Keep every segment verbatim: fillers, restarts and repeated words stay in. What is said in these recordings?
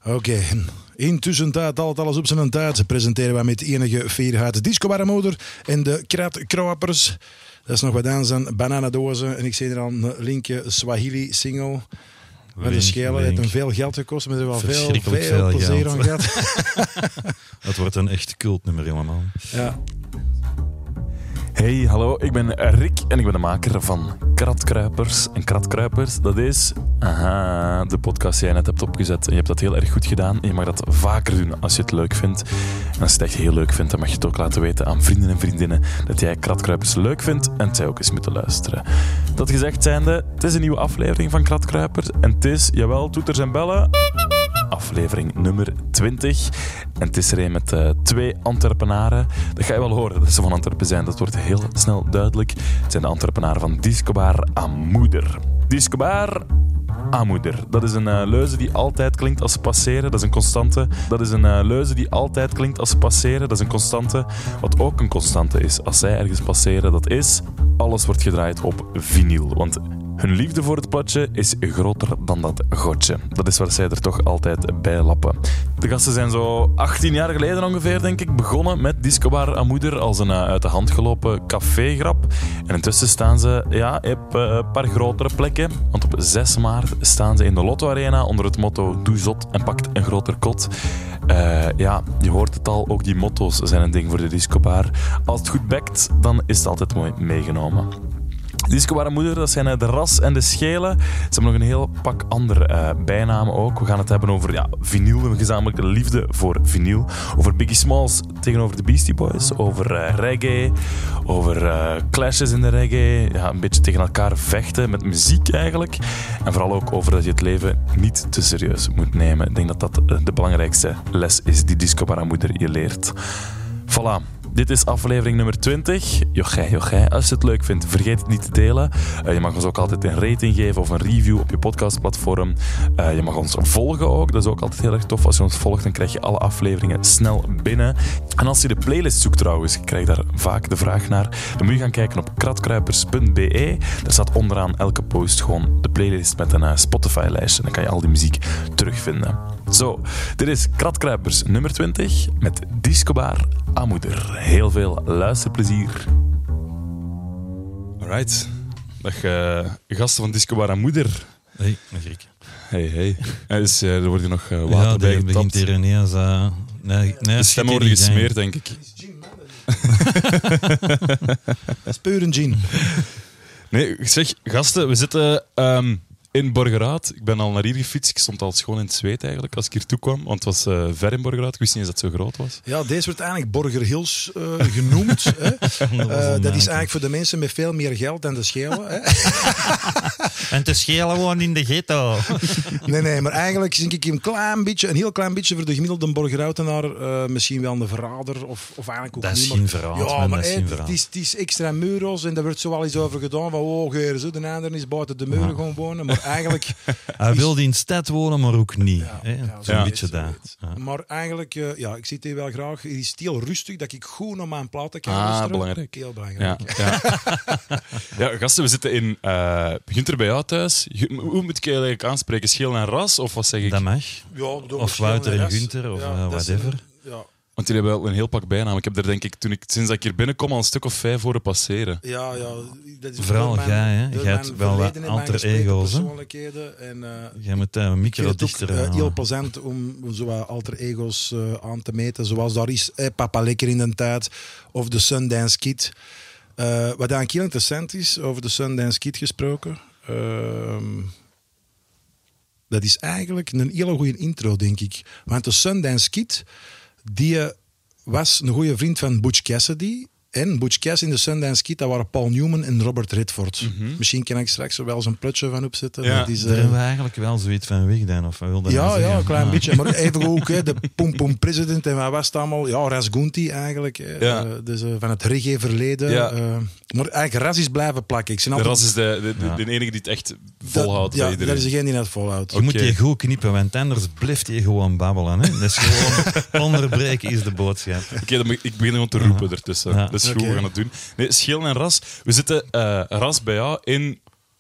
Oké, okay. Intussen tijd, altijd alles op zijn tijd, presenteren wij met enige fierheid Disco Barramoeder en de Kratkrappers. Dat is nog wat aan zijn bananendozen. En ik zie er al een linkje Swahili single. Met de schelen. Het heeft hem veel geld gekost, maar er wel veel, veel, veel plezier aan gehad. Het wordt een echt cultnummer, jongeman. Ja. Hey, hallo, ik ben Rick en ik ben de maker van Kratkruipers. En Kratkruipers, dat is aha, de podcast die jij net hebt opgezet. En je hebt dat heel erg goed gedaan. En je mag dat vaker doen als je het leuk vindt. En als je het echt heel leuk vindt, dan mag je het ook laten weten aan vrienden en vriendinnen dat jij Kratkruipers leuk vindt en zij ook eens moeten luisteren. Dat gezegd zijnde, het is een nieuwe aflevering van Kratkruipers. En het is, jawel, toeters en bellen, aflevering nummer twintig. En het is er een met uh, twee Antwerpenaren. Dat ga je wel horen dat ze van Antwerpen zijn. Dat wordt heel snel duidelijk. Het zijn de Antwerpenaren van Discobar Amoeder. Discobar Amoeder. Dat is een uh, leuze die altijd klinkt als ze passeren. Dat is een constante. Dat is een uh, leuze die altijd klinkt als ze passeren. Dat is een constante. Wat ook een constante is als zij ergens passeren, dat is alles wordt gedraaid op vinyl. Want hun liefde voor het platje is groter dan dat godje. Dat is waar zij er toch altijd bij lappen. De gasten zijn zo achttien jaar geleden ongeveer, denk ik, begonnen met Discobar Amoeder als een uh, uit de hand gelopen cafégrap. En intussen staan ze ja, op uh, een paar grotere plekken. Want op zes maart staan ze in de Lotto Arena onder het motto Doe zot en pakt een groter kot. Uh, ja, je hoort het al, ook die motto's zijn een ding voor de Discobar. Als het goed bekt, dan is het altijd mooi meegenomen. Discobar Amoeder, dat zijn de Ras en de Schelen. Ze hebben nog een heel pak andere uh, bijnamen ook. We gaan het hebben over ja, vinyl, een gezamenlijke liefde voor vinyl. Over Biggie Smalls tegenover de Beastie Boys. Over uh, reggae. Over uh, clashes in de reggae. Ja, een beetje tegen elkaar vechten met muziek eigenlijk. En vooral ook over dat je het leven niet te serieus moet nemen. Ik denk dat dat uh, de belangrijkste les is die Discobar Amoeder je leert. Voilà. Dit is aflevering nummer twintig. Jochij, jochij. Als je het leuk vindt, vergeet het niet te delen. Uh, je mag ons ook altijd een rating geven of een review op je podcastplatform. Uh, je mag ons volgen ook. Dat is ook altijd heel erg tof. Als je ons volgt, dan krijg je alle afleveringen snel binnen. En als je de playlist zoekt trouwens, ik krijg daar vaak de vraag naar, dan moet je gaan kijken op kratkruipers punt b e. Daar staat onderaan elke post gewoon de playlist met een uh, Spotify-lijstje. Dan kan je al die muziek terugvinden. Zo, dit is Kratkruipers nummer twintig met Discobar Amoeder. Heel veel luisterplezier. Alright. Dag uh, gasten van Discobar Amoeder. Hey, Rick. Hey, hey. Ja, dus, uh, er wordt hier nog uh, water ja, bij getapt. Ja, begint hier ineens... Uh, nee, nee, de stem wordt gesmeerd, denk ik. Dat is puur een gin. Nee, zeg, gasten, we zitten... Um, in Borgerhout. Ik ben al naar hier gefietst. Ik stond al schoon in het zweet eigenlijk als ik hier toe kwam. Want het was uh, ver in Borgerhout. Ik wist niet eens dat het zo groot was. Ja, deze wordt eigenlijk Borger Hills uh, genoemd. Hè. Uh, dat is eigenlijk voor de mensen met veel meer geld dan de Schelen. Hè. En de Schelen wonen in de ghetto. Nee, nee, maar eigenlijk denk ik een klein beetje, een heel klein beetje voor de gemiddelde Borgerhoutenaar. Uh, misschien wel een verrader. Of, of eigenlijk ook dat niet. is geen verraad. Ja, maar hey, het is, is extra muros en daar wordt zo wel eens over gedaan. Van, oh, geer, zo, de ander is buiten de muren ja. gaan wonen. Maar eigenlijk... Hij wilde in de stad wonen, maar ook niet. Ja, hè? ja, Zo'n ja. beetje dat. Ja. Maar eigenlijk, uh, ja, ik zit hier wel graag. Het is heel rustig, dat ik goed naar mijn platen kan ah, luisteren. belangrijk. Heel belangrijk. Ja, ja. Ja, gasten, we zitten in... Uh, begint er bij jou thuis? Hoe moet ik je eigenlijk aanspreken? Schelen en Ras? Of wat zeg ik? Dat mag. Ja, of Wouter en Gunther, of ja, uh, whatever. Een, ja. Want jullie hebben wel een heel pak bijnaam. Ik heb er denk ik, toen ik, sinds dat ik hier binnenkom, al een stuk of vijf horen passeren. Ja, ja. Dat is vooral jij, hè. Jij hebt wel wat alter ego's, hè. En, uh, jij moet uh, een micro dichter Het is uh, heel plezant om zo alter ego's uh, aan te meten. Zoals daar is eh, Papa Lekker in de tijd. Of de Sundance Kid. Uh, wat eigenlijk heel interessant is, over de Sundance Kid gesproken. Uh, dat is eigenlijk een hele goede intro, denk ik. Want de Sundance Kid, die was een goede vriend van Butch Cassidy. En Butch Cassidy in de Sundance Kid, dat waren Paul Newman en Robert Redford. Mm-hmm. Misschien kan ik straks er wel eens een plutje van opzetten. Ja. Dat is, uh... Daar hebben we eigenlijk wel zoiets van weg dan, of wat wilde Ja, ja, een klein ah. beetje. Maar even ook, hè, de Pum Pum President en wat was het allemaal? Ja, Ras Gunti eigenlijk. Hè. Ja. Uh, dus uh, van het reggae-verleden. Ja. Uh, maar eigenlijk Ras is blijven plakken. Ik de altijd... Ras is de, de, de, ja. de enige die het echt volhoudt. Dat, ja, iedereen. dat is degene die het volhoudt. Je Okay. moet je goed knippen, want anders blijft je gewoon babbelen. Hè? Dat is gewoon onderbreken is de boodschap. Oké, okay, dan, ik begin gewoon te roepen Ja. ertussen. Ja. Dat is goed, Okay. we gaan het doen. Nee, Schelen en Ras. We zitten uh, Ras bij jou in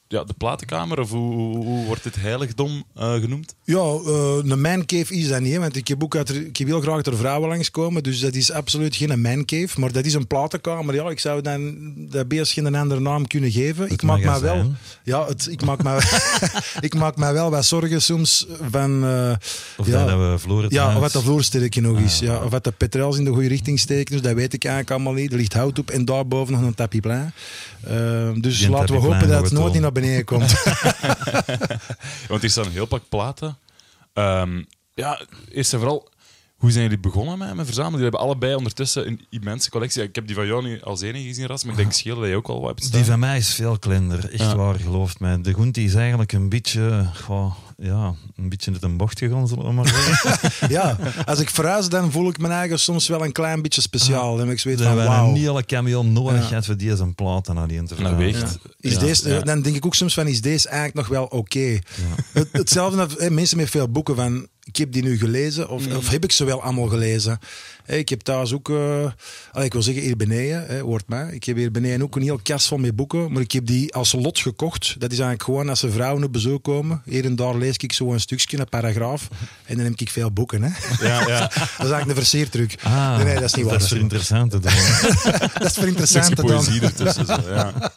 ja, de platenkamer? Of hoe, hoe, hoe wordt dit heiligdom uh, genoemd? Ja, uh, een mancave is dat niet. Hè, want ik heb, ook uit, ik heb heel graag dat er vrouwen langskomen. Dus dat is absoluut geen mancave. Maar dat is een platenkamer. Ja, ik zou dan dat beest geen andere naam kunnen geven. Het ik maak me wel... Ja, het, ik, maak me, ik maak me wel wat zorgen soms van... Uh, of ja, dat we vloer het Ja, huis. of wat de vloersterken nog is. Ah, Ja, ja. of wat de petrels in de goede richting steken. Dus dat weet ik eigenlijk allemaal niet. Er ligt hout op en daarboven nog een tapiplein. Uh, dus Die laten we hopen dat het nooit niet naar beneden komt. Want hier staan een heel pak platen. Um, ja, eerst en vooral, hoe zijn jullie begonnen met, met verzamelen? Jullie hebben allebei ondertussen een immense collectie. Ik heb die van jou nu als enige gezien, Ras, maar ik denk Scheel dat je ook al wat hebt staan. Die van mij is veel kleiner, echt Ja. waar, gelooft mij. De Goentie is eigenlijk een beetje, goh, ja, een beetje uit een bocht gegaan, zullen we maar zeggen. Ja, als ik verhuis, dan voel ik me eigen soms wel een klein beetje speciaal. Dan heb ik zoiets Dat van, hebben wauw. niet alle camion nodig Ja. gehad voor die zijn platen alleen te Nou, verhuizen. weegt. Is Ja, deze, ja. Dan denk ik ook soms van, is deze eigenlijk nog wel oké? Het, hetzelfde als eh, mensen met veel boeken van, ik heb die nu gelezen, of, of heb ik ze wel allemaal gelezen? Eh, ik heb thuis ook, uh, allee, ik wil zeggen hier beneden, eh, hoort mij, ik heb hier beneden ook een heel kast vol met boeken, maar ik heb die als lot gekocht. Dat is eigenlijk gewoon als er vrouwen op bezoek komen, hier en daar lees ik zo een stukje, een paragraaf, en dan heb ik veel boeken. Hè? Ja, ja. Dat is eigenlijk een versiertruc. Ah, nee, nee, dat is niet waar. Dat is voor interessant te doen. Dat is voor Stukje interessant te doen. poëzie ertussen. Zo, ja.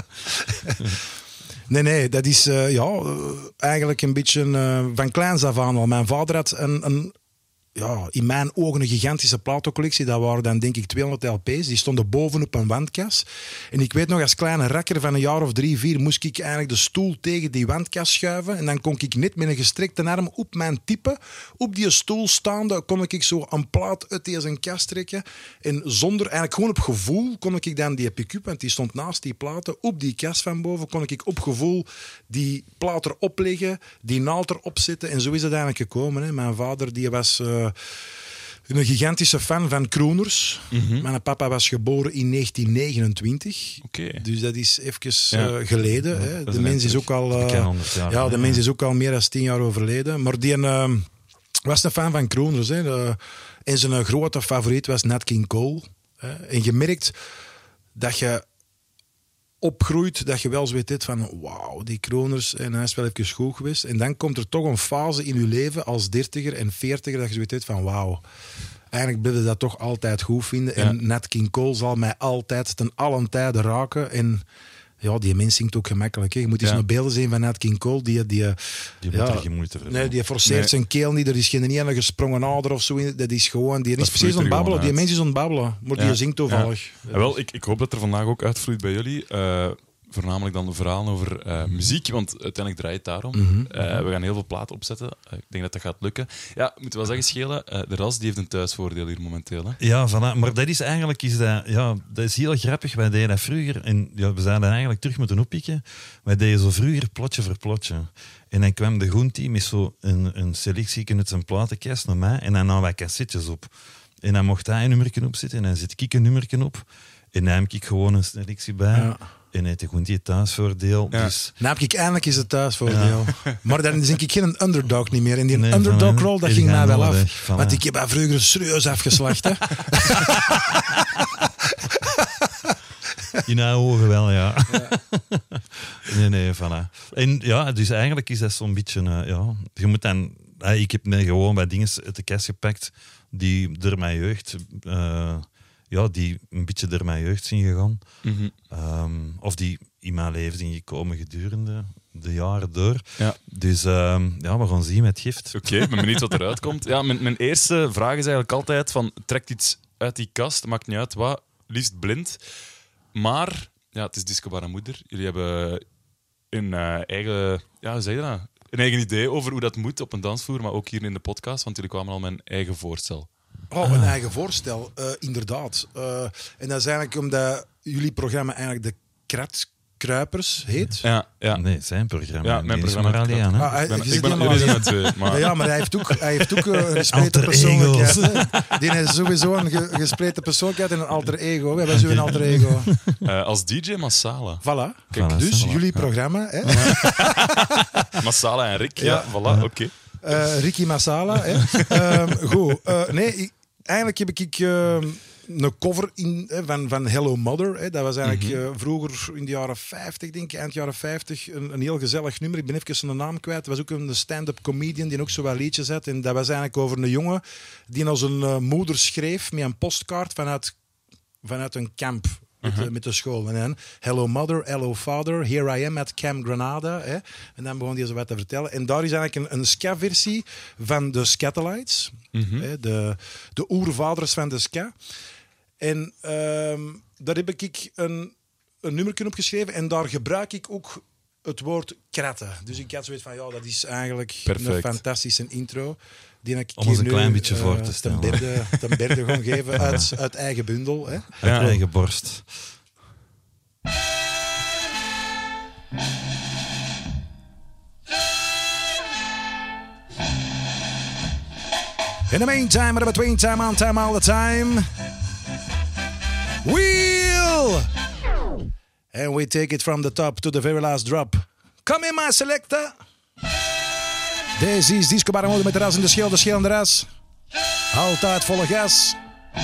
Nee, nee, dat is uh, ja, uh, eigenlijk een beetje uh, van kleins af aan al. Mijn vader had een, een, ja, in mijn ogen een gigantische platencollectie. Dat waren dan denk ik tweehonderd L P's. Die stonden bovenop een wandkas. En ik weet nog, als kleine rakker van een jaar of drie, vier, moest ik eigenlijk de stoel tegen die wandkas schuiven. En dan kon ik net met een gestrekte arm op mijn type, op die stoel staande, kon ik zo een plaat uit deze kast trekken. En zonder, eigenlijk gewoon op gevoel, kon ik dan die pick-up, want die stond naast die platen, op die kast van boven, kon ik op gevoel die plaat erop leggen, die naald erop zetten. En zo is het eigenlijk gekomen. Hè. Mijn vader, die was... Uh, een gigantische fan van crooners. Mm-hmm. Mijn papa was geboren in negentien negenentwintig. Oké. Dus dat is even Ja. uh, geleden. Ja, hè. dat De is mens is terug. ook al... Uh, Bekend honderd jaar. ja, de Ja. mens is ook al meer dan tien jaar overleden. Maar die uh, was een fan van crooners. Hè. De, en zijn uh, grote favoriet was Nat King Cole. Hè. En je merkt dat je opgroeit, dat je wel zoiets hebt van wauw, die kroners, en hij is wel even goed geweest. En dan komt er toch een fase in je leven als dertiger en veertiger dat je zoiets hebt van wauw, eigenlijk blijf je dat toch altijd goed vinden. Ja. En Nat King Cole zal mij altijd ten allen tijde raken. En ja, die mens zingt ook gemakkelijk. Hè. Je moet eens Ja. naar beelden zien van Nat King Cole. Die, die, Die ja, moet er geen moeite voor doen. nee, die forceert Nee. zijn keel niet. Er is geen ene gesprongen ader of zo in. Dat is gewoon... Die Dat is precies vloeit er ontbabbelen. gewoon Die uit. mens is ontbabbelen. Maar Ja. die zingt toevallig. Ja, wel, ik, ik hoop dat er vandaag ook uitvloeit bij jullie. Uh, voornamelijk dan de verhalen over uh, muziek, want uiteindelijk draait het daarom. Mhm. Uh, we gaan heel veel platen opzetten. Uh, ik denk dat dat gaat lukken. Ja, ik moet wel zeggen, Schelen, uh, de Ras die heeft een thuisvoordeel hier momenteel. Hè? Ja, voilà. Maar dat is eigenlijk is dat, ja, dat is heel grappig. Wij deden dat vroeger en ja, we zouden eigenlijk terug moeten oppikken. Wij deden zo vroeger plotje voor plotje. En dan kwam de Goentie met zo een, een selectie uit zijn platenkast naar mij en dan namen wij cassettes op. En dan mocht hij een nummertje opzetten en dan zet ik een nummertje op. En dan heb ik gewoon een selectie bij. Ja. En hij heeft gewoon die thuisvoordeel. Ja. Dus Nou heb ik eindelijk eens het thuisvoordeel. Maar dan denk ik geen underdog niet meer. En die Nee, underdog van- rol, dat die ging mij gaan wel wel af. weg, voilà. Want ik heb haar vroeger serieus afgeslacht. Hè. in haar ogen wel, ja. nee, nee, voilà. En ja, dus eigenlijk is dat zo'n beetje... Uh, ja, je moet dan... Uh, ik heb me gewoon bij dingen uit de kast gepakt die door mijn jeugd... Uh, ja, die een beetje door mijn jeugd zijn gegaan. Mm-hmm. Um, of die in mijn leven zijn gekomen gedurende de jaren door. Ja. Dus um, ja, we gaan zien met gift. Oké, okay, ik ben benieuwd wat eruit komt. Ja, mijn, mijn eerste vraag is eigenlijk altijd van, trekt iets uit die kast, maakt niet uit wat, liefst blind. Maar, ja, het is Disco Bar en Moeder. Jullie hebben een uh, eigen, ja, hoe zeg je dat? Een eigen idee over hoe dat moet op een dansvloer, maar ook hier in de podcast, want jullie kwamen al met een eigen voorstel. Oh, een eigen voorstel, uh, inderdaad. Uh, en dat is eigenlijk omdat jullie programma eigenlijk de Kratkruipers heet. Ja, ja. Nee, zijn programma. Ja, mijn Die is programma maar heet alleen, hè. Ah, hij- Ik ben, je ik zit ben, helemaal jullie zijn alleen. met twee, maar... Ja, maar hij heeft ook, hij heeft ook uh, een gespleten Alter persoonlijkheid. Hè. Die heeft sowieso een ge- gespleten persoonlijkheid en een alter ego. We hebben zo'n alter ego. Uh, als D J Massala. Voilà. Voilà, Dus voilà. jullie programma, hè? Massala en Rick, ja, Ja. voilà, oké. Okay. Uh, Ricky Massala. Hè? um, goed. Uh, nee, ik, eigenlijk heb ik... Uh, een cover in, hè, van, van Hello Mother. Hè. Dat was eigenlijk Mm-hmm. uh, vroeger in de jaren vijftig, denk ik, eind jaren vijftig, een, een heel gezellig nummer. Ik ben even zijn naam kwijt. Het was ook een stand-up comedian die ook zo wat liedjes had. En dat was eigenlijk over een jongen die als een uh, moeder schreef met een postkaart vanuit, vanuit een kamp. Met, uh-huh. de, met de school. En dan, hello mother, hello father, here I am at Camp Granada. Hè. En dan begon hij zo wat te vertellen. En daar is eigenlijk een, een ska-versie van de Skatalites. Mm-hmm. Hè, de, de oervaders van de ska. En uh, daar heb ik een, een nummer op geschreven. En daar gebruik ik ook het woord kratten. Dus ik had zoiets van, ja, dat is eigenlijk Perfect. Een fantastische intro. Die ik om ons een klein nu, beetje uh, voor te stellen. Ten berde, ten berde gaan geven uit, uit eigen bundel. Hè. Uit ja. eigen borst. In the meantime, but between time on time all the time. Wheel! And we take it from the top to the very last drop. Come in, my selector. Deze is Disco Baramode met de ras in de schil, de schil en de ras. Altijd volle gas.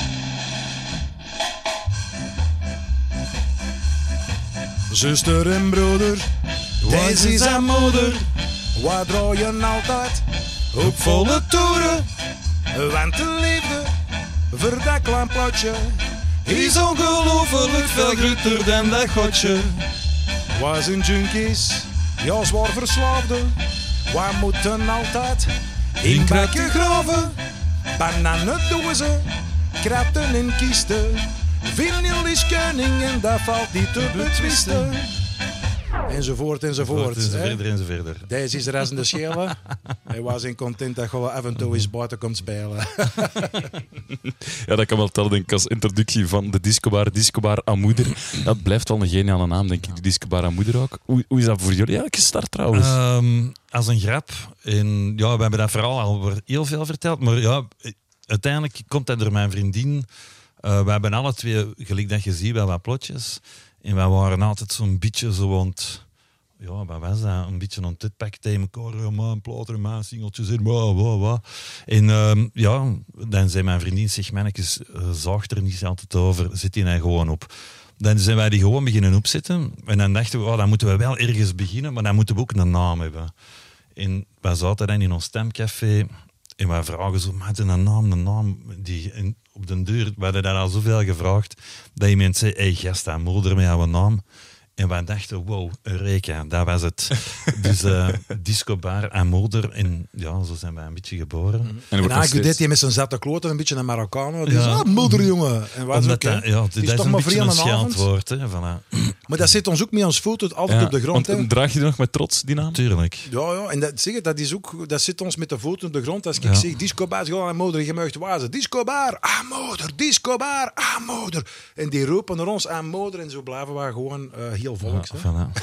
Zuster en broeder, deze is haar moeder. Waar draaien altijd op volle toeren. Want de liefde voor dat klein plotje is ongelooflijk veel groter dan dat godje. Wij zijn junkies, ja zwaar verslaafden. Wij moeten altijd in bakken graven. Bananendozen, kratten en kisten. Vinyl is koning en dat valt niet te betwisten. Enzovoort, enzovoort. En zo verder, en zo verder. Deze is de rest in de schelen. Hij was in content dat je af en toe eens buiten komt spelen. Ja, dat kan wel tellen, denk ik, als introductie van de Discobar, Discobar aan moeder. Dat blijft wel een geniale naam, denk ik, de Discobar aan moeder ook. Hoe, hoe is dat voor jullie eigenlijk gestart, trouwens? Um, als een grap. En, ja, we hebben dat verhaal al heel veel verteld, maar ja, uiteindelijk komt dat door mijn vriendin. Uh, we hebben alle twee, gelijk dat je ziet, wel wat plotjes. En wij waren altijd zo'n beetje zo aan het... Ja, wat was dat? Een beetje aan het pakken tegen elkaar. Ja, maar een plater, maar singeltjes in, wat, wat, wat. En um, ja, dan zei mijn vriendin, zeg mannetjes, uh, zaag er niet altijd over, zet die nou gewoon op. Dan zijn wij die gewoon beginnen opzetten. En dan dachten we, oh, dan moeten we wel ergens beginnen, maar dan moeten we ook een naam hebben. En wij zaten dan in ons stemcafé en wij vragen zo, maar een naam, een naam. Die, en op de deur, we hadden daar al zoveel gevraagd, dat iemand zei, hé hey, gast, daar moeder met jouw naam. En wij dachten, wow, Eureka, dat was het. Dus uh, Discobar en moeder. En ja, zo zijn wij een beetje geboren. Mm-hmm. En, en eigenlijk deed hij met zijn zatte kloten een beetje een Marokkaan. Die ja. zei, ah, moeder, jongen. En wat is ook, dat, ja, dat is, is toch een maar beetje een scheldwoord. Hè, voilà. Maar dat zit ons ook mee ons voet, altijd ja, op de grond. Want, hè. Draag je nog met trots die naam? Tuurlijk. Ja, ja. En dat, zeg, dat, is ook, dat zit ons met de voet op de grond. Als ik ja. zeg, Discobar, gewoon aan moeder, je mag wazen. Discobar, ah, moeder, Discobar, ah, moeder. En die roepen naar ons aan moeder. En zo blijven we gewoon uh, heel volks. Ja, voilà.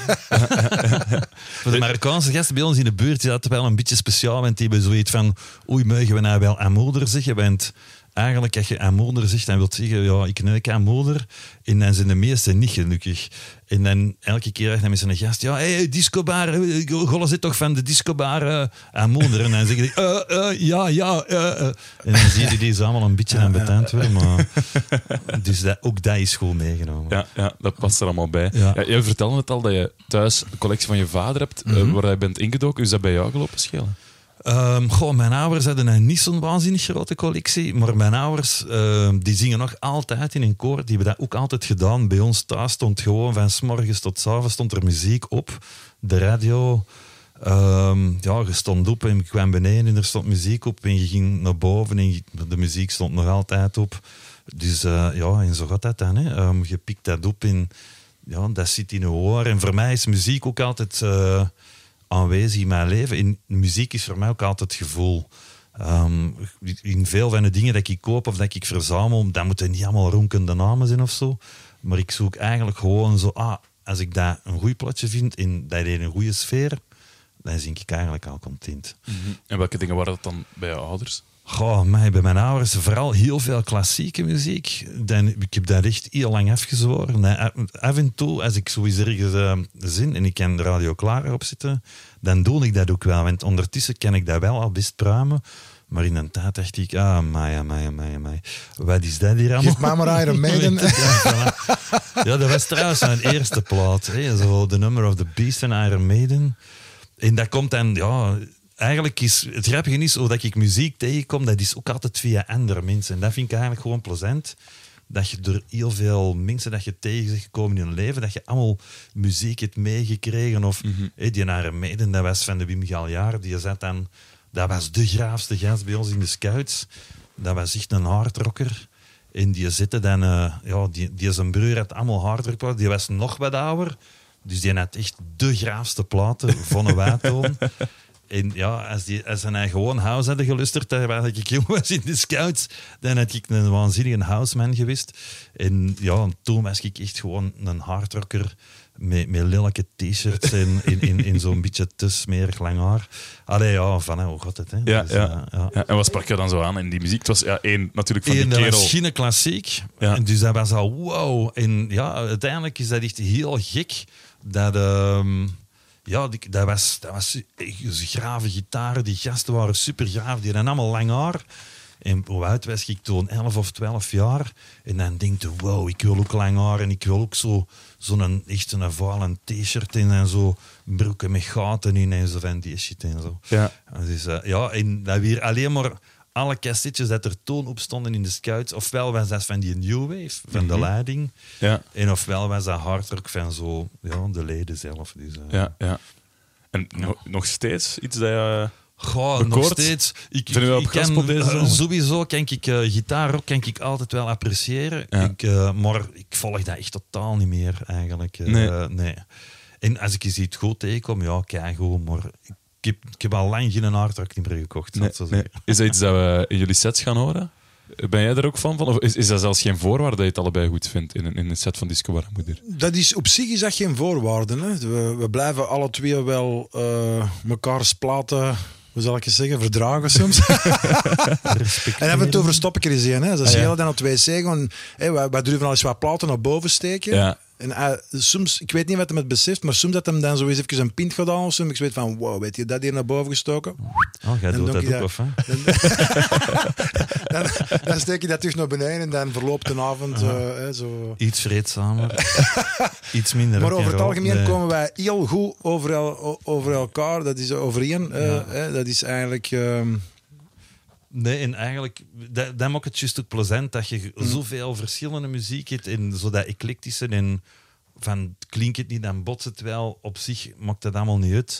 Voor de Marokkaanse gasten bij ons in de buurt is dat wel een beetje speciaal. Want die hebben zoiets van, oei, mogen we nou wel aan moeder zeggen? Want eigenlijk, als je aan moeder zegt, dan wil zeggen, ja, ik neuk aan moeder. En dan zijn de meesten niet gelukkig. En dan elke keer dan met zo'n gast, ja, hé, hey, Discobar, Golle zit toch van de Discobar uh, aan moeder? En dan zeggen die, uh, uh, ja, ja, uh, uh. En dan zie je die zo allemaal een beetje aan betend worden. Maar... Dus dat, ook dat is goed meegenomen. Ja, ja, dat past er allemaal bij. Ja. Ja, jij vertelde het al dat je thuis een collectie van je vader hebt, mm-hmm. uh, waar je bent ingedoken. Is dat bij jou gelopen, Schelen? Um, goh, mijn ouders hadden een niet zo'n waanzinnig grote collectie, maar mijn ouders uh, die zingen nog altijd in een koor. Die hebben dat ook altijd gedaan. Bij ons thuis stond gewoon van 's morgens tot 's avonds stond er muziek op. De radio, um, ja, je stond op en je kwam beneden en er stond muziek op. En je ging naar boven en je, de muziek stond nog altijd op. Dus uh, ja, en zo gaat dat dan. Hè. Um, je pikt dat op en ja, dat zit in je oor. En voor mij is muziek ook altijd... Uh, aanwezig in mijn leven. En muziek is voor mij ook altijd gevoel. Um, in veel van de dingen dat ik koop of dat ik verzamel, dat moeten niet allemaal ronkende namen zijn of zo. Maar ik zoek eigenlijk gewoon zo, ah, als ik dat een goed platje vind en dat heeft een goede sfeer, dan zing ik eigenlijk al content. Mm-hmm. En welke dingen waren dat dan bij je ouders? Goh, mij, bij mijn ouders vooral heel veel klassieke muziek. Dan, ik heb dat echt heel lang afgezworen. Af en toe, als ik zoiets ergens uh, zin en ik kan de radio klaar op zitten, dan doe ik dat ook wel. Want ondertussen kan ik dat wel al best pruimen. Maar in een tijd dacht ik, ah, amai, amai, amai, amai. Wat is dat hier allemaal? Geef maar maar Iron Maiden. ja, voilà. Ja, dat was trouwens mijn eerste plaat. Hè. Zo The Number of the Beast van Iron Maiden. En dat komt dan, ja... Eigenlijk is het grappige is, hoe dat ik muziek tegenkom, dat is ook altijd via andere mensen. En dat vind ik eigenlijk gewoon plezant. Dat je door heel veel mensen dat je tegen bent gekomen in je leven, dat je allemaal muziek hebt meegekregen. Of Mm-hmm. hey, die naar Maiden, dat was van de Wim Galjaard. Die zat dan, dat was de graafste gast bij ons in de Scouts. Dat was echt een hardrocker. En die zitten dan, uh, ja, die, die zijn broer had allemaal hardrock. Die was nog wat ouder. Dus die had echt de graafste platen van een waatoon. En ja, als, die, als ze naar gewoon house hadden gelusterd, terwijl ik jong was in de Scouts, dan had ik een waanzinnige houseman geweest. En ja, toen was ik echt gewoon een hardrocker met, met lelijke t-shirts en in, in, in zo'n beetje te smerig lang haar. Allee, ja, van hoe gaat het, hè? Ja, Dus, ja. uh, ja. Ja, en wat sprak je dan zo aan in die muziek? Het was ja, één natuurlijk van En die dat kerel. was geen klassiek. Ja. En dus dat was al wow. En ja, uiteindelijk is dat echt heel gek. Dat... Um, Ja, die, dat was, dat was grave gitaren. Die gasten waren super graaf. Die hadden allemaal lang haar. En hoe oud was ik toen? elf of twaalf jaar. En dan denk je, wow, ik wil ook lang haar. En ik wil ook zo, zo'n echt een vuile t-shirt in. En zo broeken met gaten in. En zo van die shit en zo. Ja. Dus, uh, ja, en dat weer alleen maar... Alle cassettes dat er toen op stonden in de Scouts, ofwel was dat van die New Wave, van Mm-hmm. de leiding. Ja. En ofwel was dat hardrock van zo, ja, de leden zelf. Dus, uh, Ja, ja. En no- nog steeds iets dat je... Goh, Bekoord? nog steeds. Ik, Zijn we ik, op ik kan, gaspel deze uh, zomer? sowieso kan ik uh, gitaar ook kan ik altijd wel appreciëren. Ja. Ik, uh, maar ik volg dat echt totaal niet meer eigenlijk. Uh, Nee. nee. En als ik eens iets goed tegenkom, ja, kijk goed. Maar ik heb, ik heb al lang geen hardrock meer gekocht. zal Nee, ik zo nee. zeggen. Is dat iets dat we in jullie sets gaan horen? Ben jij er ook van? van? Of is, is dat zelfs geen voorwaarde dat je het allebei goed vindt in een, in een set van Disco Warmoeder? Dat is, op zich is dat geen voorwaarde. Hè. We, we blijven alle twee wel uh, mekaars platen, hoe zal ik het zeggen, verdragen soms. En af en toe verstop ik er eens een. Hè. Als Ah, ja. je dan op twee C gaan, hey, wij, wij durven al eens wat platen naar boven steken. Ja. En uh, soms, ik weet niet wat hij het beseft, maar soms dat hem dan zo eens even een pint gedaan of zo. Ik weet van, wow, weet je dat hier naar boven gestoken? Oh, jij Dan doet doe dat ik ook, dat- of hè? Dan, dan, dan steek je dat terug naar beneden en dan verloopt de avond uh, hè, zo... Iets vreedzamer. Iets minder Maar over het rock'n'roll. algemeen Nee. komen wij heel goed over, el, over elkaar. Dat is overeen. Uh, Ja. hè, dat is eigenlijk... Um, Nee, en eigenlijk, dat, dat maakt het juist ook plezant dat je zoveel verschillende muziek hebt en zo dat eclectische en van klinkt het niet, dan botst het wel. Op zich maakt dat allemaal niet uit.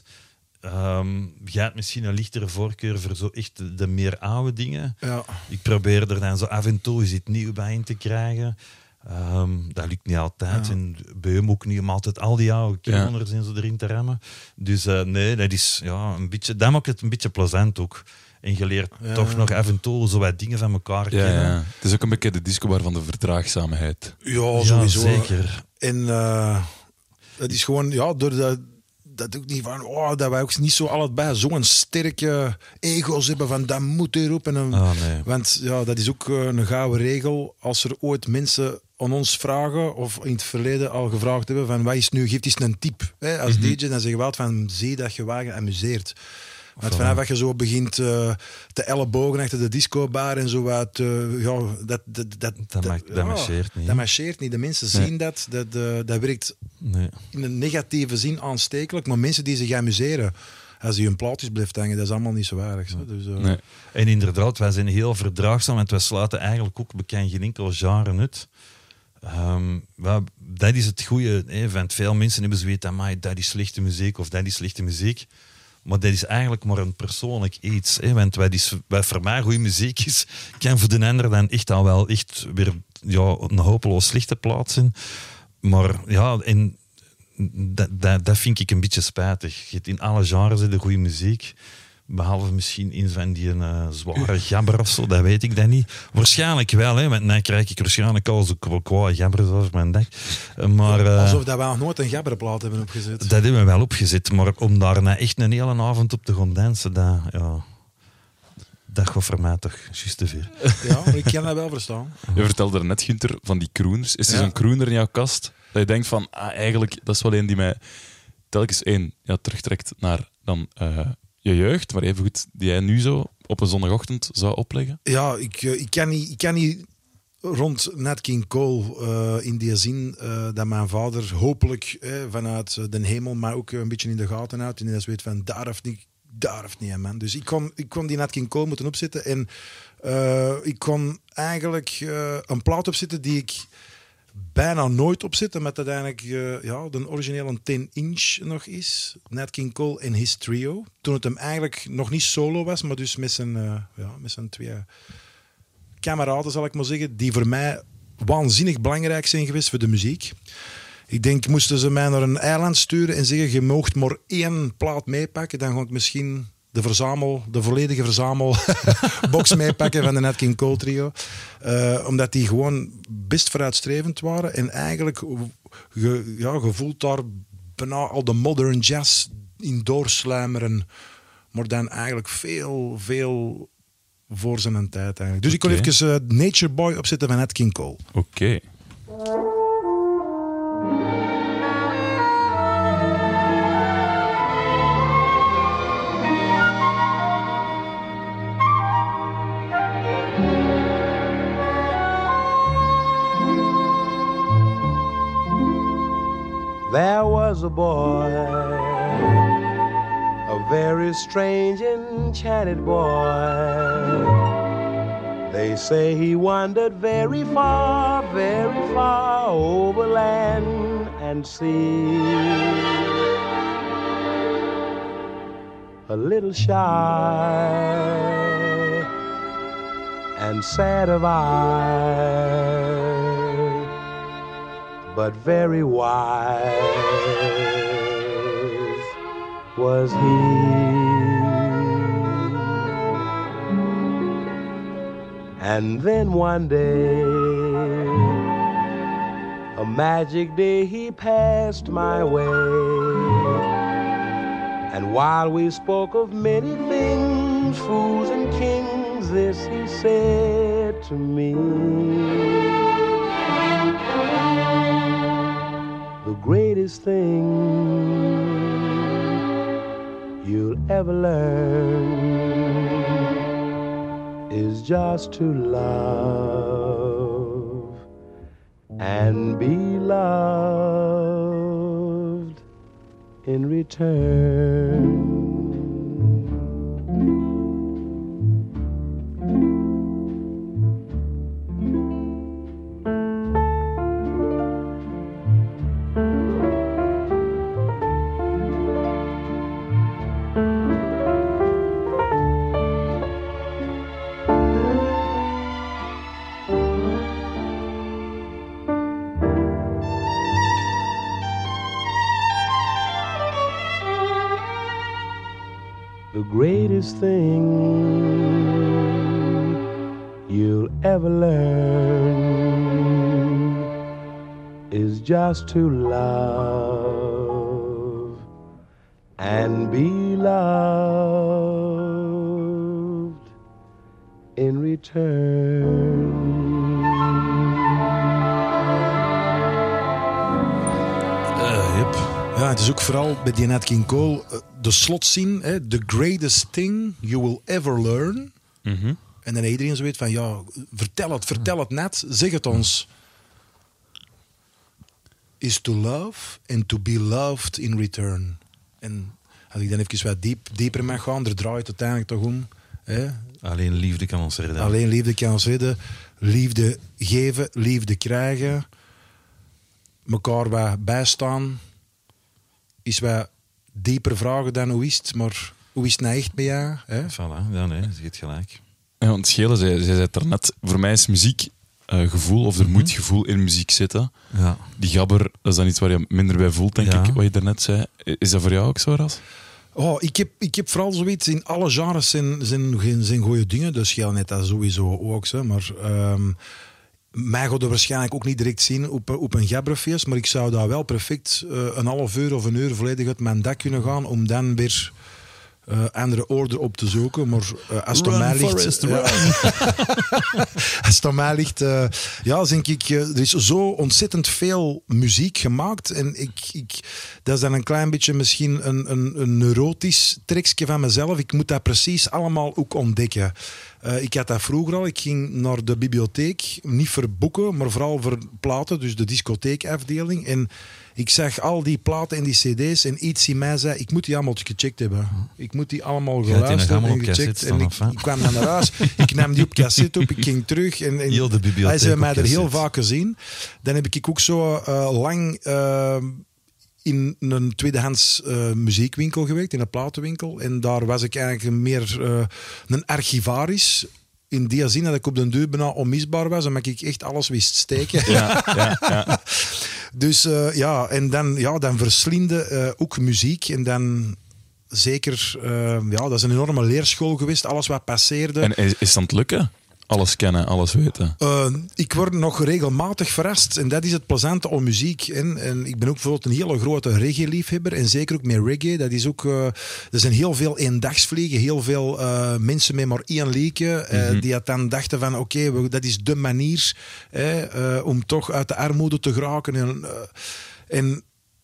Um, je hebt misschien een lichtere voorkeur voor zo echt de, de meer oude dingen. ja. Ik probeer er dan zo af en toe eens iets nieuws bij in te krijgen. Um, dat lukt niet altijd. Ja. En bij hem ook niet om altijd al die oude Ja. kinderen en zo erin te remmen. Dus uh, nee, dat is ja, een beetje, dat maakt het een beetje plezant ook. En je leert Ja. toch nog af en toe zo wat dingen van elkaar Ja, kennen. ja. Het is ook een beetje de discobar van de verdraagzaamheid. Ja, sowieso. zeker. En uh, dat is gewoon, ja, door dat, dat ook niet van, oh, dat wij ook niet zo allebei zo'n sterke ego's hebben van dat moet hierop. En een, Ah, nee. Want ja, dat is ook uh, een gouden regel. Als er ooit mensen aan ons vragen, of in het verleden al gevraagd hebben van wat is nu, geeft eens een tip. Hè? Als Mhm. D J, dan zeg je wel van zie dat je wagen amuseert. Want Voilà. vanaf dat je zo begint uh, te ellebogen achter de discobar en zo wat, uh, ja, dat, dat, dat, Dat ma- dat ja, marcheert niet, Dat hè? marcheert niet. De mensen Nee. zien dat. Dat, uh, dat werkt Nee. in een negatieve zin aanstekelijk. Maar mensen die zich amuseren, als die hun plaatjes blijft hangen, dat is allemaal niet zo erg. Zo. Dus, uh, Nee. En inderdaad, wij zijn heel verdraagzaam, want wij sluiten eigenlijk ook bekend geen enkel genre uit. Um, wel, dat is het goede. Hè, want veel mensen hebben zoiets van, dat is slechte muziek of dat is slechte muziek. Maar dat is eigenlijk maar een persoonlijk iets. Hè, want wat, is, wat voor mij goede muziek is, kan voor de ander dan echt al wel echt weer ja, een hopeloos slechte plaats zijn. Maar ja, en dat, dat, dat vind ik een beetje spijtig. Je hebt in alle genres de goede muziek. Behalve misschien in van die uh, zware gabber of zo, dat weet ik dan niet. Waarschijnlijk wel, hè, want dan krijg ik waarschijnlijk al zo'n qua gabbers over mijn dag. Uh, maar, uh, Alsof dat we nog nooit een gabberplaat hebben opgezet. dat hebben we wel opgezet, maar om daar nou echt een hele avond op te gaan dansen, dat, ja, dat gaat voor mij toch juist te ver. Ja, maar ik kan dat wel verstaan. Je vertelde er net, Gunther, van die crooners. Is er Ja. zo'n crooner in jouw kast dat je denkt van, ah, eigenlijk, dat is wel een die mij telkens één ja, terugtrekt naar dan... Uh, je jeugd, maar evengoed die jij nu zo op een zondagochtend zou opleggen? Ja, ik, uh, ik, kan niet, ik kan niet rond Nat King Cole uh, in die zin uh, dat mijn vader hopelijk uh, vanuit uh, de hemel, maar ook uh, een beetje in de gaten houdt. En dat weet van, daar of niet, daar of niet, man. Dus ik kon, ik kon die Nat King Cole moeten opzetten. En uh, ik kon eigenlijk uh, een plaat opzetten die ik bijna nooit opzetten, met uiteindelijk uh, ja, de originele tien inch nog is. Nat King Cole en His Trio. Toen het hem eigenlijk nog niet solo was, maar dus met zijn, uh, ja, met zijn twee kameraden, zal ik maar zeggen, die voor mij waanzinnig belangrijk zijn geweest voor de muziek. Ik denk, moesten ze mij naar een eiland sturen en zeggen, je moogt maar één plaat meepakken, dan ga ik misschien de verzamel, de volledige verzamelbox meepakken van de Nat King Cole trio. Uh, omdat die gewoon best vooruitstrevend waren. En eigenlijk, je, ja, je voelt daar bijna al de modern jazz in doorsluimeren. Maar dan eigenlijk veel, veel voor zijn tijd eigenlijk. Dus okay. Ik kon even uh, Nature Boy opzetten van Nat King Cole. Oké. Okay. There was a boy, a very strange, enchanted boy. They say he wandered very far, very far over land and sea. A little shy and sad of eye, but very wise was he. And then one day, a magic day, he passed my way. And while we spoke of many things, fools and kings, this he said to me: the greatest thing you'll ever learn is just to love and be loved in return. The greatest thing you'll ever learn is just to love and be loved in return. Uh, yep. Ja, het is ook vooral bij die Nat King Cole uh, de slotzin, hè, the greatest thing you will ever learn. Mm-hmm. En dan iedereen zo weet van, ja, vertel het, vertel het net, zeg het ons. Is to love and to be loved in return. En als ik dan even wat diep, dieper mag gaan, er draait het uiteindelijk toch om. Hè? Alleen liefde kan ons redden. Alleen liefde kan ons redden. Liefde geven, liefde krijgen. Mekaar wat bijstaan. Is wat dieper vragen dan hoe is het, maar hoe is het nou echt bij jou? Hè? Voilà, ja, nee, je hebt gelijk. Ja, want Schelen zei, zei het daarnet, voor mij is muziek uh, gevoel, of er mm-hmm. moet gevoel in muziek zitten. Ja. Die gabber, dat is dan iets waar je minder bij voelt, denk ja. ik, wat je daarnet zei. Is dat voor jou ook zo, Ras? Oh, ik, heb, ik heb vooral zoiets, in alle genres zijn, zijn, zijn goede dingen, dus Schelen net dat sowieso ook, zo, maar... Um, mij gaat er waarschijnlijk ook niet direct zien op, op een gabberfeest, maar ik zou daar wel perfect uh, een half uur of een uur volledig uit mijn dak kunnen gaan om dan weer uh, andere orde op te zoeken. Maar uh, als het aan mij ligt... Forest, ja, als het aan mij ligt... Uh, ja, denk ik... Uh, er is zo ontzettend veel muziek gemaakt. En ik, ik, dat is dan een klein beetje misschien een, een, een neurotisch trekje van mezelf. Ik moet dat precies allemaal ook ontdekken. Uh, ik had dat vroeger al. Ik ging naar de bibliotheek. Niet voor boeken, maar vooral voor platen. Dus de discotheekafdeling. En ik zag al die platen en die cd's. En iets in mij zei, ik moet die allemaal gecheckt hebben. Ik moet die allemaal geluisterd en gecheckt. En ik, ik kwam dan naar huis. Ik nam die op cassette op. Ik ging terug. En, en heel de bibliotheek hij zei mij er cassette. heel vaak gezien. Dan heb ik ook zo uh, lang... Uh, in een tweedehands uh, muziekwinkel gewerkt, in een platenwinkel. En daar was ik eigenlijk meer uh, een archivaris. In die zin dat ik op de deur bijna onmisbaar was, omdat ik echt alles wist steken. Ja, ja, ja. Dus uh, ja, en dan, ja, dan verslinde uh, ook muziek. En dan zeker, uh, ja, dat is een enorme leerschool geweest. Alles wat passeerde. En is, is het aan het lukken? Alles kennen, alles weten. Uh, ik word nog regelmatig verrast. En dat is het plezante om muziek. En, en ik ben ook bijvoorbeeld een hele grote reggae-liefhebber. En zeker ook met reggae. Dat is ook... Uh, er zijn heel veel eendagsvliegen. Heel veel uh, mensen met maar één liedje. Uh, mm-hmm. Die het dan dachten van... Oké, okay, dat is de manier uh, om toch uit de armoede te geraken. En, uh, en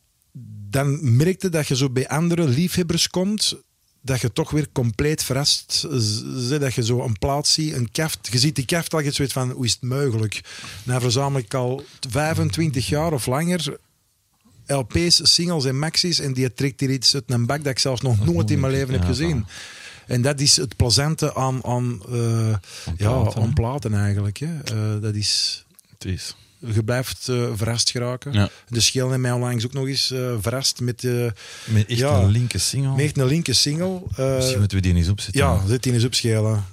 dan merkte dat je zo bij andere liefhebbers komt... dat je toch weer compleet verrast zit, dat je zo een plaat ziet, een kaft. Je ziet die kaft al, je weet van, hoe is het mogelijk? Nou verzamel ik al vijfentwintig jaar of langer L P's, singles en maxis en die trekt hier iets uit een bak dat ik zelfs nog nooit in mijn leven heb gezien. En dat is het plezante aan, aan, uh, aan, ja, platen, aan platen eigenlijk. Hè. Uh, dat is... Het is... Je blijft uh, verrast geraken. Ja. De Scheel heeft mij onlangs ook nog eens uh, verrast met... Uh, met echt ja, een linker single. Met echt een linker single. Uh, Misschien moeten we die eens opzetten. Ja, zet die eens opschelen.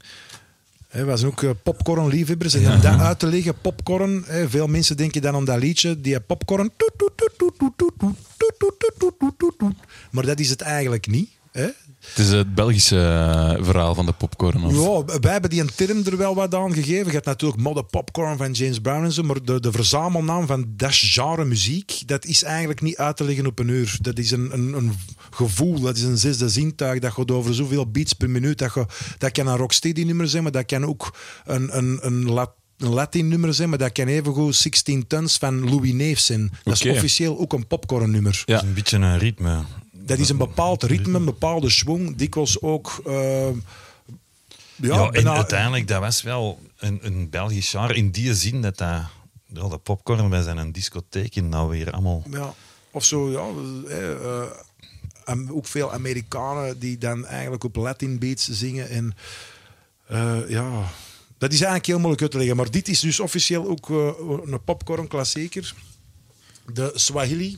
We zijn ook uh, popcorn-liefhebbers. En ja. om dat uit te leggen, popcorn... Hè, veel mensen denken dan aan dat liedje, die popcorn... Maar dat is het eigenlijk niet. Hè? Het is het Belgische verhaal van de popcorn. Of? Ja, wij hebben die een term er wel wat aan gegeven. Je hebt natuurlijk modder popcorn van James Brown en zo, maar de, de verzamelnaam van dat genre muziek, dat is eigenlijk niet uit te leggen op een uur. Dat is een, een, een gevoel, dat is een zesde zintuig, dat gaat over zoveel beats per minuut. Dat, je, dat kan een rocksteady nummer zijn, maar dat kan ook een, een, een lat een Latin nummer zijn, maar dat kan evengoed zestien Tons van Louis Neef zijn. Dat okay. is officieel ook een popcorn nummer. Ja. Dat is een beetje een ritme. Dat is een bepaald ritme, een bepaalde schwung. Dikwijls ook... Uh, ja, ja, en bijna... uiteindelijk, dat was wel een, een Belgisch jaar. In die zin dat dat... Ja, de popcorn, wij zijn een discotheek en nou weer allemaal... Ja, of zo, ja. Uh, uh, ook veel Amerikanen die dan eigenlijk op Latin beats zingen. En uh, ja... Dat is eigenlijk heel moeilijk uit te leggen. Maar dit is dus officieel ook uh, een popcorn-klassieker. De Swahili...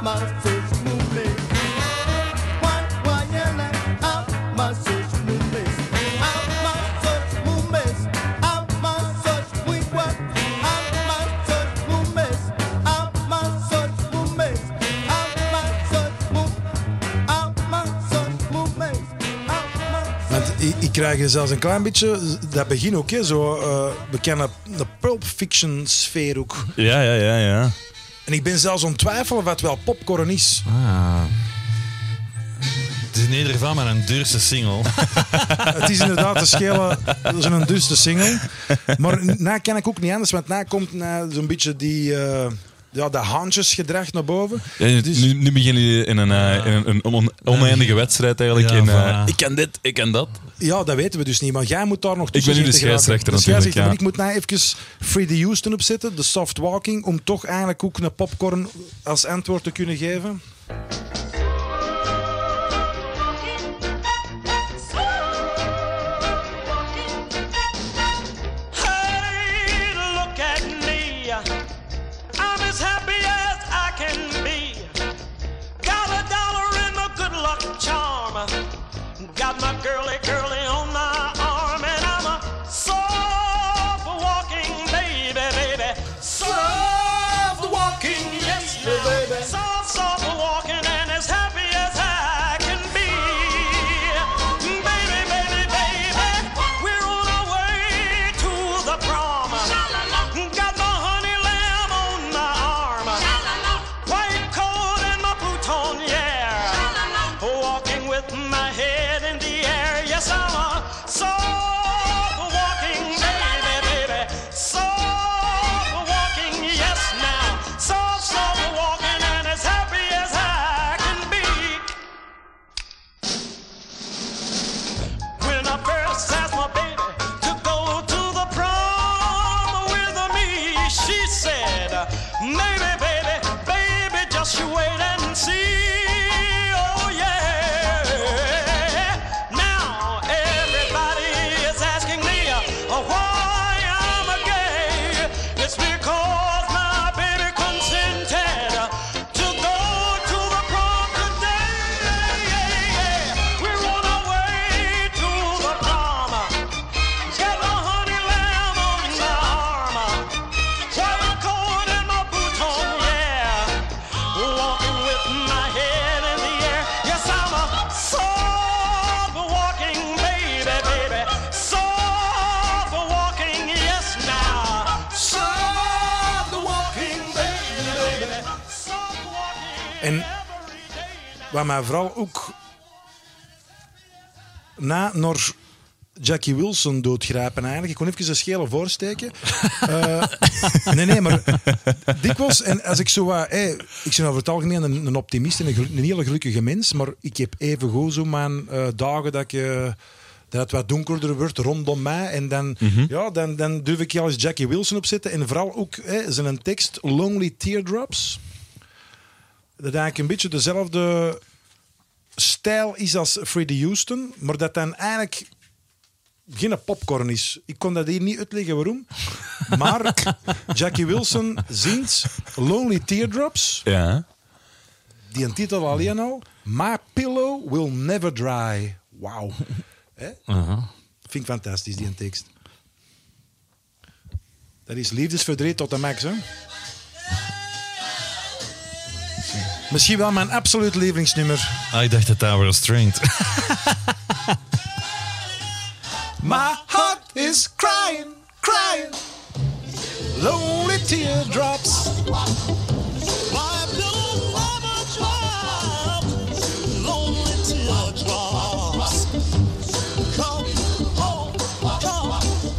Ik, ik krijg er zelfs een klein beetje dat begin ook, hè, zo, uh, we kennen de Pulp Fiction sfeer ook. Ja, ja, ja, ja. En ik ben zelfs ontwijfelen wat wel popcorn is. Ah. Het is in ieder geval maar een duurste single. Het is inderdaad te schelen, dat is een duurste single. Maar na kan ik ook niet anders, want na komt na zo'n beetje die... Uh, Ja, de handjesgedrag naar boven. Ja, dus... nu, nu beginnen jullie in een, uh, in een, een on, oneindige wedstrijd eigenlijk. Ja, in, uh, voilà. Ik ken dit, ik ken dat. Ja, dat weten we dus niet. Maar jij moet daar nog Ik ben tussen nu de zitten scheidsrechter geraken. De natuurlijk, scheidsrechter, ja. maar ik moet nou even Freddie Houston opzetten, de soft walking, om toch eigenlijk ook een popcorn als antwoord te kunnen geven. Hey, look at me. I'm as happy as I can be. Got a dollar in my good luck charm. Got my girly girly on my arm. And I'm a soft walking baby, baby. Soft walking, yes, baby. Soft, soft walking and as happy as I can be. Baby, baby, baby. We're on our way to the prom. Got my honey lamb on my arm. White coat and my boots on, yeah. Walking with my head in the air. Yes, I'm a soft walking baby, baby. Soft walking, yes, now. Soft, soft walking and as happy as I can be. When I first asked my baby to go to the prom with me, she said, maybe, baby, baby, just you wait and see. Oh, yeah. Now everybody is asking me uh, why I'm a gay. It's because my baby consented uh, to go to the prom today. We're on our way to the prom. Got my honey lamb on my arm. White coat and my boots on, yeah. Walking with my head in the air. Yes, I'm a soft walking baby, baby. Soft walking, yes, now. Soft walking baby, baby. Soft walking. En wat mij vooral ook na naar Jackie Wilson doodgrijpen eigenlijk. Ik kon even een schele voorsteken. Uh, nee, nee, maar dikwijls. En als ik zo wat... Hey, ik ben over het algemeen een, een optimist en een, gel- een hele gelukkige mens, maar ik heb even goed zo mijn uh, dagen dat ik... Uh, dat het wat donkerder wordt rondom mij. En dan, Mhm. ja, dan, dan durf ik al eens Jackie Wilson opzetten. En vooral ook hè, zijn tekst Lonely Teardrops. Dat eigenlijk een beetje dezelfde stijl is als Freddie Houston, maar dat dan eigenlijk geen popcorn is. Ik kon dat hier niet uitleggen waarom. Maar Jackie Wilson zingt Lonely Teardrops. Ja. Die een titel alleen al. My pillow will never dry. Wauw. Hè? Uh-huh. Vind ik fantastisch, die een tekst. Dat is liefdesverdriet tot de max, hè? Misschien wel mijn absoluut lievelingsnummer. Ah, ik dacht dat Tower of Strength. My heart is crying, crying. Lonely teardrops. My pillow never dries. Lonely teardrops. Come home, come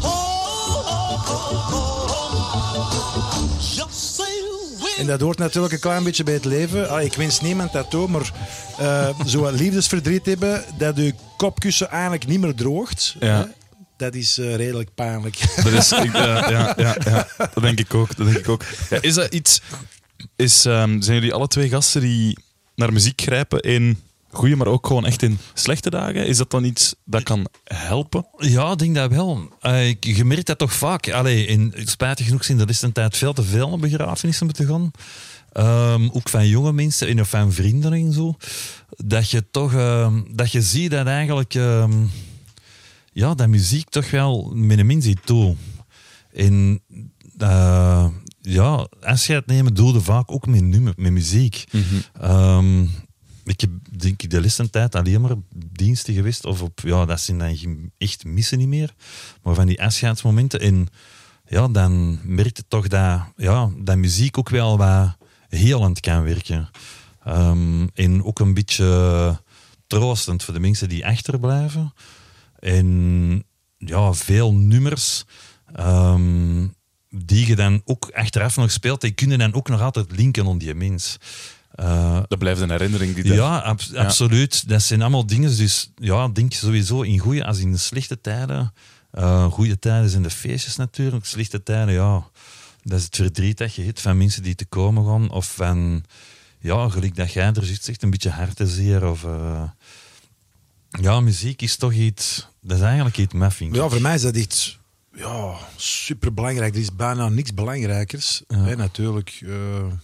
home. Just say when. En dat hoort natuurlijk een klein beetje bij het leven. Ah, ik wens niemand dat toe, maar uh, zo'n liefdesverdriet hebben, dat je kopkussen eigenlijk niet meer droogt. Ja. Hè? Dat is uh, redelijk pijnlijk. Dat is, ik, ja, ja, ja, ja, dat denk ik ook. Dat denk ik ook. Ja, is dat iets... Is, um, zijn jullie alle twee gasten die naar muziek grijpen in goede, maar ook gewoon echt in slechte dagen? Is dat dan iets dat kan helpen? Ja, ik denk dat wel. Uh, ik, je merkt dat toch vaak. Allee, in, spijtig genoeg zijn de laatste tijd veel te veel naar begrafenissen moeten gaan. Um, ook van jonge mensen en of van vrienden en zo. Dat je toch uh, dat je ziet dat eigenlijk um, ja, dat muziek toch wel met een min ziet toe. En uh, ja, afscheid nemen doe je vaak ook met nummer, met muziek. Mm-hmm. Um, ik heb denk ik de laatste tijd alleen maar diensten geweest of op ja, dat zijn dan echt missen niet meer, maar van die afscheidsmomenten en ja, dan merk je toch dat ja, dat muziek ook wel wat helend kan werken. Um, en ook een beetje troostend voor de mensen die achterblijven. En ja, veel nummers um, die je dan ook achteraf nog speelt, die kunnen dan ook nog altijd linken aan die mens. Uh, dat blijft een herinnering die ja, ab- ja, absoluut. Dat zijn allemaal dingen. Dus ja, denk sowieso in goede als in de slechte tijden. Uh, goede tijden zijn de feestjes natuurlijk. Slechte tijden, ja, dat is het verdriet dat je hebt van mensen die te komen gaan. Of van, ja, gelijk dat jij er zit, zegt een beetje hartenzeer. Of, uh, ja, muziek is toch iets, dat is eigenlijk iets maf, vind ik. Ja, voor mij is dat iets ja, superbelangrijk. Er is bijna niks belangrijkers. Ja. Hè, natuurlijk. Uh,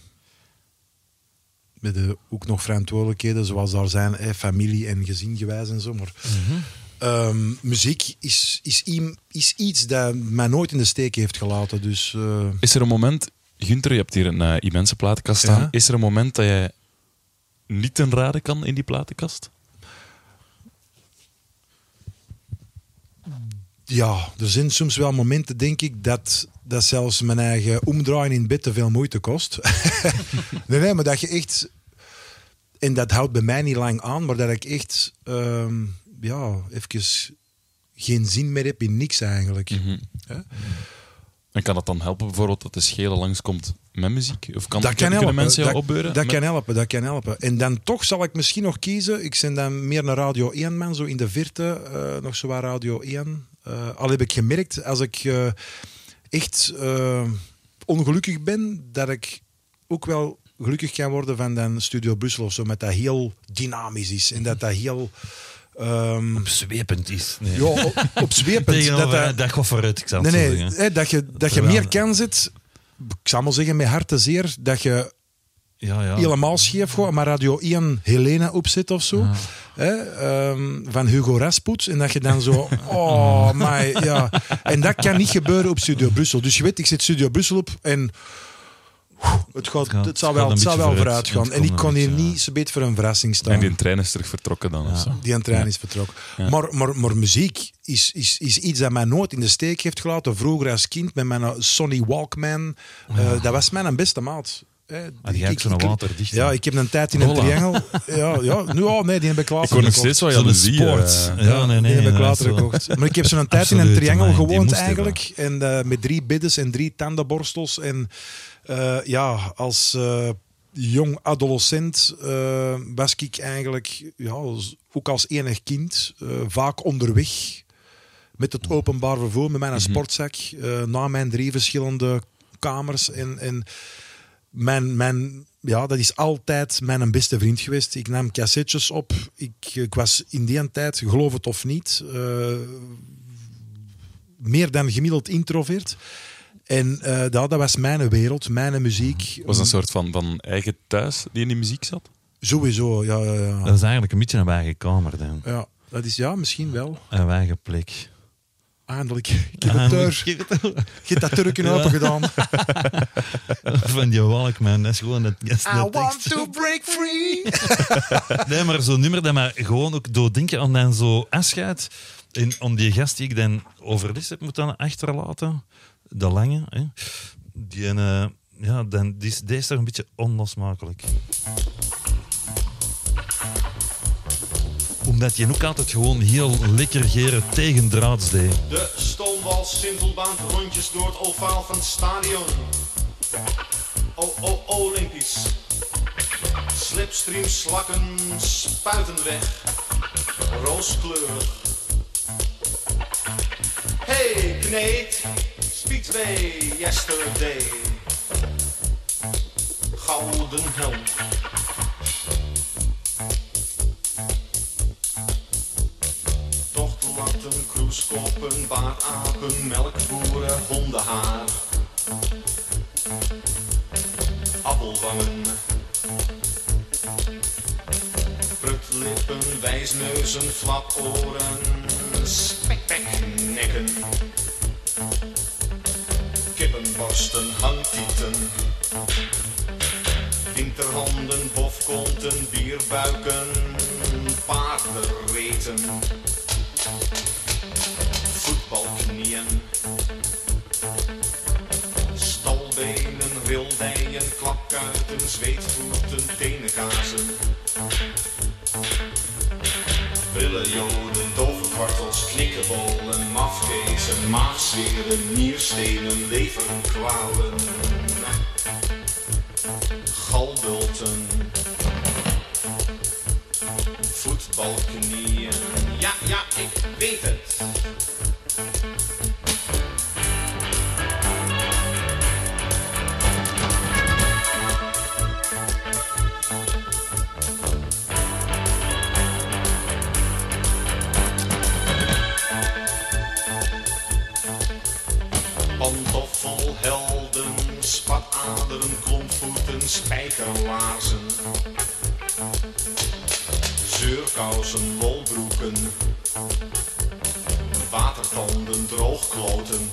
met de, ook nog verantwoordelijkheden, zoals daar zijn, hè, familie en gezin gewijs en zo. Maar Mm-hmm. um, muziek is, is, iem, is iets dat mij nooit in de steek heeft gelaten. Dus, uh... Is er een moment, Gunther, je hebt hier een uh, immense platenkast staan. Ja. Is er een moment dat jij niet ten rade kan in die platenkast? Ja, er zijn soms wel momenten, denk ik, dat, dat zelfs mijn eigen omdraaien in bed te veel moeite kost. nee, nee, maar dat je echt... En dat houdt bij mij niet lang aan, maar dat ik echt... Um, ja, even geen zin meer heb in niks eigenlijk. Mm-hmm. Ja? En kan dat dan helpen bijvoorbeeld dat de schele langskomt met muziek? Of kan, Dat kan kunnen helpen. mensen jou dat, opbeuren? Dat met... kan helpen, dat kan helpen. En dan toch zal ik misschien nog kiezen. Ik ben dan meer een Radio één man, zo in de verte. Uh, nog zo wat Radio één. Uh, al heb ik gemerkt, als ik uh, echt uh, ongelukkig ben, dat ik ook wel gelukkig kan worden van dan Studio Brussel of zo, met dat heel dynamisch is. En dat dat heel... Um, Opzwepend is. Nee. ja, op, opzwepend. Tegenover, dat, dat, dat gaat vooruit, ik zal nee, het zo nee, zeggen. hè, dat je, dat je meer kan zet. Ik zou maar zeggen, met hart te zeer, dat je Ja, ja. helemaal scheef gaat, maar Radio één Helena opzet of zo. Ah. Hè, um, van Hugo Rasputs. En dat je dan zo... Oh, my, ja. En dat kan niet gebeuren op Studio Brussel. Dus je weet, ik zet Studio Brussel op en... Het, gaat, gaat- het zal het wel, gaat het een zal beetje wel vooruit. vooruit gaan. Het En ik komt kon een hier beetje, niet zo beet voor een verrassing staan. En die trein is terug vertrokken dan. Of zo. Die een trein is vertrokken. Ja. Maar, maar, maar muziek is, is, is iets dat mij nooit in de steek heeft gelaten. Vroeger als kind met mijn Sony Walkman. Uh, dat was mijn beste maat. Hè. Had jij ook zo'n waterdicht? Ja, ik heb een tijd in een Hola. triangel. Ja, ja, nu al, nee, die heb ik later Ik hoor nog gekocht. steeds wel Zo'n jaloezie. sport. eh. Ja, nee, nee. die heb ik ja, later zo. gekocht. Maar ik heb zo'n tijd in een Absoluut, triangel amai, die gewoond moest eigenlijk. En uh, met drie biddes en drie tandenborstels. En uh, ja, als uh, jong adolescent uh, was ik eigenlijk, ja, als- ook als enig kind, uh, vaak onderweg met het openbaar vervoer, met mijn Mhm. sportzak, uh, na mijn drie verschillende kamers. En, en mijn, mijn, ja, dat is altijd mijn beste vriend geweest. Ik nam cassettes op. Ik, ik was in die tijd, geloof het of niet, uh, meer dan gemiddeld introvert. En uh, dat, dat was mijn wereld, mijn muziek. Was een soort van, van eigen thuis die in die muziek zat? Sowieso, ja, ja, ja. Dat is eigenlijk een beetje een eigen kamer dan. ja. Dat is, ja, misschien wel. Een eigen plek. Eindelijk. Ik heb het deur. Je hebt dat turken open gedaan. Van die Walkman, dat is gewoon het I gast want to break free. Nee, maar zo'n nummer dat maar gewoon ook doordenken aan dan zo afscheid. En om die gast die ik dan overlist heb moeten achterlaten, de lange, hè, die, uh, ja, dan, die, is, die is toch een beetje onlosmakelijk. Omdat je ook altijd gewoon heel lekker geren tegendraads deed. De stoomwals Sintelbaan rondjes door het ovaal van het stadion. Oh, oh, Olympisch. Slipstream slakken spuiten weg. Rooskleurig. Hey, kneet. Speedway, yesterday. Gouden helm. Tochtlatten, kroeskoppen, baardapen, melkboeren, hondenhaar. Appel appelwangen. Prutlippen, wijsneuzen, flaporen, spekbeknekken. Kippenborsten, hangtieten. Winterhanden, bofkonten, bierbuiken, paardenreten. Voetbalknieën. Stalbenen, rildijen, klapkuiten, zweetvoeten, tenenkazen. Brillenjoden, toverkwartels, knikkenbollen, mafkezen, maagzweren, nierstenen, leverkwalen. Galbulten, voetbalknieën. Ja, ja, ik weet het. Pantoffelhelden, spataderen, klompvoeten, spijkerlaarzen. Zeurkousen, wolbroeken. Watertanden, droogkloten.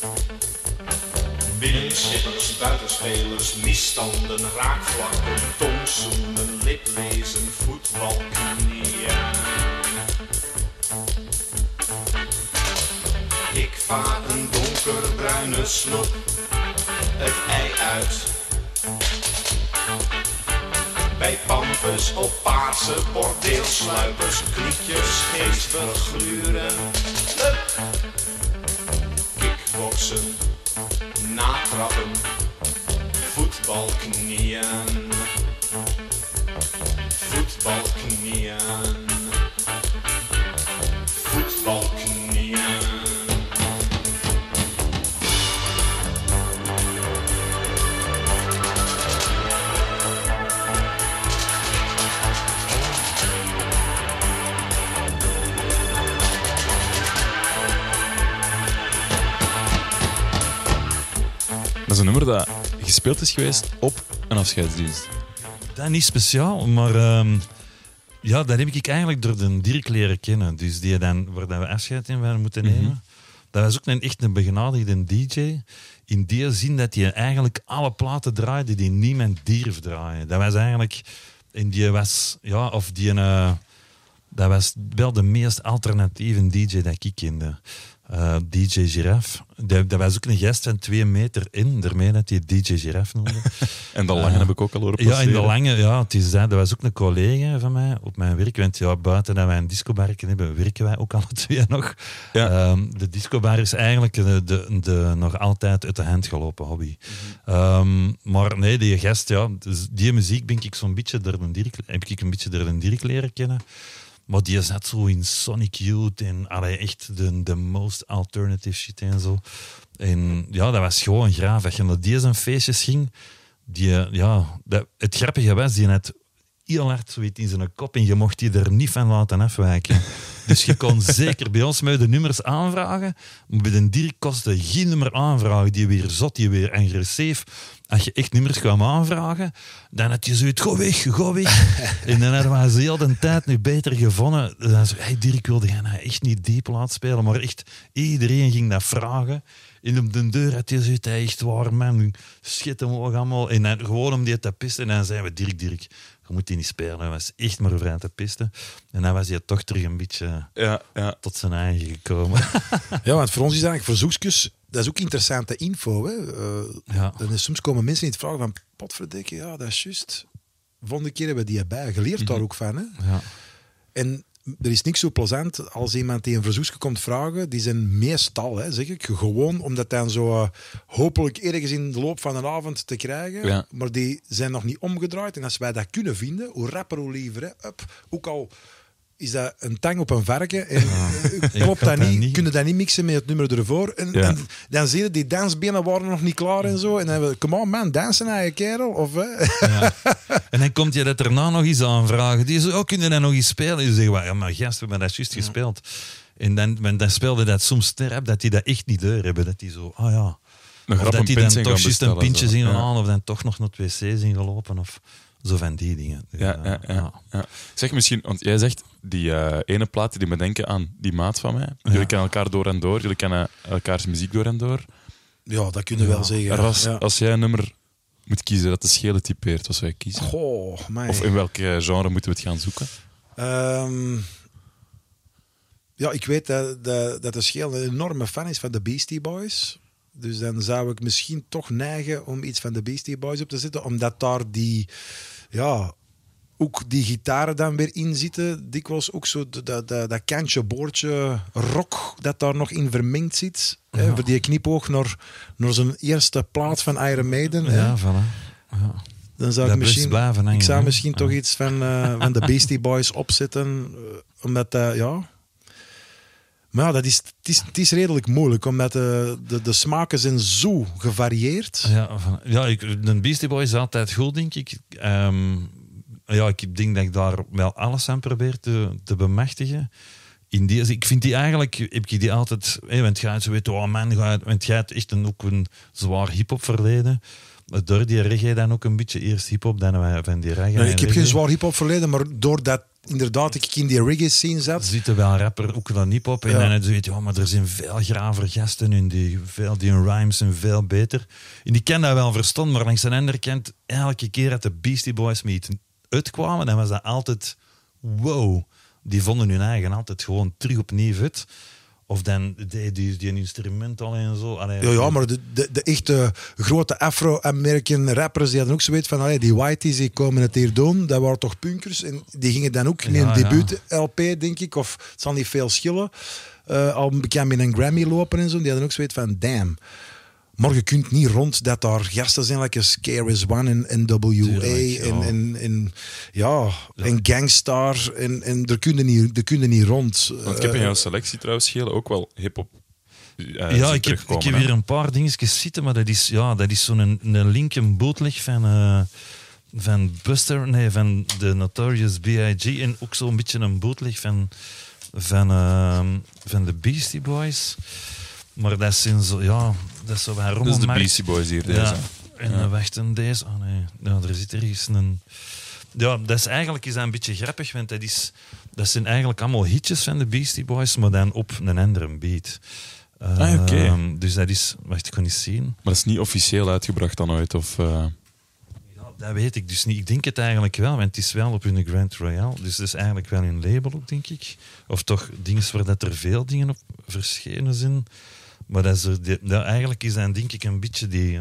Binnenschippers, buitenspelers, misstanden, raakvlakken, tongzoenen, liplezen, voetbalknieën. Ik vaar een donkerbruine snoep, het ei uit. Bij pampus op paarse bordeelsluipers, kliekjes, geestvergluren. Hup! Kickboksen, natrappen, voetbalknieën. Voetbalknieën. Voetbalknieën. Dat is een nummer dat gespeeld is geweest op een afscheidsdienst. Dat niet speciaal, maar um, ja, dat heb ik eigenlijk door de Dirk leren kennen. Dus die dan, waar dat we afscheid in waren moeten nemen. Mm-hmm. Dat was ook een, echt een begenadigde D J. In die zin dat hij eigenlijk alle platen draaide die niemand durf draaien. Dat was eigenlijk... En die was... Ja, of die... Uh, dat was wel de meest alternatieve D J dat ik kende. Uh, D J Giraffe. Dat, dat was ook een gast van twee meter in, daarmee dat hij D J Giraffe noemde. En de lange uh, heb ik ook al horen passeren. Ja, in de lange, ja, het is dat. Dat was ook een collega van mij op mijn werk. Want ja, buiten dat wij een discobarken hebben, werken wij ook alle twee nog. Ja. Um, de discobar is eigenlijk de, de, de nog altijd uit de hand gelopen hobby. Mm-hmm. Um, maar nee, die gast, ja, dus die muziek ben ik zo'n beetje door de Dirk, heb ik een beetje door de Dirk leren kennen. Maar die zat zo in Sonic Youth en allee, echt de, de most alternative shit en zo. En ja, dat was gewoon graaf. Als je naar die zijn feestjes ging, die, ja, dat, het grappige was, die had heel hard zoiets in zijn kop en je mocht die er niet van laten afwijken. Dus je kon zeker bij ons met de nummers aanvragen, maar bij de Dirk kostte geen nummer aanvragen. Die weer zot, die weer agressief. Als je echt nummers kwam aanvragen, dan had je zoiets, ga weg, ga weg. En dan hadden we heel de tijd nu beter gevonden. Dan zei hey Dirk, wilde jij nou echt niet diep laten spelen? Maar echt, iedereen ging dat vragen. En op de deur had je zoiets, hey, echt waar, man, schit hem ook allemaal. En dan, gewoon om die te pisten. En dan zeiden we, Dirk, Dirk, je moet die niet spelen. Hij was echt maar vrij te pisten. En dan was hij toch terug een beetje ja, ja. tot zijn eigen gekomen. Ja, want voor ons is eigenlijk verzoekjes, dat is ook interessante info. Hè? Uh, ja. Dan is, soms komen mensen niet vragen van, potverdikke, ja, dat is juist. Volgende keer hebben we die erbij. Je leert daar ook van. Hè? Ja. En er is niks zo plezant als iemand die een verzoekje komt vragen. Die zijn meestal, hè, zeg ik, gewoon om dat dan zo uh, hopelijk ergens in de loop van een avond te krijgen. Ja. Maar die zijn nog niet omgedraaid. En als wij dat kunnen vinden, hoe rapper, hoe liever. Hè, up, ook al is dat een tang op een varken. En ja. klopt dat niet, niet, kunnen dat niet mixen met het nummer ervoor. En, ja. en dan zie je, die dansbenen waren nog niet klaar en zo. En dan hebben we, come on man, dansen naar je kerel. Of, hè? Ja. En dan komt je dat erna nog eens aanvragen. Die zo, oh, kun je dat nog eens spelen? En je zegt, ja, maar gast, we hebben dat juist ja. gespeeld. En dan, dan speelde dat soms sterk, dat die dat echt niet deur hebben. Dat die zo, ah oh ja, Nog Of rap dat een die dan pint zijn toch gaan juist een bestellen, pintje zo. zien Ja. halen, of dan toch nog naar het wc zien gelopen, of zo van die dingen. Dus, Ja, ja, ja, ja. Zeg misschien, want jij zegt die uh, ene plaat die me denken aan die maat van mij. Jullie Ja. kennen elkaar door en door, jullie kennen elkaars muziek door en door. Ja, dat kun je Ja. wel zeggen. Er was, ja. Als jij een nummer moet kiezen dat de schelen typeert, wat zou je kiezen? Goh, mij. Of in welk uh, genre moeten we het gaan zoeken? Ehm, ja, ik weet dat, dat, dat de Scheel een enorme fan is van de Beastie Boys. Dus dan zou ik misschien toch neigen om iets van de Beastie Boys op te zetten. Omdat daar die... Ja, ook die gitaren dan weer in zitten. Dikwijls ook zo dat, dat, dat kantje, boordje, rock dat daar nog in vermengd zit. Ja. Hè, voor die knipoog naar, naar zijn eerste plaat van Iron Maiden. Hè. Ja, voilà. Ja. Dan zou Dat ik blijft misschien, blijven hangen, ik zou hè? misschien Ja. toch iets van, uh, van de Beastie Boys opzetten. Uh, omdat dat, ja... Maar ja, dat is, het, is, het is redelijk moeilijk, omdat de, de, de smaken zijn zo gevarieerd. Ja, van, ja ik, de Beastie Boys is altijd goed, denk ik. Um, ja, ik denk dat ik daar wel alles aan probeer te, te bemachtigen. In die, ik vind die eigenlijk, heb ik die altijd... Hey, want jij zo weet, oh man, jij, want jij hebt echt een, ook een zwaar hip-hop verleden. Door die reggae dan ook een beetje eerst hip-hop, dan wij van die reggae. Nee, ik heb reggae. geen zwaar hip-hop verleden, maar doordat inderdaad ik in die reggae scene zat. Ziet er wel rapper, ook dan hip-hop. En Ja. dan het weet je, ja, maar er zijn veel graver gasten in die, veel, die hun rhymes zijn veel beter. En die kan dat wel verstaan, maar langs de andere kant, elke keer dat de Beastie Boys met uitkwamen, dan was dat altijd wow. Die vonden hun eigen altijd gewoon terug opnieuw uit. Of dan die, die, die instrumental en zo. Allee, Ja, ja, maar de, de, de echte grote Afro-American rappers die hadden ook zoiets van, allee, die whiteys die komen het hier doen, dat waren toch punkers. En die gingen dan ook in Ja, een ja. debuut-L P, denk ik, of het zal niet veel schillen, uh, al bekend met een Grammy lopen en zo. Die hadden ook zoiets van, damn. Maar je kunt niet rond dat daar gasten zijn, like K R S One en N W A Tuurlijk, ja. en, en, en, ja, en Gangstar. En, en daar kun je niet, daar kun je niet rond. Want ik heb in Uh, jouw selectie trouwens, Schelen, ook wel hip-hop. Uh, ja, zien ik heb, ik terugkomen, heb hè. hier een paar dingetjes zitten, maar dat is, ja, dat is zo'n een, een linken bootleg van, uh, van Buster, nee, van de Notorious B I G en ook zo'n beetje een bootleg van, van, uh, van de Beastie Boys. Maar dat zijn zo, ja, dat is zo bij Dat is de rommelmarkt. Beastie Boys hier, deze. Ja, en Ja. dan wachten deze. Oh nee, ja, er zit ergens een. Ja, dat is eigenlijk is dat een beetje grappig, want dat, is, dat zijn eigenlijk allemaal hitjes van de Beastie Boys, maar dan op een andere beat. Uh, Ah, oké. Dus dat is, wacht, ik kan niet zien. Maar dat is niet officieel uitgebracht dan ooit? Of, uh... Ja, dat weet ik dus niet. Ik denk het eigenlijk wel, want het is wel op hun Grand Royale, dus dat is eigenlijk wel een label ook, denk ik. Of toch dingen waar dat er veel dingen op verschenen zijn. Maar dat is er, die, dat eigenlijk is dat denk ik een beetje die...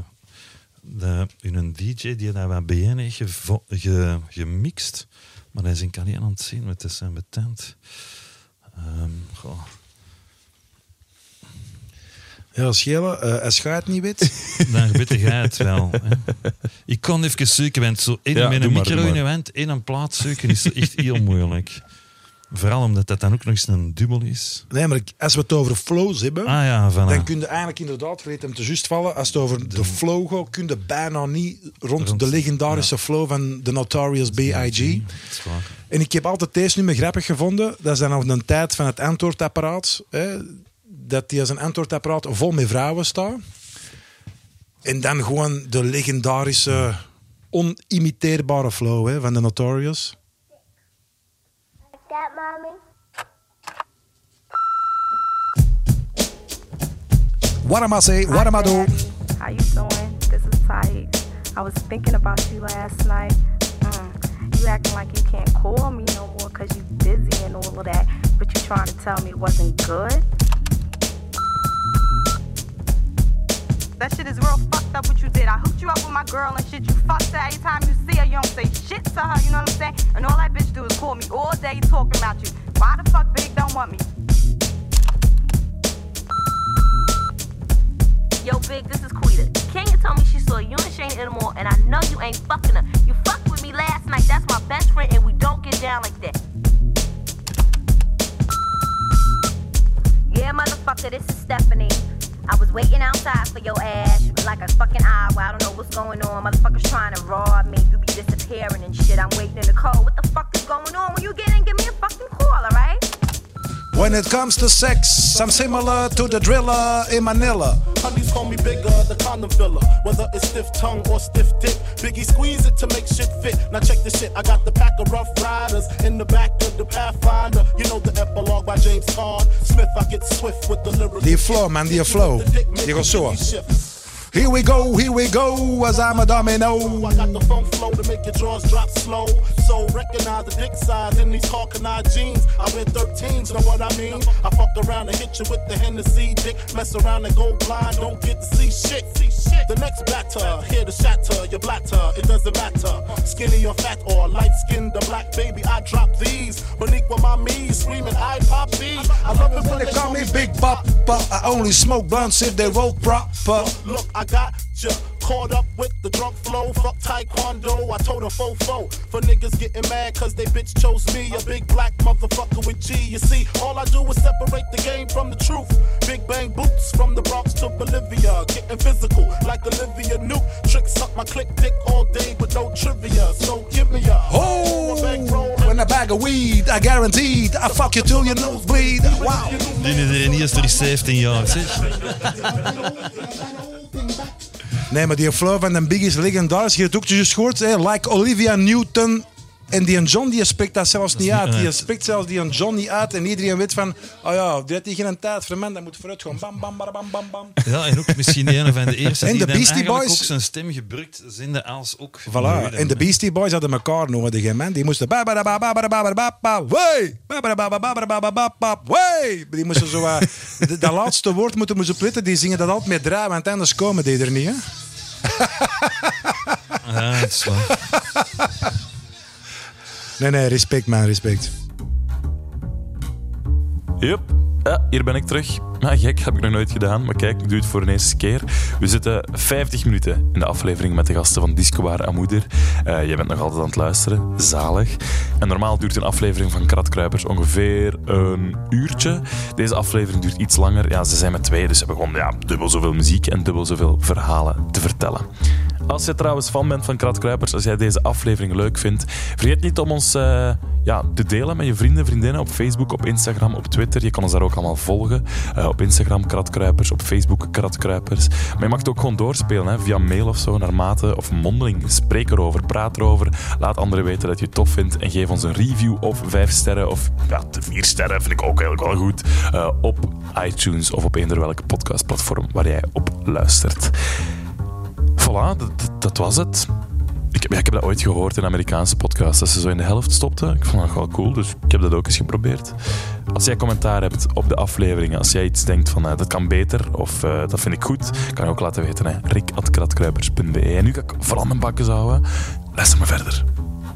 De, een D J die dat wat bijeen heeft gevo- ge, gemixt. Maar hij is in alleen aan het zien met zijn betent. Um, goh. ja, schelen. Uh, als jij het niet weet... Dan weet jij het wel. Hè. Ik kon even zoeken, want zo in, Ja, met doe een maar, micro doe in je maar. hand in een plaat zoeken is echt heel moeilijk. Vooral omdat dat dan ook nog eens een dubbel is. Nee, maar ik- als we het over flows hebben... Ah ja, voilà. Dan kun je eigenlijk inderdaad, vergeet hem te juist vallen, als het over de flow gaat, kun je bijna niet rond, Rond- de legendarische flow van de Notorious B I G. Dat is waar. En ik heb altijd deze nummer grappig gevonden. Dat is dan nog een tijd van het antwoordapparaat. Hè, dat die als een antwoordapparaat vol met vrouwen staat. En dan gewoon de legendarische, onimiteerbare flow hè, van de Notorious. That, mommy? What am I say? What am I do? How you doing? This is tight. I was thinking about you last night. Mm. You acting like you can't call me no more because you busy and all of that, but you trying to tell me it wasn't good? That shit is real fucked up what you did. I hooked you up with my girl and shit. You fucked her. Every time you see her, you don't say shit to her. You know what I'm saying? And all that bitch do is call me all day talking about you. Why the fuck Big don't want me? Yo, Big, this is Quita. Kenya told me she saw you and Shane Ittamore, and I know you ain't fucking her. You fucked with me last night. That's my best friend, and we don't get down like that. Yeah, motherfucker, this is Stephanie. I was waiting outside for your ass like a fucking hour. I don't know what's going on. Motherfuckers trying to rob me. You be disappearing and shit. I'm waiting in the cold. What the fuck is going on? When you get in, give me a fucking call, alright? What When it comes to sex, I'm similar to the driller in Manila. Honeys call me bigger, the condom filler. Whether it's stiff tongue or stiff dick, Biggie squeeze it to make shit fit. Now check the shit, I got the pack of Rough Riders in the back of the Pathfinder. You know the epilogue by James Caan. Smith, I get swift with the lyrics. Die flow, man, die flow. Die gaat zo. Here we go, here we go, as I'm a domino. I got the funk flow to make your jaws drop slow. So recognize the dick size in these Hawkeye jeans. I wear thirteens, know what I mean? I fuck around and hit you with the Hennessy dick. Mess around and go blind, don't get to see shit. The next batter, here to shatter your blatter. It doesn't matter, skinny or fat or light skinned or black, baby. I drop these, beneath with my knees, screaming I pop these. I love it when They call me Big Papa. I only smoke blunts if they roll proper. Look, I got ya caught up with the drunk flow. Fuck taekwondo, I told a fofo. For niggas getting mad cause they bitch chose me. A big black motherfucker with G. You see, all I do is separate the game from the truth. Big bang boots from the Bronx to Bolivia. Getting physical like Olivia Newt. Tricks up my click dick all day with no trivia. So give me a Oh, when a bag of weed, I guaranteed I fuck you till your nose bleed. Wow. Die is niet eens drie zeventien jaar, zeg. Nee, maar die flow van de Biggie is legendarisch. Je hebt het ook dus gehoord, hè? Like Olivia Newton. En die John die spreekt dat zelfs niet uit. Die spreekt zelfs die John niet uit. En iedereen weet van, oh ja, die heeft geen tijd voor een man. Dat moet vooruit gewoon bam, bam, bam, bam, bam, bam. Ja, en ook misschien een van de eerste En die de dan Beastie eigenlijk Boys. ook zijn stem gebruikt zinde als ook. Voilà. En de Beastie Boys hadden elkaar nodig, hè, man. Die moesten... ba ba ba ba ba ba ba ba ba wey! Ba ba ba ba ba ba ba ba ba wey! Die moesten zo... Uh, de- dat laatste woord moeten we op letten. Die zingen dat altijd met draai, want anders komen die er niet, hè. Ja, dat is waar. Nee, nee, respect, man, respect. Yep. Ja, hier ben ik terug. Nou, gek, heb ik nog nooit gedaan. Maar kijk, ik doe het voor een eerste keer. We zitten vijftig minuten in de aflevering met de gasten van Discobar Amoeder. Uh, je bent nog altijd aan het luisteren. Zalig. En normaal duurt een aflevering van Kratkruipers ongeveer een uurtje. Deze aflevering duurt iets langer. Ja, ze zijn met twee, dus ze hebben gewoon ja, dubbel zoveel muziek en dubbel zoveel verhalen te vertellen. Als je trouwens fan bent van Kratkruipers, als jij deze aflevering leuk vindt, vergeet niet om ons uh, ja, te delen met je vrienden, vriendinnen op Facebook, op Instagram, op Twitter. Je kan ons daar ook allemaal volgen. Uh, op Instagram Kratkruipers, op Facebook Kratkruipers. Maar je mag het ook gewoon doorspelen, hè, via mail of zo, naar mate of mondeling. Spreek erover, praat erover. Laat anderen weten dat je het tof vindt en geef ons een review of vijf sterren of ja, de vier sterren vind ik ook eigenlijk wel goed. Uh, op iTunes of op eender welke podcastplatform waar jij op luistert. Voilà, dat, dat was het. Ik heb, ja, ik heb dat ooit gehoord in een Amerikaanse podcast, dat ze zo in de helft stopten. Ik vond dat wel cool, dus ik heb dat ook eens geprobeerd. Als jij commentaar hebt op de afleveringen, als jij iets denkt van uh, dat kan beter of uh, dat vind ik goed, kan je ook laten weten. Hè. rick at kratkruipers punt b e. En nu ga ik vooral mijn bakken houden. Luister maar verder.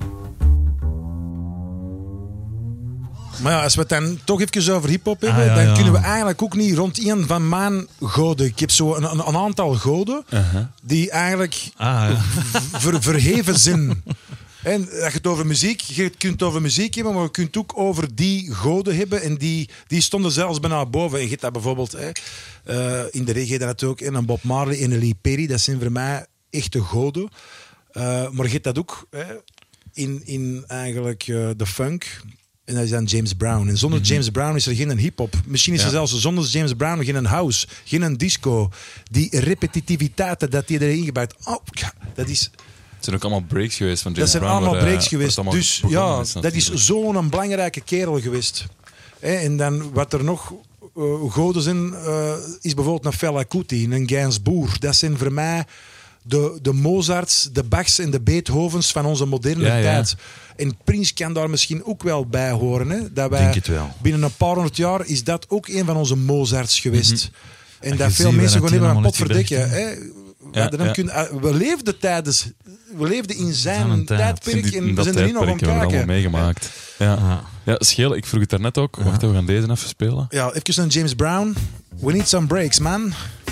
Maar ja, als we het dan toch even over hip-hop hebben, Ah, ja, dan ja. kunnen we eigenlijk ook niet rond een van mijn goden. Ik heb zo een, een, een aantal goden Uh-huh. die eigenlijk Ah, ja. ver, verheven zijn. En dat je het over muziek, je kunt het over muziek hebben, maar je kunt het ook over die goden hebben. En die, die stonden zelfs bijna boven. En je hebt dat bijvoorbeeld hè, uh, in de reggae dat ook. En een Bob Marley en een Lee Perry, dat zijn voor mij echte goden. Uh, maar je hebt dat ook hè, in, in eigenlijk uh, de funk. En dat is dan James Brown. En zonder mm-hmm. James Brown is er geen hip-hop. Misschien is er ja. zelfs zonder James Brown geen house, geen disco. Die repetitiviteit dat hij erin gebruikt. Oh, dat is... Het zijn ook allemaal breaks geweest van James Dat zijn Brown. allemaal waar, breaks uh, geweest. allemaal Dus begonnen ja, is, dat is zo'n belangrijke kerel geweest. Hè, en dan wat er nog uh, goden zijn, uh, is bijvoorbeeld een Fela Kuti, een Gainsbourg. Dat zijn voor mij de, de Mozarts, de Bachs en de Beethovens van onze moderne ja, ja. tijd. En Prince kan daar misschien ook wel bij horen. Hè? Dat wij Denk het wel. binnen een paar honderd jaar is dat ook een van onze Mozarts geweest. Mm-hmm. En, En dat je veel ziet mensen waar gewoon dat hebben die een pot allemaal verdikken. heeft Hè? Ja, We, ja. kunnen, we leefden tijdens... We leefden in zijn Van een tijd. tijdperk en we zijn er niet nog aan hebben we allemaal kijken. meegemaakt. Ja. Ah. Ja, Scheel, ik vroeg het daarnet ook. Wacht, we gaan deze even spelen. Ja, even een James Brown. We need some breaks, man.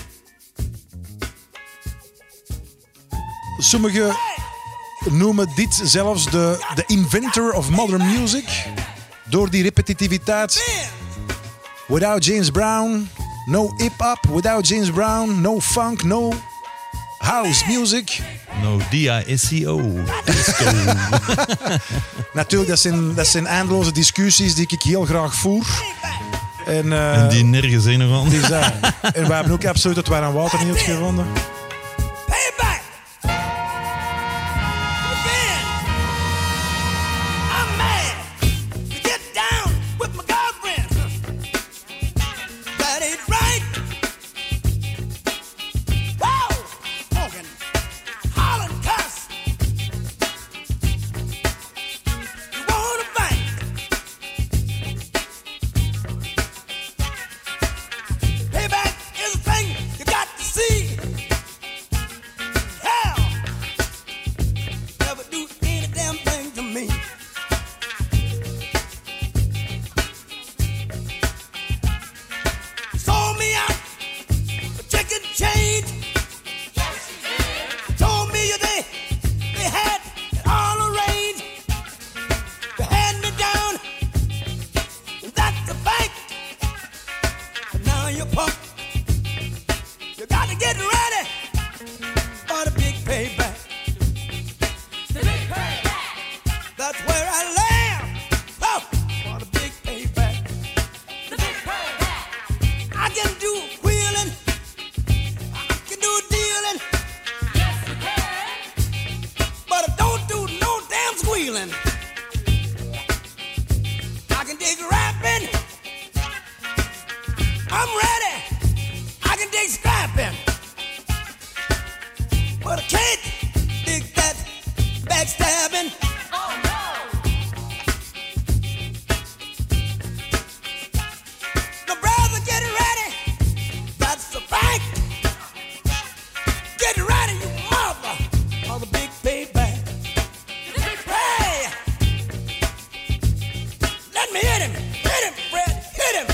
Sommigen noemen dit zelfs de, de inventor of modern music. Door die repetitiviteit. Without James Brown, no hip-hop. Without James Brown, no funk, no house music. No D I S C O. Disco. Natuurlijk, dat zijn, dat zijn eindeloze discussies die ik heel graag voer. En, uh, en die nergens een of ander. Die zijn. En we hebben ook absoluut het waar aan water niet gevonden. Payback! Revenge! I'm mad to get down with my girlfriend. That ain't right. Whoa! Smoking, hollering, cuss. You wanna fight? Payback is a thing you got to see. Hell, never do any damn thing to me. Sold me out for chicken change. Told me they they had it all arranged. They had me down. That's a fact. But now you're punk. You got to get ready for the big payback. The big payback. That's where I land. Oh, for the big payback. The big payback. I can do wheeling. I can do dealing. Yes, you can. But I don't do no damn squealing. I can dig rapping. I'm ready. I can dig scrapping. But I can't dig that backstabbing. Oh no! The brother, get ready. That's the fact. Get ready, you mother, for the big payback. Hey! Let me hit him. Hit him, Fred. Hit him.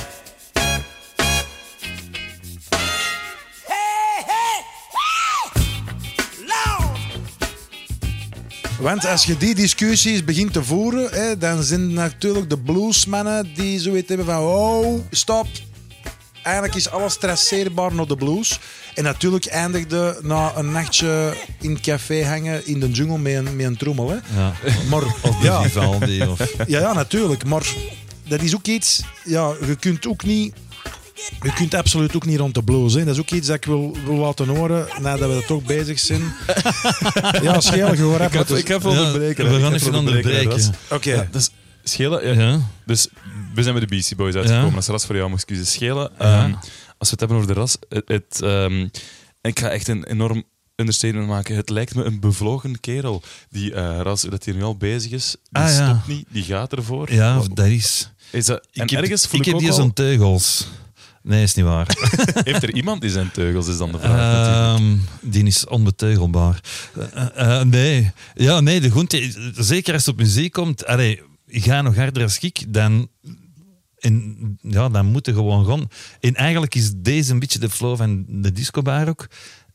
Hey, hey, hey! Loud! Want als je die discussies begint te voeren, hè, dan zijn natuurlijk de bluesmannen die zoiets hebben van oh, stop. Eigenlijk is alles traceerbaar naar de blues. En natuurlijk eindigde na een nachtje in het café hangen in de jungle met een, met een trommel. Hè. Ja. Maar, Of de ja, Vivaldi. Of... ja, ja, natuurlijk. Maar dat is ook iets... Ja, je kunt ook niet... Je kunt absoluut ook niet rond de blues. Hè. Dat is ook iets dat ik wil, wil laten horen, nadat we er toch bezig zijn. Ja, schelen, je hoort Ik heb, ik heb wel Ja, onderbreken. we hè. Ik gaan heb even wel onderbreken, onderbreken. Ras. Oké. Ja, dus schelen... Ja. Ja. Dus we zijn bij de Beastie Boys uitgekomen. Ja. Dat is ras voor jou, mijn excuses. Schelen. Ja. ehm, als we het hebben over de ras... Het, het, ehm, ik ga echt een enorm understatement maken. Het lijkt me een bevlogen kerel. Die eh, ras, dat hij nu al bezig is, die Ah, ja. stopt niet, die gaat ervoor. Ja, Wat- dat is... is dat, en Ik heb, ergens voel ik ik, heb ook die al- zo'n teugels. Nee, is niet waar. Heeft er iemand die zijn teugels, is dan de vraag natuurlijk. Ehm, die is onbeteugelbaar. Uh, uh, nee. Ja, nee, de groente... Zeker als het op muziek komt... Allee, ga nog harder als ik, dan... En, ja, dan moet je gewoon gaan. En eigenlijk is deze een beetje de flow van de discobar ook.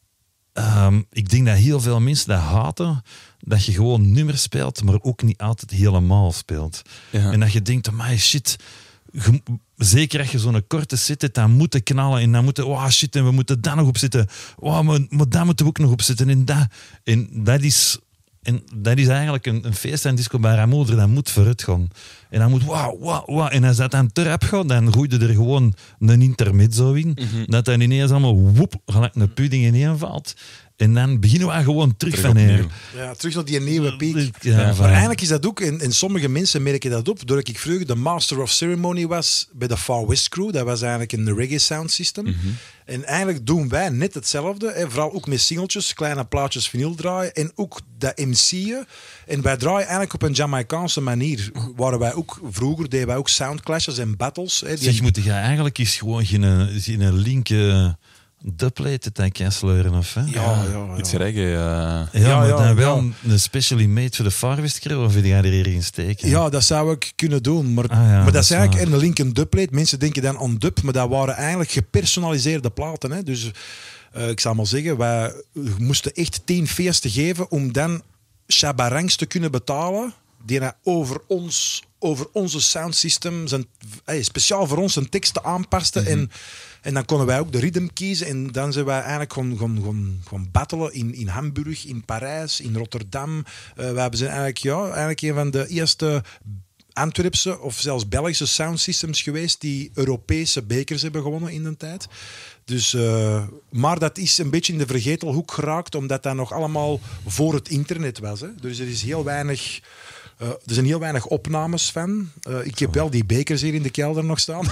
Um, ik denk dat heel veel mensen dat haten, dat je gewoon nummers speelt, maar ook niet altijd helemaal speelt. Ja. En dat je denkt, my shit... Je, zeker als je zo'n korte set hebt, dan moeten knallen en dan moeten, oh shit, en we moeten daar nog op zitten. Oh, maar, maar daar moeten we ook nog op zitten. En dat, en dat is... En dat is eigenlijk een, een feest aan Disco Baramoeder, dat moet vooruit gaan. En dan moet wauw, wauw, wauw. En als dat dan te rap gaat, dan groeide er gewoon een intermezzo in. Mhm. Dat dan ineens allemaal woep, gelijk een pudding ineen valt. En dan beginnen we gewoon terug, Terug van opnieuw. hier. Ja, terug naar die nieuwe piek. Ja, Maar voilà. eigenlijk is dat ook, en, en sommige mensen merken dat op, doordat ik vroeger de Master of Ceremony was bij de Far West Crew. Dat was eigenlijk een reggae sound system. Mhm. En eigenlijk doen wij net hetzelfde. Hè, vooral ook met singeltjes, kleine plaatjes vinyl draaien en ook dat M C'en. En wij draaien eigenlijk op een Jamaicaanse manier. Waar wij ook, vroeger deden wij ook soundclashes en battles. Hè, die Zeg, moet je eigenlijk eens gewoon geen, geen linker duplate dat kan sleuren, of hè? Ja, ja, ja. Iets reggae. eh. Ja, Ja, maar ja, dan wel ja. een specially made voor de Far West Crew, of wil je er hierin steken? Ja, dat zou ik kunnen doen. Maar, Ah ja, maar dat, dat is is eigenlijk waar. een link een dubplate. Mensen denken dan aan dub, maar dat waren eigenlijk gepersonaliseerde platen. Hè. Dus uh, ik zal maar zeggen, wij moesten echt tien feesten geven om dan chabarangs te kunnen betalen die naar over ons, over onze soundsystem, zijn, hey, speciaal voor ons een teksten aanpasten. Mm-hmm. En, en dan konden wij ook de ritme kiezen. En dan zijn wij eigenlijk gewoon, gewoon, gewoon, gewoon battelen in, in Hamburg, in Parijs, in Rotterdam. Uh, wij zijn eigenlijk, ja, eigenlijk een van de eerste Antwerpse of zelfs Belgische soundsystems geweest die Europese bekers hebben gewonnen in de tijd. Dus, uh, maar dat is een beetje in de vergetelhoek geraakt, omdat dat nog allemaal voor het internet was. Hè. Dus er is heel weinig... Uh, er zijn heel weinig opnames van. Uh, ik heb wel die bekers hier in de kelder nog staan.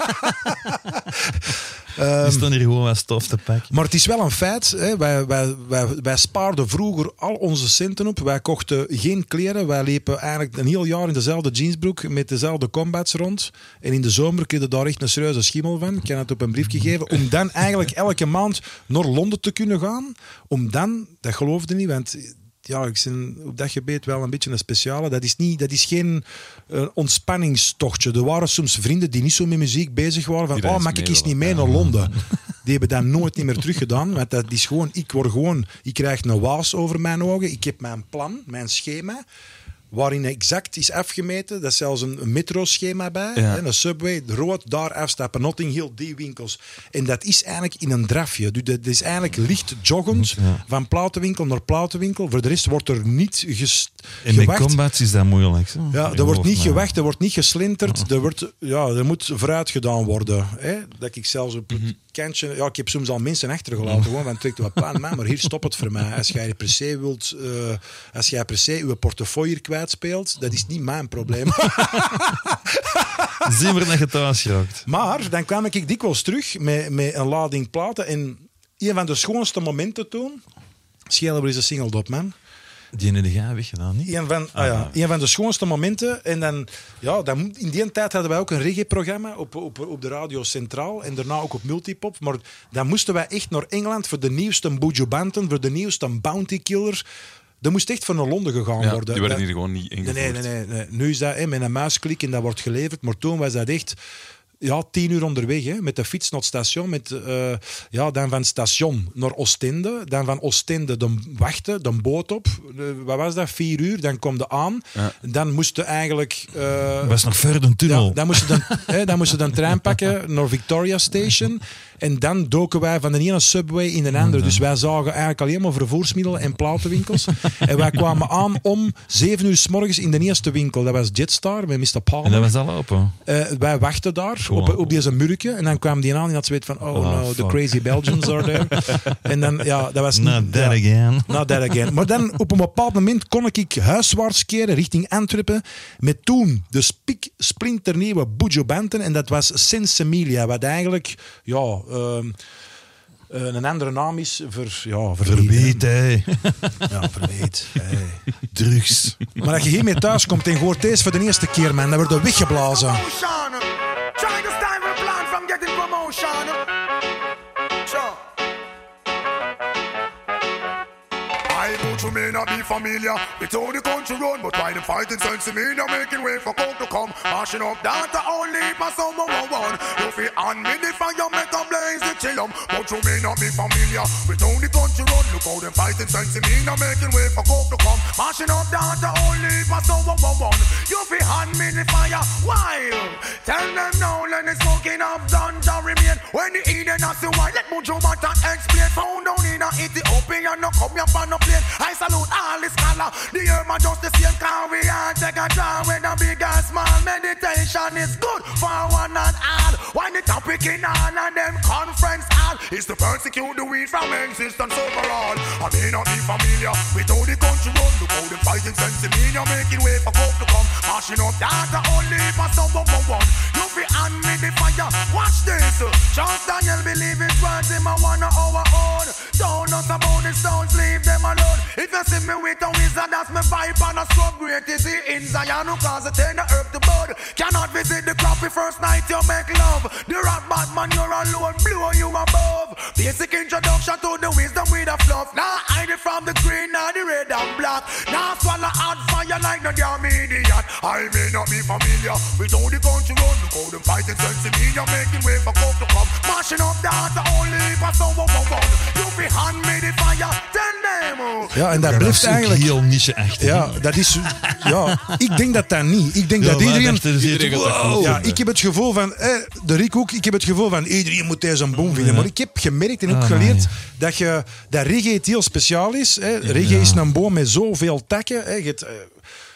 um, is dan hier gewoon wat stof te pakken? Maar het is wel een feit. Hè. Wij, wij, wij, wij spaarden vroeger al onze centen op. Wij kochten geen kleren. Wij liepen eigenlijk een heel jaar in dezelfde jeansbroek met dezelfde combats rond. En in de zomer kreeg je daar echt een serieuze schimmel van. Ik kan het op een briefje geven. Om dan eigenlijk elke maand naar Londen te kunnen gaan. Om dan, dat geloofde niet, want... Ja, ik ben op dat gebied wel een beetje een speciale. Dat is, niet, dat is geen uh, ontspanningstochtje. Er waren soms vrienden die niet zo met muziek bezig waren. Van, oh, mag ik eens niet mee naar Londen? Die hebben dat nooit niet meer teruggedaan. Want dat is gewoon, ik word gewoon... Ik krijg een waas over mijn ogen. Ik heb mijn plan, mijn schema... waarin exact is afgemeten. Dat is zelfs een, een metroschema bij. Ja. Hè, een subway, rood, daar afstappen. Notting Hill, die winkels. En dat is eigenlijk in een drafje. Dus dat is eigenlijk licht joggend ja. van platenwinkel naar platenwinkel. Voor de rest wordt er niet ges- en gewacht. En met combats is dat moeilijk. Zo. Ja, er wordt niet gewacht, er wordt niet geslinterd. Ja. Er, wordt, ja, er moet vooruit gedaan worden. Hè? Dat ik zelfs op het kantje... Ja, ik heb soms al mensen achtergelaten. Gewoon, want trekt wat plan, man, maar hier stopt het voor mij. Als jij per se wilt... Uh, als jij per se je portefeuille kwijt speelt, dat is niet mijn probleem. Zie maar dat je thuis geraakt. Maar dan kwam ik dikwijls terug met, met een lading platen. En een van de schoonste momenten toen... Schelen we eens een single op, man. Die heb jij weggedaan, niet? Een van, ah, ja, een van de schoonste momenten. En dan, ja, dan, in die tijd hadden wij ook een reggae-programma op, op, op de Radio Centraal. En daarna ook op Multipop. Maar dan moesten wij echt naar Engeland voor de nieuwste Buju Banton, voor de nieuwste Bounty Killer... Dat moest echt van naar Londen gegaan ja, worden. Die werden dat, hier gewoon niet ingevoerd. Nee, nee, nee, nee. Nu is dat hè, met een muisklik en dat wordt geleverd. Maar toen was dat echt... Ja, tien uur onderweg, hè, met de fiets naar het station. Met, uh, ja, dan van het station naar Oostende. Dan van Oostende de wachten, de boot op. De, wat was dat? Vier uur. Dan kwam de aan. Ja. Dan moesten eigenlijk... Uh, dat was nog verder een tunnel. Ja, dan moesten dan, hè, dan moesten dan trein pakken naar Victoria Station. En dan doken wij van de ene subway in de andere. Dus wij zagen eigenlijk alleen maar vervoersmiddelen en platenwinkels. En wij kwamen aan om zeven uur 's morgens in de eerste winkel. Dat was Jetstar met mister Palmer. En dat was al open? Uh, wij wachten daar op, op deze murken. En dan kwam die aan en had ze weet van... Oh, oh no, fuck. The crazy Belgians are there. En dan, ja, dat was... Not that ja, again. Not that again. Maar dan, op een bepaald moment, kon ik huiswaarts keren richting Antwerpen. Met toen de spik splinternieuwe Buju Banton. En dat was Sensemilia. Wat eigenlijk... Ja... Uh, Uh, een andere naam is voor... Ja, verbeet, hé. Ja, verbeet. Hey. Drugs. Maar als je hiermee thuis komt en hoort deze voor de eerste keer, man, dan wordt er weggeblazen. To me not be familiar with how the country run, but why them fighting sense to me now making way for coke to come, mashing up data only for someone one one. You feel on me the fire make a blaze the chill 'em, but to me not be familiar with how the country run. Look how them fighting sense to me now making way for coke to come, mashing up data only for someone one one. You feel on me the fire wild. Tell them now let the smoking up ganja remain. When the Eden has the white, let Buju Banton explain. Found down in a Ethiopia, no come here on no plane. I salute all the scholar. The earth man just the same car we all take a draw with a big and small. Meditation is good for one and all. When the topic in all and them conference all is to persecute the weed from existence overall. I may not be familiar with how the country run. Look how the fighting sense in me, you're making way for coke to come. Mashing up data only for someone for one. You be on me the fire. Watch this. Charles Daniel believe his words in my one of our own. Don't us about the stones, leave them alone. If you see me with a wizard, that's my vibe and a stroke great is he in Zion who cause it turn the earth to bud. Cannot visit the crappy first night you make love. The rock bad man you're alone, blow you above. Basic introduction to the wisdom with a fluff. Now hide it from the green, now the red and black. Now swallow hot fire like the damn idiot. I may not be familiar with how the country run. Look how them fighting sense in me, you're making way for coke to come. Mashing up the heart only for someone for one. You be hand me the fire, ten them. Ja, en dat ja, blijft dat eigenlijk... heel niche-achtig. Ja, dat is... Ja, ik denk dat dat niet. Ik denk ja, dat iedereen... Dus iedereen wow. Ja, ik heb het gevoel van... Eh, de Rick ook, ik heb het gevoel van... Iedereen moet deze een boom vinden. Ja. Maar ik heb gemerkt en ook ah, geleerd... Nee. Dat, je, dat reggae het heel speciaal is. Hè. Reggae ja. is een boom met zoveel takken. Hè. Je hebt, uh,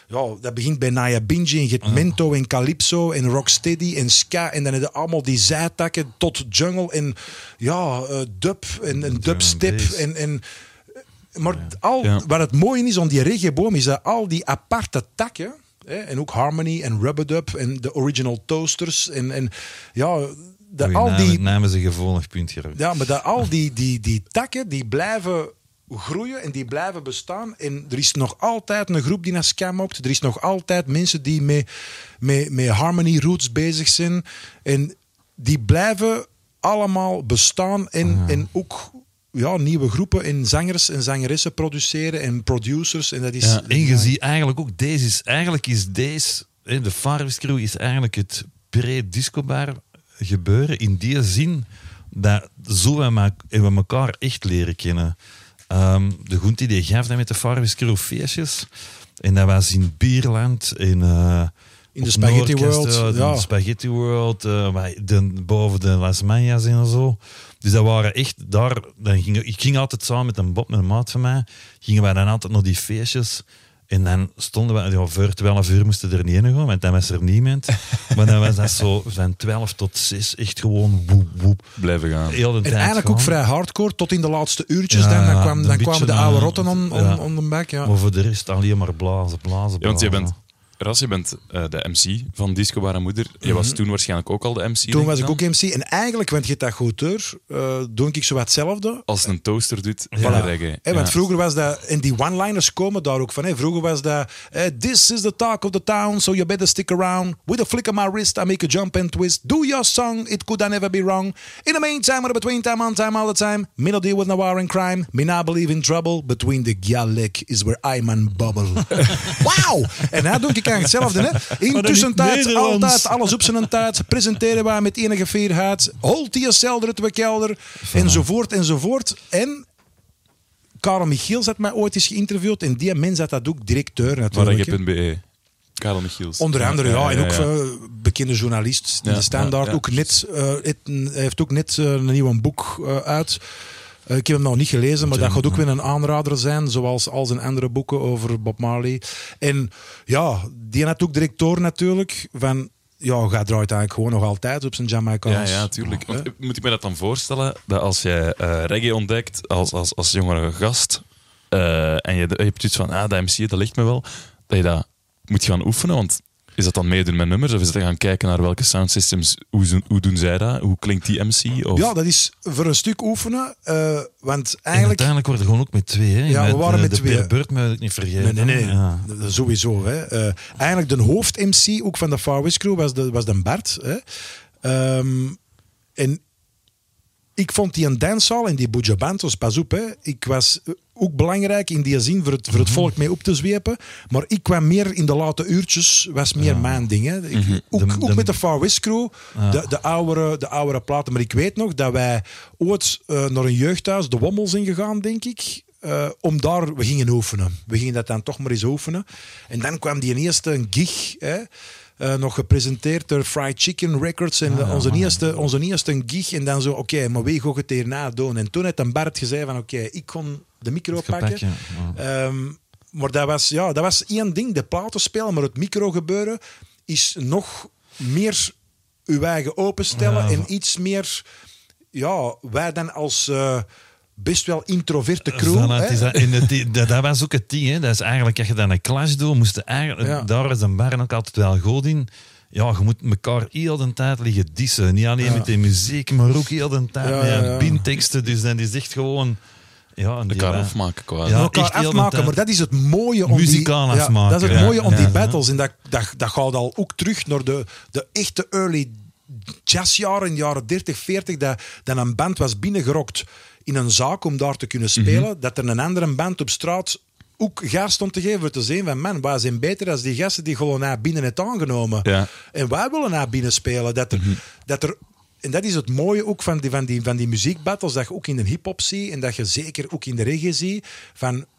ja, dat begint bij Naya Binji en Getmento en Calypso en Rocksteady en Ska. En dan hebben allemaal die zijtakken tot jungle en ja, uh, dub en, en dubstep. En, en, maar ja. Al, ja. wat het mooie is aan die reggaeboom is dat al die aparte takken, hè, en ook Harmony en Rubadub en de Original Toasters en, en ja... Dat Oei, al namen, die, namen ze gevoelig punt geraakt. ja, maar dat al die, die, die takken die blijven groeien en die blijven bestaan. En er is nog altijd een groep die naar ska maakt. Er is nog altijd mensen die met, met, met Harmony Roots bezig zijn. En die blijven allemaal bestaan en, ja. en ook ja, nieuwe groepen en zangers en zangeressen produceren en producers. En dat is... Ja, en je ziet eigenlijk ook, deze is, eigenlijk is deze, de Far West Crew is eigenlijk het pre-discobar gebeuren in die zin dat zo hebben we elkaar echt leren kennen. Um, de Goentie die gaf dat met de Far West Crew feestjes en dat was in Bierland in, uh, in de Spaghetti World, ja, de ja. Spaghetti World, uh, de, boven de Las Mayas en zo. Dus dat waren echt daar. Dan ging, ik ging altijd samen met een Bob, een maat van mij, gingen wij dan altijd naar die feestjes. En dan stonden we, ja, voor twaalf uur moesten er niet in gaan, want dan was er niemand. Maar dan was dat zo van twaalf tot zes, echt gewoon woep, woep. Blijven gaan. Heel de en tijd eigenlijk gaan. ook vrij hardcore, tot in de laatste uurtjes. Ja, dan dan, ja, kwam, een dan beetje, kwamen de oude uh, rotten on, on, ja. on de bek. Ja. Maar voor de rest alleen maar blazen, blazen, blazen. Ja, want je bent, Ras, je bent uh, de M C van Disco Bar en Moeder. Je was toen waarschijnlijk ook al de M C. Toen was ik ook M C. En eigenlijk, want je hebt dat goed door, uh, doe ik zo wat hetzelfde. Als een toaster doet, Voilà. van een reggae. Hey, want Ja. vroeger was dat, en die one-liners komen daar ook van. Hey, vroeger was dat, eh, this is the talk of the town, so you better stick around. With a flick of my wrist, I make a jump and twist. Do your song, it could never be wrong. In the meantime, with a between time, on time, all the time. Me no deal with no war and crime. Me not believe in trouble. Between the gyalek is where I man bubble. Wauw! En nou doe ik eigenlijk hetzelfde, hè. Intussen tijd, altijd, alles op zijn tijd. Presenteren wij met enige fierheid. Holt die zelder uit de kelder. Enzovoort, enzovoort. En Karel Michiels had mij ooit eens geïnterviewd. En die mens had dat ook directeur natuurlijk. Waar Be. Karel Michiels. Onder andere, ja. En ook ja. uh, bekende journalist. In Ja, de Standaard ja, ja. ook net. Uh, het, hij heeft ook net uh, een nieuw boek uh, uit. Uh, ik heb hem nog niet gelezen, maar dat gaat ook weer een aanrader zijn, zoals al zijn andere boeken over Bob Marley. En ja, die had ook directeur natuurlijk van, ja, gaat draait eigenlijk gewoon nog altijd op zijn Jamaicaans. Ja, ja, tuurlijk. Want, moet ik me dat dan voorstellen, dat als jij uh, reggae ontdekt als, als, als jongere gast, uh, en je, je hebt iets van, ah, dat M C, dat ligt me wel, dat je dat moet gaan oefenen, want is dat dan meedoen met nummers? Of is dat gaan kijken naar welke soundsystems, hoe, zo- hoe doen zij dat? Hoe klinkt die M C? Of... Ja, dat is voor een stuk oefenen, uh, want En eigenlijk... uiteindelijk worden we gewoon ook met twee. Hè. Ja, we Met, waren uh, met de twee. Beer Bird moet ik niet vergeten. Nee, nee, nee. Ja. Dat- Sowieso. Hè. Uh, eigenlijk de hoofd-M C ook van de Far West Crew was de, was de Bart. Hè. Um, en ik vond die een dancehall en die Buja Bantos, pas op. Hè. Ik was ook belangrijk in die zin voor het, voor het volk mee op te zwepen. Maar ik kwam meer in de late uurtjes, was meer Ja. mijn ding. Hè. Ik, Mhm. ook, De- ook de- met de Far West Crew, Ja. de, de, oudere, de oudere platen. Maar ik weet nog dat wij ooit uh, naar een jeugdhuis, de Wommels, ingegaan, denk ik. Uh, om daar, we gingen oefenen. We gingen dat dan toch maar eens oefenen. En dan kwam die eerste een gig, hè, uh, nog gepresenteerd door Fried Chicken Records. En Ah, ja, onze, man. eerste, onze eerste een gig. En dan zo, oké, okay, maar wie gaat het hierna doen? En toen heeft een Bart gezegd van, oké, okay, ik kon de micro Het pakken. gepakje, ja. Um, maar dat was, ja, dat was één ding, de platen spelen. Maar het micro gebeuren is nog meer uw eigen openstellen. Ja. En iets meer, ja, wij dan als... Uh, best wel introverte crew. Voilà, het is hè? dat, in het, dat, dat was ook het ding. Hè. Dat is eigenlijk, als je dan een clash doet, moest je eigenlijk, Ja. daar is een bar ook altijd wel goed in. Ja, je moet elkaar heel de tijd liggen dissen. Niet alleen Ja. met de muziek, maar ook heel de tijd Ja, met ja, ja, ja. binteksten. Dus dan is echt gewoon... Ja, en die elkaar wa- afmaken qua. Ja, elkaar echt heel de afmaken, tijd. maar dat is het mooie om Muzikaal die, ja, afmaken, dat is het ja. mooie om Ja, die ja. battles. En dat, dat, dat gaat al ook terug naar de, de echte early jazzjaren, in de jaren dertig, veertig, dat, dat een band was binnengerokt in een zaak om daar te kunnen spelen, Mhm. dat er een andere band op straat ook gaar stond te geven voor te zien van, man, wij zijn beter dan die gasten die gewoon naar binnen het aangenomen. Ja. En wij willen naar binnen spelen. Dat er, dat er, en dat is het mooie ook van die, van die, van die muziekbattles, dat je ook in de hip-hop ziet en dat je zeker ook in de reggae ziet. Van,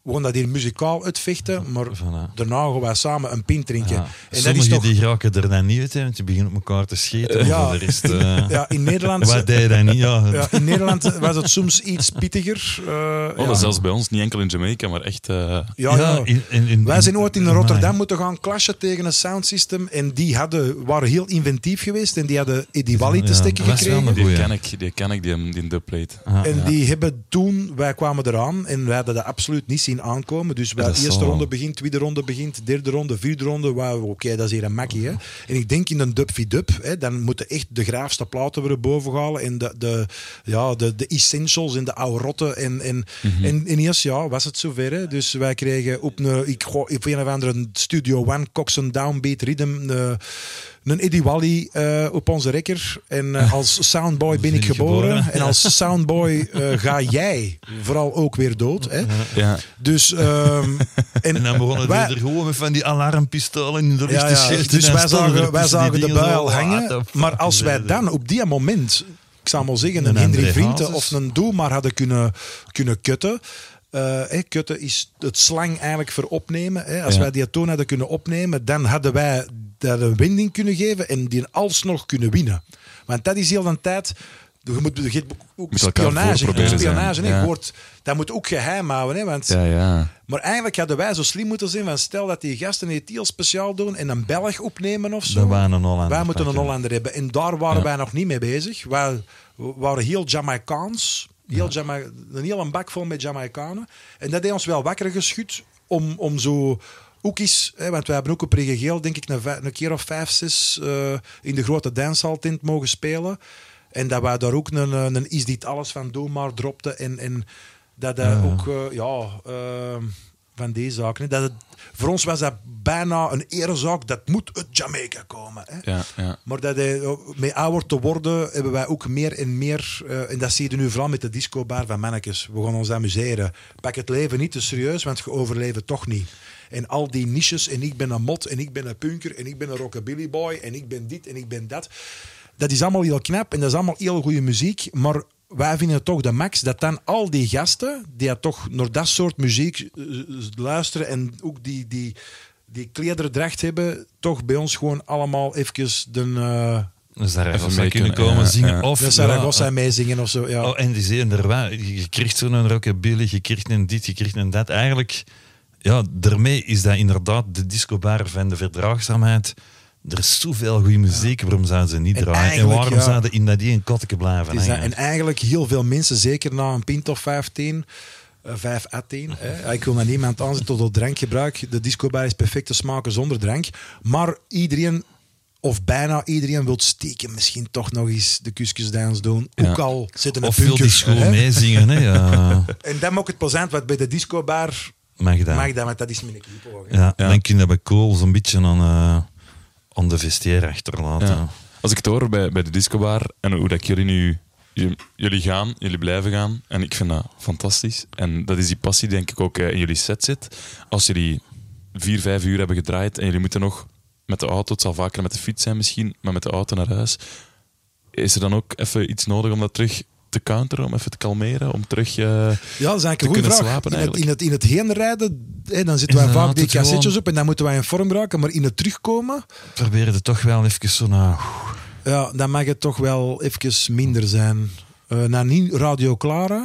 we gaan dat hier muzikaal uitvechten, maar Voilà. daarna gaan wij samen een pint drinken. Ja. En dat is Sommigen toch... die raken er dan niet uit, hè, want je begint op elkaar te scheten. Ja. Voor de rest, uh, Ja, in Nederland... wat deed je dan niet? Ja. Ja, in Nederland was het soms iets pittiger. Uh, Oh, ja. dat is zelfs bij ons, niet enkel in Jamaica, maar echt... uh, Ja, Ja, ja. in- in- in- Wij zijn ooit in in- Rotterdam maar- moeten gaan clashen tegen een soundsystem. En die hadden, waren heel inventief geweest. En die hadden Eddie Wally te Ja, steken dat was wel gekregen. een die goeie. ken ik, die ken ik, die, die dubplate. Ah, En ja. die hebben toen, wij kwamen eraan en wij hadden dat absoluut niet zien aankomen. Dus bij Dat de is eerste zo. ronde begint, tweede ronde begint, derde ronde, vierde ronde. Wauw, oké, dat is hier een makkie. Hè. En ik denk in een dub v dub, hè, dan moeten echt de graafste platen worden bovengehaald. En de, de, ja, de, de essentials en de oude rotten. En, en, Mhm. en ineens ja, was het zover. Hè. Dus wij kregen op een, ik, goh, op een of andere Studio One, Coxon Downbeat Rhythm, een, een Eddie Wally uh, op onze rekker. En uh, als soundboy ben ik geboren. geboren. En als soundboy uh, ga jij vooral ook weer dood. Hè? Ja. Dus, um, en, En dan begonnen wij, die er gewoon met van die alarmpistolen in de lucht ja, te ja, schieten. dus en wij stonden er zagen, wij tussen die zagen de dingen bui zo, al what hangen. the fuck Maar als is wij dit? dan op die moment, ik zou maar zeggen, een, Een Henry André Vrienden Hazes. of een Doe maar hadden kunnen, kunnen kutten. Uh, hey, kutten is het slang eigenlijk voor opnemen. Hè. Als Ja. wij die toon hadden kunnen opnemen, dan hadden wij daar een wending kunnen geven en die alsnog kunnen winnen. Want dat is heel de tijd... Je moet, je hebt ook Moet elkaar spionage. voorproberen spionage zijn, hè. ja. Je hoort, dat moet ook geheim houden. Hè, want, Ja, ja. Maar eigenlijk hadden wij zo slim moeten zijn van stel dat die gasten het heel speciaal doen en een Belg opnemen of zo. Dan waren een Hollander. Wij moeten een pakken. Hollander hebben. En daar waren Ja. wij nog niet mee bezig. Wij waren heel Jamaicaans. Heel Jama- een hele bak vol met Jamaicanen. En dat deed ons wel wakker geschud om, om zo... Ook eens, hè, want wij hebben ook op Regegeel, denk ik, een, vij- een keer of vijf, zes uh, in de grote dancehall-tent mogen spelen. En dat wij daar ook een, een, een Is Dit Alles van Doe Maar dropten. En, en dat uh, Ja. ook, uh, ja... Uh, van die zaken. Hè. Dat het, voor ons was dat bijna een erezaak. Dat moet uit Jamaica komen. Hè. Ja, ja. Maar dat hij, met ouder te worden hebben wij ook meer en meer... Uh, en dat zie je nu vooral met de discobar van mannetjes. We gaan ons amuseren. Pak het leven niet te serieus, want je overleeft het toch niet. En al die niches, en ik ben een mot, en ik ben een punker, en ik ben een rockabilly boy, en ik ben dit, en ik ben dat. Dat is allemaal heel knap, en dat is allemaal heel goede muziek, maar... Wij vinden het toch de max dat dan al die gasten die toch naar dat soort muziek uh, luisteren en ook die, die, die klederdracht hebben, toch bij ons gewoon allemaal even de... Uh, Dus daar Even even mee kunnen kunnen, komen ja, zingen. ja. Of, de Saragossa meezingen of zo. Ja. Oh, en die zijn er wel. Je krijgt zo'n rockabilly, je krijgt een dit, je krijgt een dat. Eigenlijk, ja, daarmee is dat inderdaad de discobar van de verdraagzaamheid. Er is zoveel goede muziek, waarom zouden ze niet En draaien? En eigenlijk, waarom ja. zouden in dat één kotteke blijven? Is dat, hangen? en eigenlijk heel veel mensen, zeker na een pint of vijftien, uh, vijf à tien. Hè. Ik wil naar niemand aanzetten tot drankgebruik. De discobar is perfect te smaken zonder drank. Maar iedereen, of bijna iedereen, wil stiekem misschien toch nog eens de kuskusdans doen. Ja. Ook al zitten een Of wil die punkers. school hè. meezingen? Hè? Ja, En dat maakt het plezant, want bij de discobar mag dat. mag dat, want dat is mijn kniepoog. hè. Ja, Ja. dan kun je bij cool zo'n beetje aan, uh, aan de vestiaire achterlaten. Ja. Als ik het hoor bij, bij de discobar en hoe dat jullie nu... j- Jullie gaan, jullie blijven gaan. En ik vind dat fantastisch. En dat is die passie, denk ik, ook eh, in jullie set zit. Als jullie vier, vijf uur hebben gedraaid en jullie moeten nog met de auto, het zal vaker met de fiets zijn misschien, maar met de auto naar huis. Is er dan ook even iets nodig om dat terug te counteren, om even te kalmeren, om terug... eh, Ja, dat is eigenlijk te een goede kunnen vraag. slapen in, het, eigenlijk. in, het, in het heenrijden, hè, dan zitten wij Inderdaad, vaak die het gewoon- cassettes op en dan moeten wij in vorm raken. Maar in het terugkomen, Probeer het toch wel even zo naar... ja, dan mag het toch wel even minder zijn. Uh, nou, niet Radio Clara,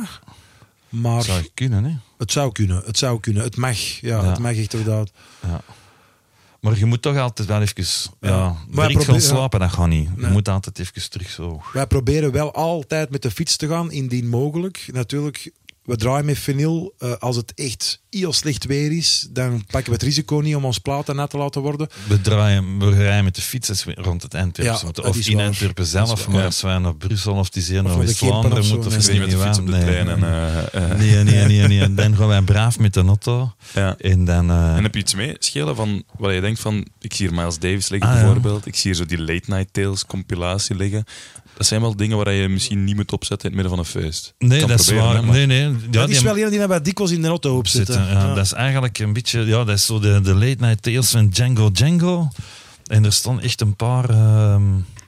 maar Zou je kunnen, hè? het zou kunnen. Het zou kunnen. Het mag. Ja, Ja. het mag echt inderdaad. Ja. Maar je moet toch altijd wel even... Ja, Ja. ja, Maar direct gaan probeer- slapen, dat gaat niet. Je Nee. moet altijd even terug zo... Wij proberen wel altijd met de fiets te gaan, indien mogelijk. Natuurlijk, we draaien met vinyl. Uh, als het echt heel slecht weer is, dan pakken we het risico niet om ons platen nat te laten worden. We draaien, we rijden met de fiets als we rond het Antwerpen Ja, moeten. dat Of is in waar. Antwerpen Dat zelf, is waar. maar Ja. als wij naar Brussel of die zijn Of naar naar de Kempen West-Vlaanderen of zo, moeten... nee. of dus niet met de fiets op de nee. trein. En, eh, eh, Nee, nee, nee, nee. Dan gaan wij braaf met de auto. ja. En dan... eh, En heb je iets mee, Schelen, van wat je denkt van... Ik zie hier Miles Davis liggen, Ah, ja. bijvoorbeeld. Ik zie hier zo die Late Night Tales compilatie liggen. Dat zijn wel dingen waar je misschien niet moet opzetten in het midden van een feest. nee, Kan dat is proberen, waar. hè, maar- Nee, nee. Ja, dat is die- wel een die wij dikwijls in de auto opzetten. zitten. Ja, Ja. Dat is eigenlijk een beetje... Ja, dat is zo de, de late night tales van Django Django. En er staan echt een paar... ehm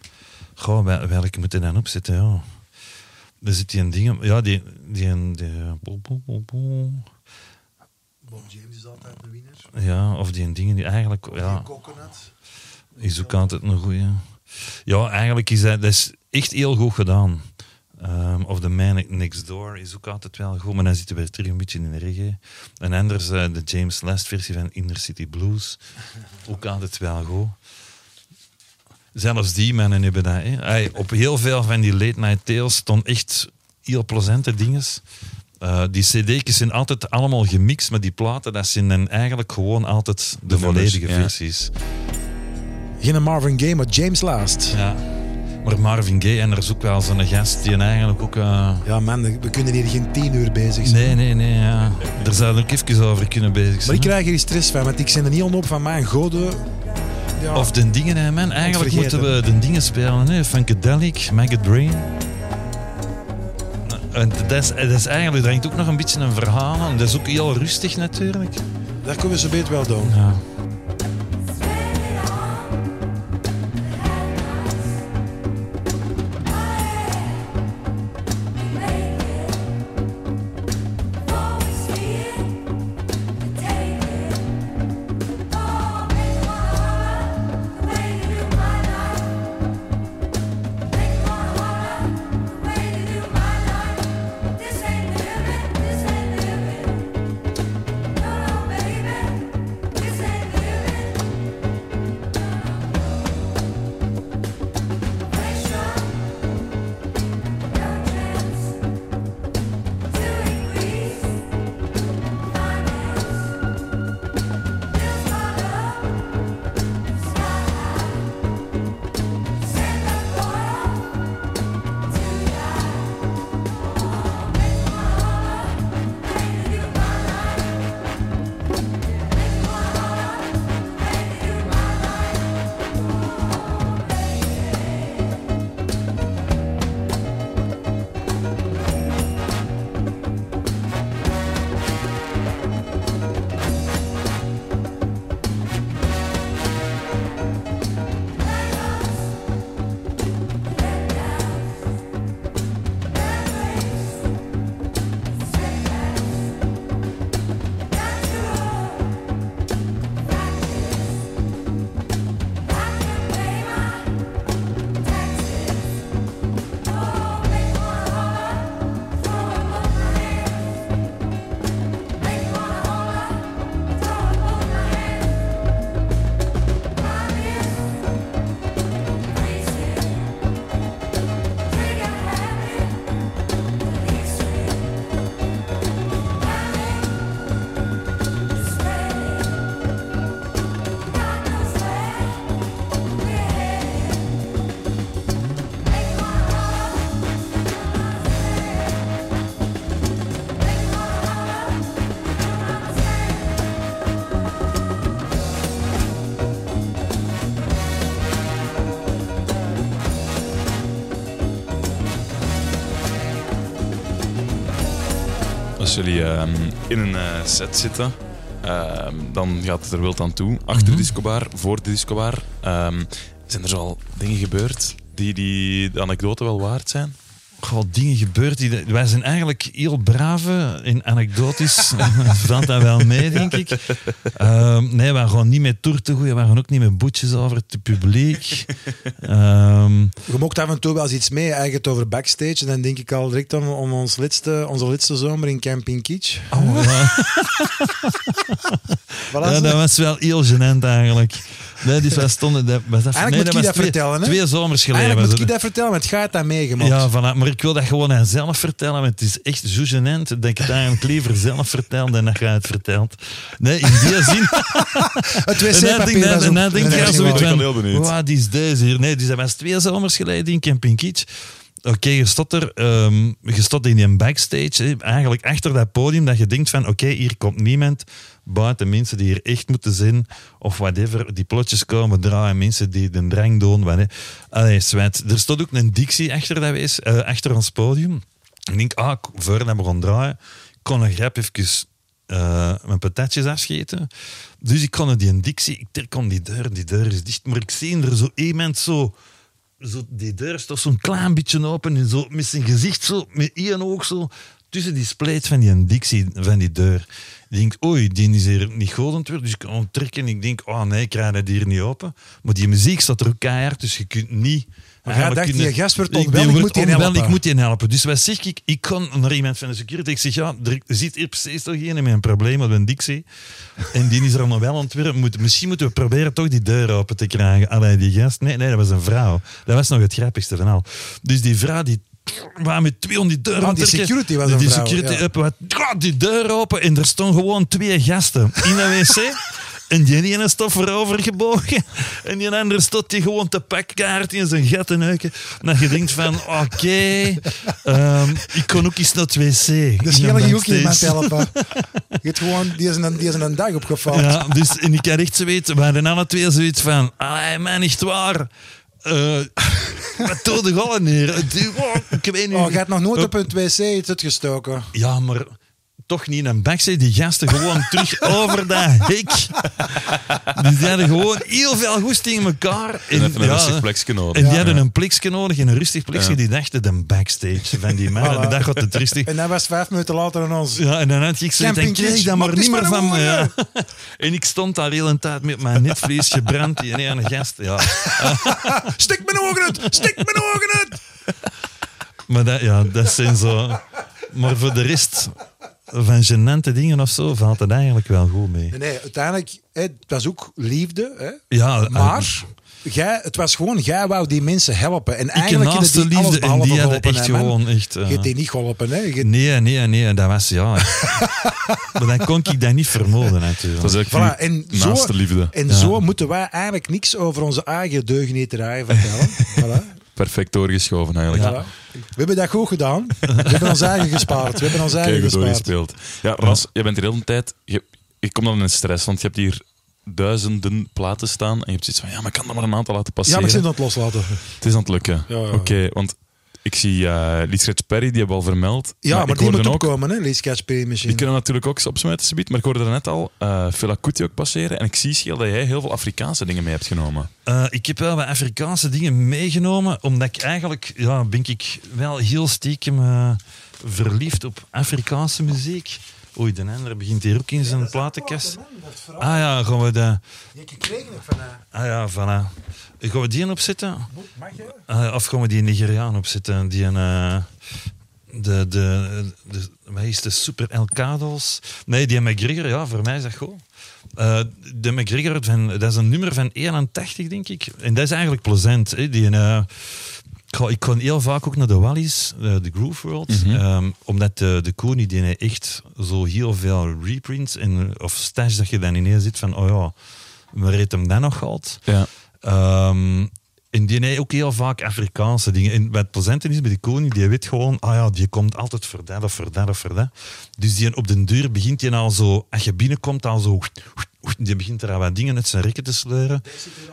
goh, wel- welke moet je dan opzetten, ja. Er zit die een ding... Ja, die... die, die, bo- bo- bo- bo. Bob James is altijd een winnaar. Ja, of die dingen die eigenlijk... Ja, Coconut. is ook altijd een goeie. Ja, eigenlijk is dat, dat is echt heel goed gedaan. Um, of The Man Next Door is ook altijd wel goed, maar dan zitten we weer terug een beetje in de reggae. En anders uh, de James Last versie van Inner City Blues. Ook altijd wel goed. Zelfs die mannen hebben dat. Hè. Hey, op heel veel van die late night tales stond echt heel plezante dingen. Uh, die cd'tjes zijn altijd allemaal gemixt, maar die platen dat zijn dan eigenlijk gewoon altijd de, de volledige nummers, versies. Ja. Geen Marvin Gaye, maar James Last. Ja. Maar Marvin Gaye, en er is ook wel zo'n gast die eigenlijk ook... Uh... Ja man, we kunnen hier geen tien uur bezig zijn. Nee, nee, nee. Ja. Er zouden ook even over kunnen bezig zijn. Maar ik krijg hier stress van, want ik zit er niet op van mijn goden... Ja. Of de dingen, hè, man. Eigenlijk moeten we de dingen spelen. Hè. Funkadelic, Maggot Brain. En dat, is, dat is eigenlijk, daar hangt ook nog een beetje een verhaal aan. Dat is ook heel rustig natuurlijk. Dat kunnen we zo beter wel doen. Ja. Als jullie uh, in een uh, set zitten, uh, dan gaat het er wild aan toe. Achter mm-hmm. de discobar, voor de discobar. Um, zijn er zo al dingen gebeurd die, die de anekdote wel waard zijn? Goh, dingen gebeurd. Die de, wij zijn eigenlijk heel brave in anekdotisch. Valt dat wel mee, denk ik. Um, nee, we waren gewoon niet met toer te gooien. We waren ook niet met boetjes over het publiek. Um, Je mocht af en toe wel eens iets mee, eigenlijk over backstage. En dan denk ik al direct om, om ons laatste, onze laatste zomer in Camping Kitsch. Oh, ja. Ja, dat was wel heel gênant eigenlijk. Nee, dus wij stonden... Dat, was dat, eigenlijk nee, moet dat ik dat twee, vertellen, hè? Twee zomers geleden. Eigenlijk moet ik dat. dat vertellen, want het gaat dat meegemaakt. Ja, voilà, maar ik wil dat gewoon aan zelf vertellen, want het is echt zo gênant dat ik het eigenlijk liever zelf vertel dan dat je het vertelt. Nee, in die zin... Het wc-papier was En dan denk je ja, zoiets van... Wat is deze hier? Nee, dus dat was twee zomers geleden in Camping Kitsch. Oké, okay, je stond er, um, je stond in een backstage, hè, eigenlijk achter dat podium, dat je denkt van, oké, okay, hier komt niemand buiten mensen die hier echt moeten zijn, of whatever, die plotjes komen draaien, mensen die de drang doen. Wat, allee, zwet. Er stond ook een Dixie achter, dat wees, uh, achter ons podium. Ik denk, ah, voor dat we gaan draaien, kon een grap even uh, mijn patatjes afscheten. Dus ik kon die Dixie, ik kon die deur, die deur is dicht, maar ik zie er zo iemand zo... Zo, die deur is toch zo'n klein beetje open en zo met zijn gezicht zo, met één oog zo tussen die spleet van die Dixie, van die deur. Ik denk, oei, die is hier niet goed aan het worden. Dus ik kan hem trekken en ik denk, oh nee, ik krijg dat hier niet open. Maar die muziek staat er ook keihard, dus je kunt niet... Maar jij dacht, kunnen, die gast wordt ik onwel, die ik wordt moet die onwel, helpen. ik moet die helpen. Dus wat zeg ik? Ik kon naar iemand van de security. Ik zeg, ja, er zit hier precies toch een met een probleem met een Dixie. En die is er nog wel aan het werken. Moet, misschien moeten we proberen toch die deur open te krijgen. Allee, die gast. Nee, nee, dat was een vrouw. Dat was nog het grappigste van al. Dus die vrouw die... waar met twee om die deur Oh, die security was een die vrouw, security ja. up, wat, die deur open en er stonden gewoon twee gasten in een wc. En die ene stond voorover gebogen. En die andere stond die gewoon te pakkaart in zijn gat te neuken. Dat je denkt van, oké, okay, um, ik kon ook eens naar het wc. Dus je ging ook iemand helpen. Je hebt gewoon, die is een, die is een dag opgevallen. Ja, dus en ik had echt zoiets, we hadden alle twee zoiets van, allee, man, echt waar. Uh, wat doe de gollen neer? Oh, ik weet niet. Oh, je hebt nog nooit op een wc iets uitgestoken. Ja, maar toch niet in een backstage. Die gasten gewoon terug over dat hek. Dus die hadden gewoon heel veel goesting in elkaar. En, En even een ja, rustig plekje nodig. En die Ja. hadden een plekje nodig en een rustig plekje. Ja. Die dachten de backstage van die mannen. Voilà. Die dag had het rustig. En dat was vijf minuten later aan ons. Ja, en dan had ik zoiets, dan Camping kreeg ik Kids, dat maar wat is niet meer maar van een me. Ja. woorden? En ik stond daar heel een tijd met mijn netvlees gebrand. Die ene gast, ja. Stik mijn ogen uit! Stik mijn ogen uit! Maar dat, ja, dat zijn zo... Maar voor de rest van gênante dingen of zo valt het eigenlijk wel goed mee. Nee, nee, uiteindelijk, hè, het was ook liefde. Hè? Ja, Maar jij, het was gewoon, jij wou die mensen helpen. En ik eigenlijk naast heb de je die alles liefde en behalve die hadden geholpen. echt hè, man. gewoon echt... Je uh, hebt die niet geholpen. Hè? Je- Nee, nee, nee, dat was ja. Maar dan kon ik dat niet vermoeden natuurlijk. Dat is eigenlijk Voilà, en naast zo, de liefde. en Ja. zo moeten wij eigenlijk niks over onze eigen deugnieterij vertellen. voilà. Perfect doorgeschoven eigenlijk. Voilà. We hebben dat goed gedaan. We hebben ons eigen gespaard. We hebben ons eigen Kijk, goed gespaard. doorgespeeld. Ja, Ras, je bent de hele tijd... Je, je komt dan in stress, want je hebt hier duizenden platen staan en je hebt zoiets van, ja, maar ik kan er maar een aantal laten Ja, passeren. maar ik zit aan het loslaten. Het is aan het lukken. Ja, ja, ja. Oké, want ik zie uh, Lee Scratch Perry, die hebben we al vermeld. Ja, maar, ik die hoorde moet ook, opkomen, hè, Lees Catch Pay die Machine. kunnen we natuurlijk ook opsmijten, subiet, maar ik hoorde er net al uh, Fela Kuti ook passeren en ik zie, Scheel, dat jij heel veel Afrikaanse dingen mee hebt genomen. Uh, ik heb wel wat Afrikaanse dingen meegenomen, omdat ik eigenlijk, ja, ben ik wel heel stiekem uh, verliefd op Afrikaanse muziek. Oei, de andere begint hier ook in zijn platenkast. Ah ja, gaan we de... Ik kreeg nog van... Ah ja, voilà. Gaan we die opzetten? Mag je? Uh, of gaan we die Nigeriaan opzetten? Die een... Uh, de, de, de... Wat is de Super Elkados? Nee, die McGregor, ja, voor mij is dat goed. Uh, de McGregor, van, dat is een nummer van eenentachtig, denk ik. En dat is eigenlijk plezant. Hè? Die, uh, ik kon heel vaak ook naar de Wallis, de, de Groove World. Mm-hmm. um, omdat de, de Koning, die heeft echt zo heel veel reprints en, of stash dat je dan ineens zit van, oh ja, waar heeft hem dat nog gehad? Ja. Um, en die heeft ook heel vaak Afrikaanse dingen. En wat het plezante is bij de koning, die weet gewoon, ah ja, die komt altijd voor dat of voor dat of voor dat. Dus die op de deur begint die al zo, als je binnenkomt, al zo, die begint er al wat dingen uit zijn rekken te sleuren.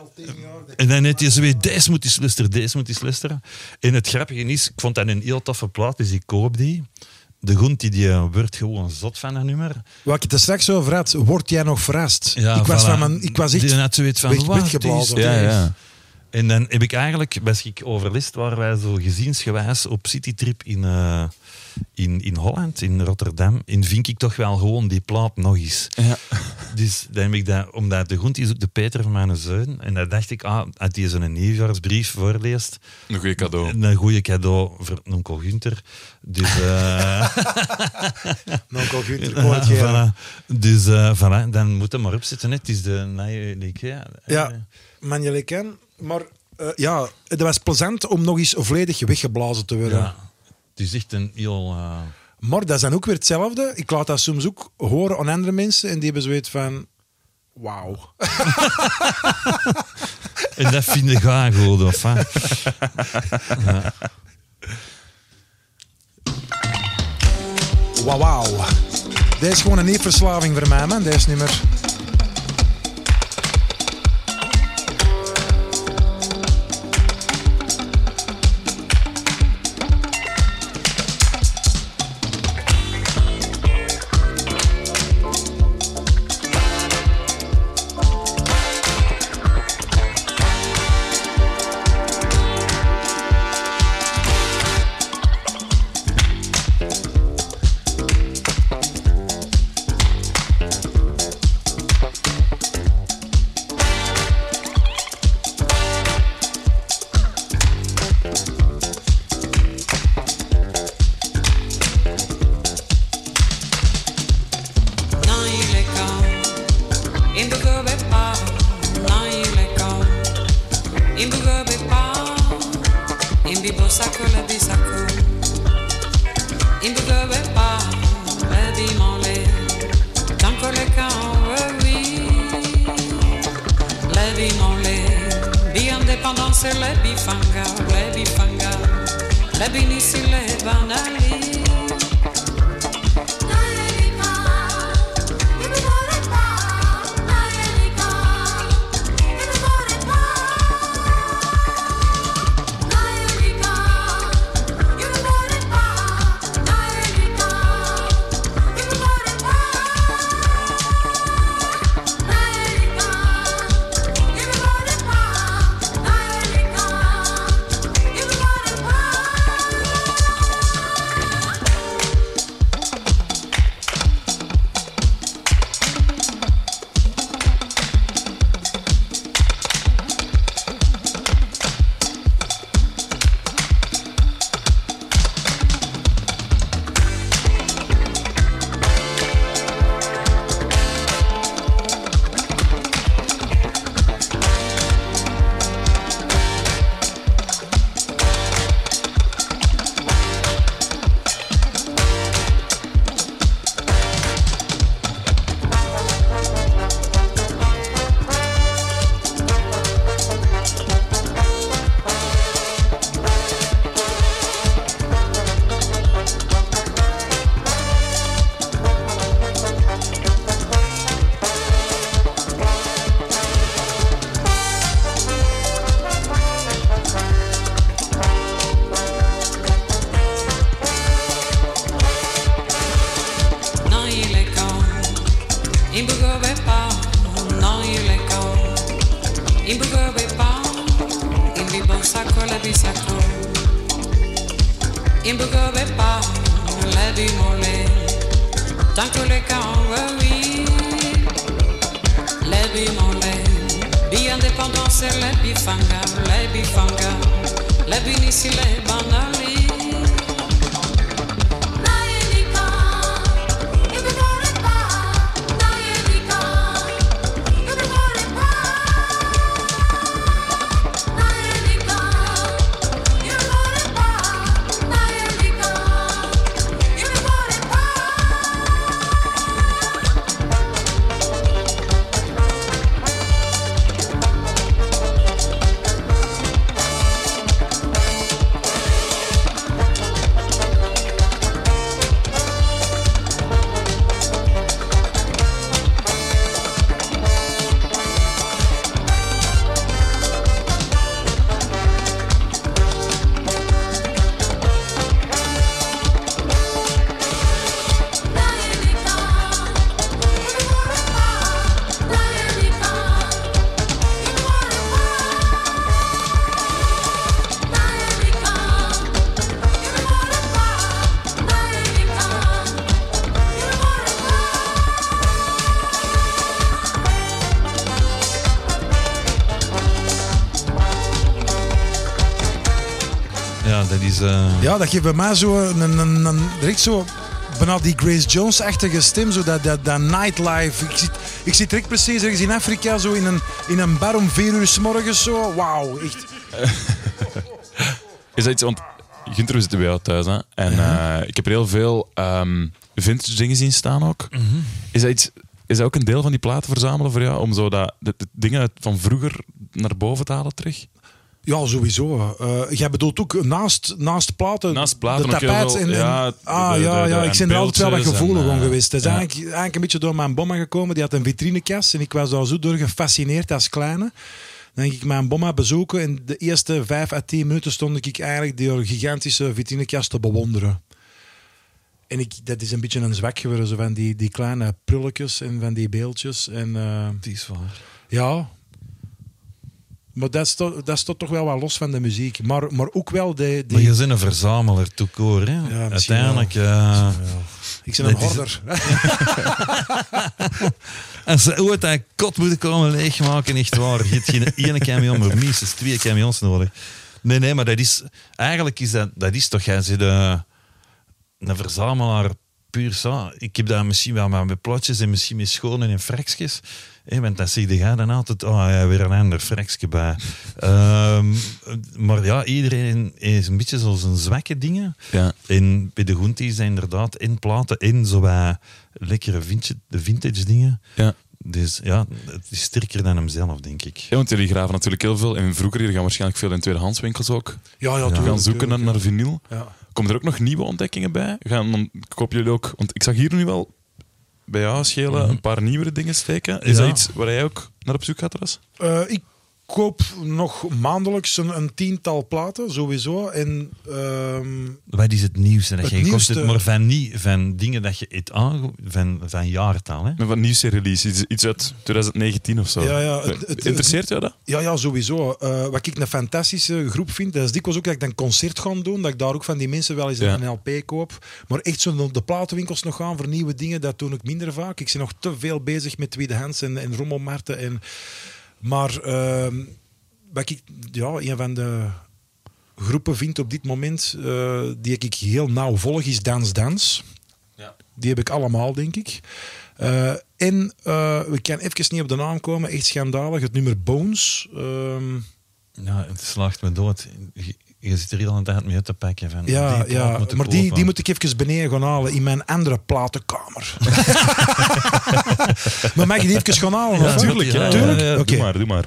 En dan heeft hij zo weer, deze moet eens luisteren, deze moet eens luisteren. En het grappige is, ik vond dat een heel toffe plaat, dus ik koop die. De Gunt, die, die wordt gewoon zot van dat nummer. Wat ik het er straks over had, word jij nog verrast? Ja, ik, was voilà. van mijn, ik was echt Die had zoiets van, weg- wat weggeblazen. is Ja, dit? ja. En dan heb ik eigenlijk, als ik overlist, waren wij zo geziensgewijs op citytrip in, uh, in, in Holland, in Rotterdam. En vind ik toch wel gewoon die plaat nog eens. Ja. Dus dan heb ik dat, omdat de Gunt is ook de Peter van mijn zoon. En dan dacht ik, ah, als hij zo'n nieuwjaarsbrief voorleest, Een goeie cadeau. een goeie cadeau voor onkel Gunther. Dus, uh, Onkel Gunther, ik hoor het geven. voilà. Dus uh, voilà, dan moet hem maar opzetten. Het is de Nijleke. Ja, man, jullie ken. Maar uh, ja, het was plezant om nog eens volledig weggeblazen te worden. Ja, het is echt een heel... Uh, Maar dat is dan ook weer hetzelfde. Ik laat dat soms ook horen aan andere mensen en die hebben zoiets van... Wauw. en dat vind ik graag goed, of hè? Ja. Wauw, wauw. Dit is gewoon een neefverslaving voor mij, man, deze nummer. Imbugo bepa, imbibo sako le bisako. Imbugo bepa, le bimole, tanko le kan oui. Le bimole, bi indépendance le bifanga, le bifanga, le binisi le banali. Uh... Ja, dat geeft bij mij zo een, een, een direct zo bijna die Grace Jones-achtige stem, zo dat, dat, dat nightlife. Ik zit, ik zit direct precies ergens in Afrika, zo in een, in een bar om vier uur 's morgens, zo. Wauw, echt. Is dat iets, want Gunther zit bij jou thuis, hè? En uh-huh. uh, ik heb er heel veel um, vintage dingen zien staan ook. Uh-huh. Is dat iets... Is dat ook een deel van die platen verzamelen voor jou, om zo dat, de, de dingen van vroeger naar boven te halen terug? Ja, sowieso. Uh, jij bedoelt ook naast, naast platen, naast platen de tapijt en, en... Ja, ah, de, de, ja, de, ja. de, ik ben er altijd wel wat gevoelig en, om geweest. Het is ja. eigenlijk, eigenlijk een beetje door mijn bomma gekomen. Die had een vitrinekast en ik was daar zo door gefascineerd als kleine. Dan ging ik mijn bomma bezoeken en de eerste vijf à tien minuten stond ik eigenlijk die gigantische vitrinekast te bewonderen. En ik, dat is een beetje een zwak geworden, zo van die, die kleine prulletjes en van die beeldjes. En, uh, die is waar. Ja... Maar dat staat, dat staat toch wel wat los van de muziek. Maar, maar ook wel de... de... Maar je bent een verzamelaar, toekoor, hè? Ja, uiteindelijk... Wel. Uh... Ik ben een horder. En ze ooit dat kot moeten komen leegmaken, echt waar. Je hebt geen ene camion, maar minstens twee camions nodig. Nee, nee, maar dat is... Eigenlijk is dat... Dat is toch... Jij zit uh, een verzamelaar puur zo. Ik heb dat misschien wel met plotjes en misschien met schonen en frekjes. Hey, want dat zie je dan altijd, oh ja, weer een ander frekje bij. Um, maar ja, iedereen is een beetje zo zijn zwakke dingen. Ja. En bij de Goenties zijn inderdaad in platen, in zo bij lekkere vintage, de vintage dingen. Ja. Dus ja, het is sterker dan hemzelf, denk ik. Ja, want jullie graven natuurlijk heel veel. En vroeger, jullie gaan waarschijnlijk veel in tweedehandswinkels ook. Ja, ja, We tuurlijk, gaan zoeken tuurlijk, naar, ja. naar vinyl. Ja. Komen er ook nog nieuwe ontdekkingen bij? Gaan, dan kopen jullie ook... Want ik zag hier nu wel bij jou, Schelen, Mm-hmm. een paar nieuwere dingen steken. Is Ja. dat iets waar jij ook naar op zoek gaat, Ras? Uh, ik koop nog maandelijks een, een tiental platen, sowieso. En, um, Wat is het nieuwste dat Het je kost? nieuwste- Het maar van, niet, van dingen dat je het aange... Van, van jaartal, hè? Met wat nieuwste release, iets, iets uit twintig negentien of zo. Ja, ja, het- het- Interesseert jou dat? ja, ja, sowieso. Uh, wat ik een fantastische groep vind, dat is dikwijls ook dat ik dan concert ga doen, dat ik daar ook van die mensen wel eens Ja. een L P koop. Maar echt zo op de platenwinkels nog gaan voor nieuwe dingen, dat doe ik minder vaak. Ik ben nog te veel bezig met tweedehands en, en rommelmarkten. En, maar uh, wat ik, ja, een van de groepen vind op dit moment, uh, die ik heel nauw volg, is Dans Dans. Ja. Die heb ik allemaal, denk ik. Uh, en uh, we kunnen even niet op de naam komen, echt schandalig, het nummer Bones. Um, Ja, het slaagt me dood. Je, je zit er heel de tijd mee uit te pakken. Van, ja, die plaat ja moet ik maar die, kopen. die moet ik even beneden gaan halen in mijn andere platenkamer. Maar mag je die even gaan halen? Ja, of wat? tuurlijk, ja, tuurlijk? ja, ja, Oké. Doe maar, doe maar.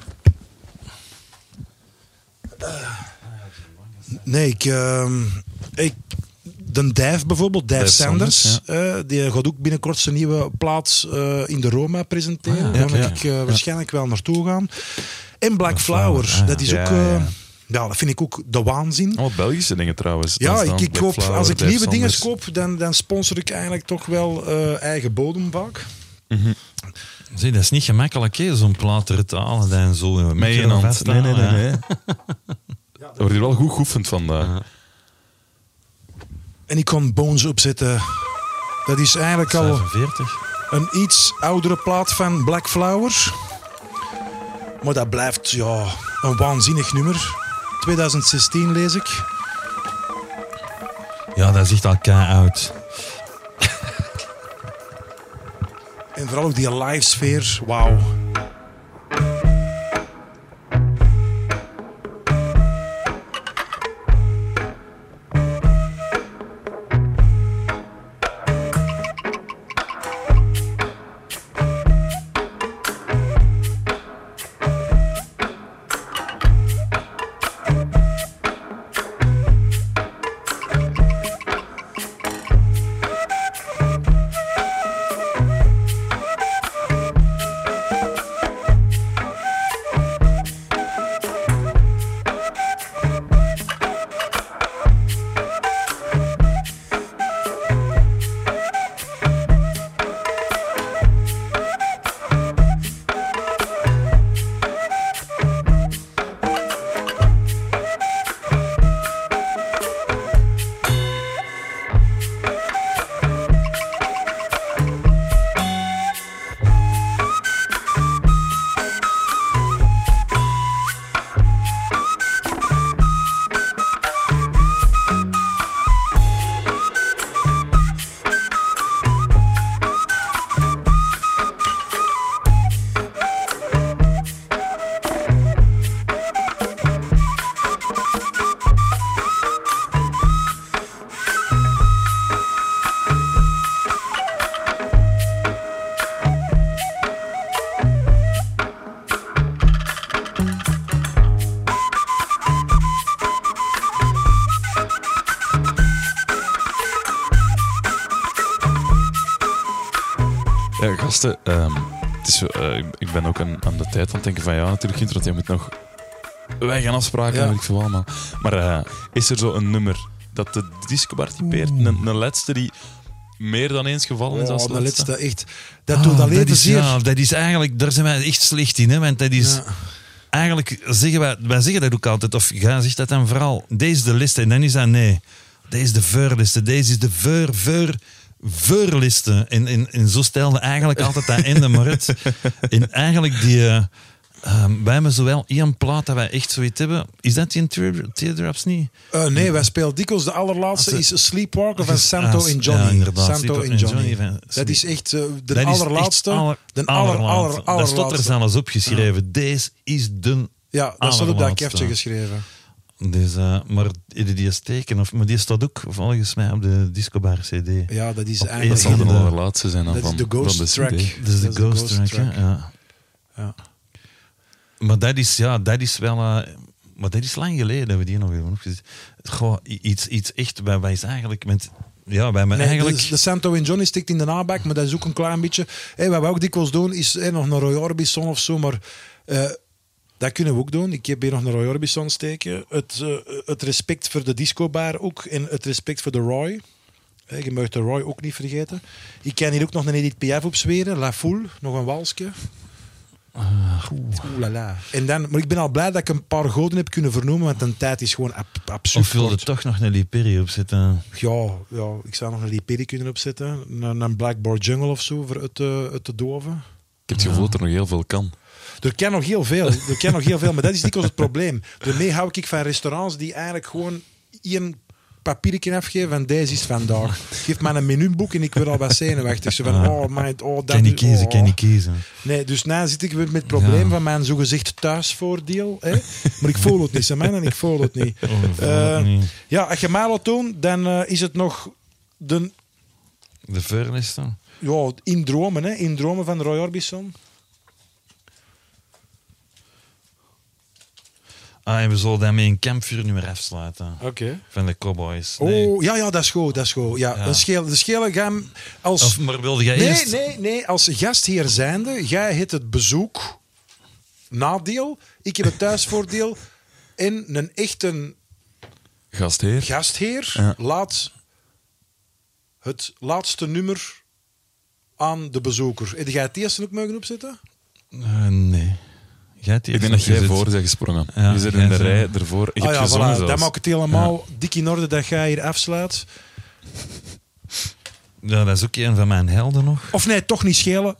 Nee, ik... ehm, ik de Dave bijvoorbeeld, Dave, Dave Sanders, Sanders, eh, die gaat ook binnenkort zijn nieuwe plaats eh, in de Roma presenteren. Ah, ja, Daar ja, moet ik ja. eh, waarschijnlijk wel naartoe gaan. En Black Flower, Flower, ah, dat is ja, ook... ja, eh, ja. ja, dat vind ik ook de waanzin. Allemaal Belgische dingen trouwens. Ja, Dat is ik, dan ik Black koop, Flower, als ik Dave nieuwe dingen Sanders. koop, dan, dan sponsor ik eigenlijk toch wel eh, eigen bodem vaak. Zie, dat is niet gemakkelijk, hè, zo'n plaat er te halen en zo in een Met micro één hand. vasthalen, Nee, nee, nee. hè. nee. Dat wordt hier wel goed geoefend vandaag. En ik kon Bones opzetten. Dat is eigenlijk al zevenenveertig. een iets oudere plaat van Black Flower. Maar dat blijft ja, een waanzinnig nummer. twintig zestien lees ik. Ja, dat is echt al kei oud. En vooral ook die live sfeer. Wauw. Ja, gasten, ehm, het is, eh, ik- ik ben ook aan, aan de tijd aan het denken van ja, natuurlijk, Intro, je moet nog... Wij gaan afspraken, Ja. weet ik veel allemaal. Maar eh, is er zo een nummer dat de discobar typeert? Een, een laatste die meer dan eens gevallen is als Oh, de laatste? laatste, echt. Dat Ah, doet alleen dat is, zeer. ja, dat is eigenlijk, daar zijn wij echt slecht in, hè, want dat is... Ja. Eigenlijk zeggen wij, wij zeggen dat ook altijd, of jij zegt dat dan vooral, deze is de liste, en dan is dat nee. Deze is de voorliste, deze is de voor, voor, voorliste. En, en, en zo stelde eigenlijk altijd dat einde maar het. En eigenlijk die, eh, Um, wij hebben zowel één plaat dat wij echt zoiets hebben. Is dat die in Tear- Teardrops niet? Uh, nee, wij spelen dikwijls de allerlaatste Als de- is Sleepwalker van Als- Santo als- in Johnny. ja, inderdaad, Santo Sleepwalker in in Johnny. Johnny van Dat Sleep. is echt uh, de Dat is echt allerlaatste. aller- de aller, aller, allerlaatste. aller, Daar stond er allerlaatste. zelfs opgeschreven. Deze is de Ja, dat staat op dat allerlaatste. keftje geschreven. Dus, uh, maar die, die steken, of, maar die staat ook volgens mij op de Discobar C D. Ja, dat is Op Dat eigenlijk... zal de de- allerlaatste zijn dan Dat is van, de Ghost van de track. C D. Dat is de Dat is de Ghost, Ghost track, track. hè? Ja. Ja. Maar dat is, ja, dat is wel... Uh, maar dat is lang geleden dat we die nog hebben opgezet. Goh, iets, iets echt... Wij, wij is eigenlijk... Met, ja, wij hebben Nee, eigenlijk... de, de Santo in Johnny stikt in de nabak, maar dat is ook een klein beetje... Hey, wat we ook dikwijls doen, is hey, nog een Roy Orbison of zo, maar... Uh, dat kunnen we ook doen. Ik heb hier nog een Roy Orbison steken. Het, uh, het respect voor de discobar ook en het respect voor de Roy. Hey, je mag de Roy ook niet vergeten. Ik kan hier ook nog een Edith Piaf op zweren. La Foule, nog een walsje. Uh, Oeh la la. En dan, maar ik ben al blij dat ik een paar goden heb kunnen vernoemen, want een tijd is gewoon ab, absurd of wilde kort. toch nog een Liperi opzetten? Ja, ja, ik zou nog een Liperi kunnen opzetten. Een, een Blackboard Jungle of zo, voor het, uh, het te doven. Ik heb het gevoel dat er nog heel veel kan. Er kan nog heel veel, er kan nog heel veel, maar dat is dikwijls het probleem. Daarmee hou ik van restaurants die eigenlijk gewoon één papiertje afgeven van deze is vandaag. Geef mij een menuboek en ik word al wat zenuwachtig. Zo van, oh, my, oh, dat Kan niet is- kiezen, oh. kan niet kiezen. Nee, dus nu zit ik weer met het probleem Ja. van mijn zogezegd thuisvoordeel. Hè? Maar ik voel het niet, hè, man, en ik voel het niet. Oh, ik voel Eh, het niet. Ja, als je mij laat doen, dan uh, is het nog de, De verlisten. ja, in dromen, hè? In dromen van Roy Orbison. Ah, en we zullen daarmee een kampvuurnummer afsluiten. Oké. Okay. Van de Cowboys. Nee. Oh, ja, ja, dat is goed, dat is goed. Ja, Ja. Een schele, de schele gaan als... Of, maar wilde jij nee, eerst... nee, nee, als gastheer zijnde, jij hebt het bezoek nadeel, ik heb het thuisvoordeel en een echte Gastheer. gastheer Ja. laat het laatste nummer aan de bezoeker. Heb jij het eerste ook mogen opzetten? Uh, nee. Jij hebt die Ik denk eerst dat jij gezet. voor bent gesprongen. Ja, je zit jij in de zei- rij ervoor. Ik Ah heb ja, gezongen voilà, zelfs. dat maakt het helemaal dik in orde dat jij hier afsluit. Ja, dat is ook een van mijn helden nog. Of nee, toch niet schelen.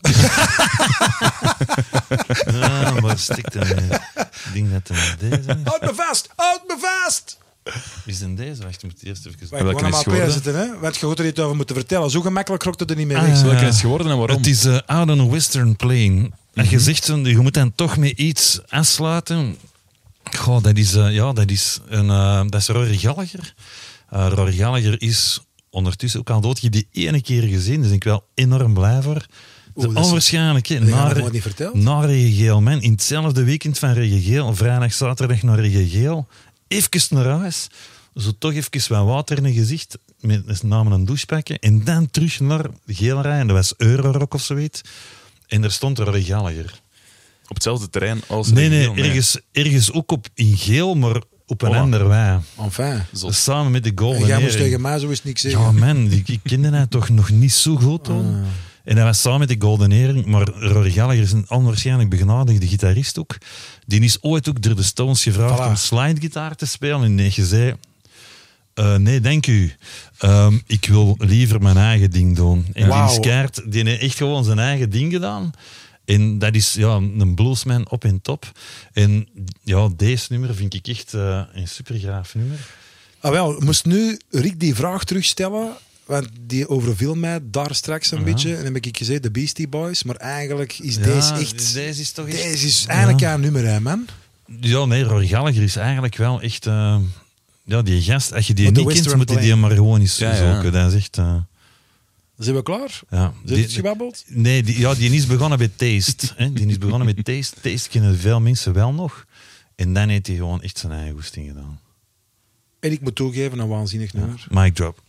Ja, maar stikt er niet. Ik denk dat het deze is. Houd me vast, houd me vast! Is het deze? Wacht, ik moet eerst even... Wij welke gewoon is allemaal geworden? zitten, hè? Want je gaat er iets over moeten vertellen. Zo gemakkelijk rokt het er niet mee Ah, weg. ja. Welke is het geworden en waarom? Het is uh, Out on a Western Plain. En je zegt, zo, je moet dan toch met iets afsluiten. Goh, dat is, uh, ja, dat is, een, uh, dat is Rory Gallagher. Uh, Rory Gallagher is ondertussen ook al dood. Je hebt die ene keer gezien, dus ik ben wel enorm blij voor. Oeh, dat is- Onwaarschijnlijk, hè? Dat heb je Naar, nog niet verteld. naar Reggegeel, man. In hetzelfde weekend van Reggegeel, vrijdag, zaterdag naar Reggegeel. Even naar huis. Zo toch even wat water in je gezicht. Met namen een douche pakken. En dan terug naar Geelrij. En dat was Eurorock of zoiets. En er stond Rory Gallagher. Op hetzelfde terrein als... Nee, de nee, Geel, ergens, ergens ook op, in geel, maar op een Voilà. ander wij. Enfin. Zot. Samen met de En Golden jij moest Earring. tegen mij zo eens niks zeggen. Ja, man, ik, ik kende hij toch nog niet zo goed toen. Ah. En hij was samen met de Golden Earring, maar Rory Gallagher is een onwaarschijnlijk begenadigde gitarist ook. Die is ooit ook door de Stones gevraagd Voilà. om slidegitaar te spelen. En nee, je zei... Uh, nee, dank u. Um, ik wil liever mijn eigen ding doen. En Wauw. die is keihard, die heeft echt gewoon zijn eigen ding gedaan. En dat is ja, een bluesman op en top. En ja, deze nummer vind ik echt uh, een supergraaf nummer. Ah, wel, moest nu Rick die vraag terugstellen, want die overviel mij daar straks een Ja. beetje. En dan heb ik gezegd de Beastie Boys, maar eigenlijk is Ja, deze echt... Deze is toch echt... Deze is eigenlijk Ja. een nummer, hè, man. Ja, nee, Rory Gallagher is eigenlijk wel echt... Uh, ja, die gast, als je die Op de niet kent, Western moet je die Plain. maar gewoon eens Ja, ja. zoeken. Dat is echt... Uh, Zijn we klaar? ja. Zit Die- het gebabbeld? Nee, die, ja, die is begonnen met Taste. Hè. Die is begonnen met Taste. Taste kennen veel mensen wel nog. En dan heeft hij gewoon echt zijn eigen goesting gedaan. En ik moet toegeven, een waanzinnig nummer. Mic drop.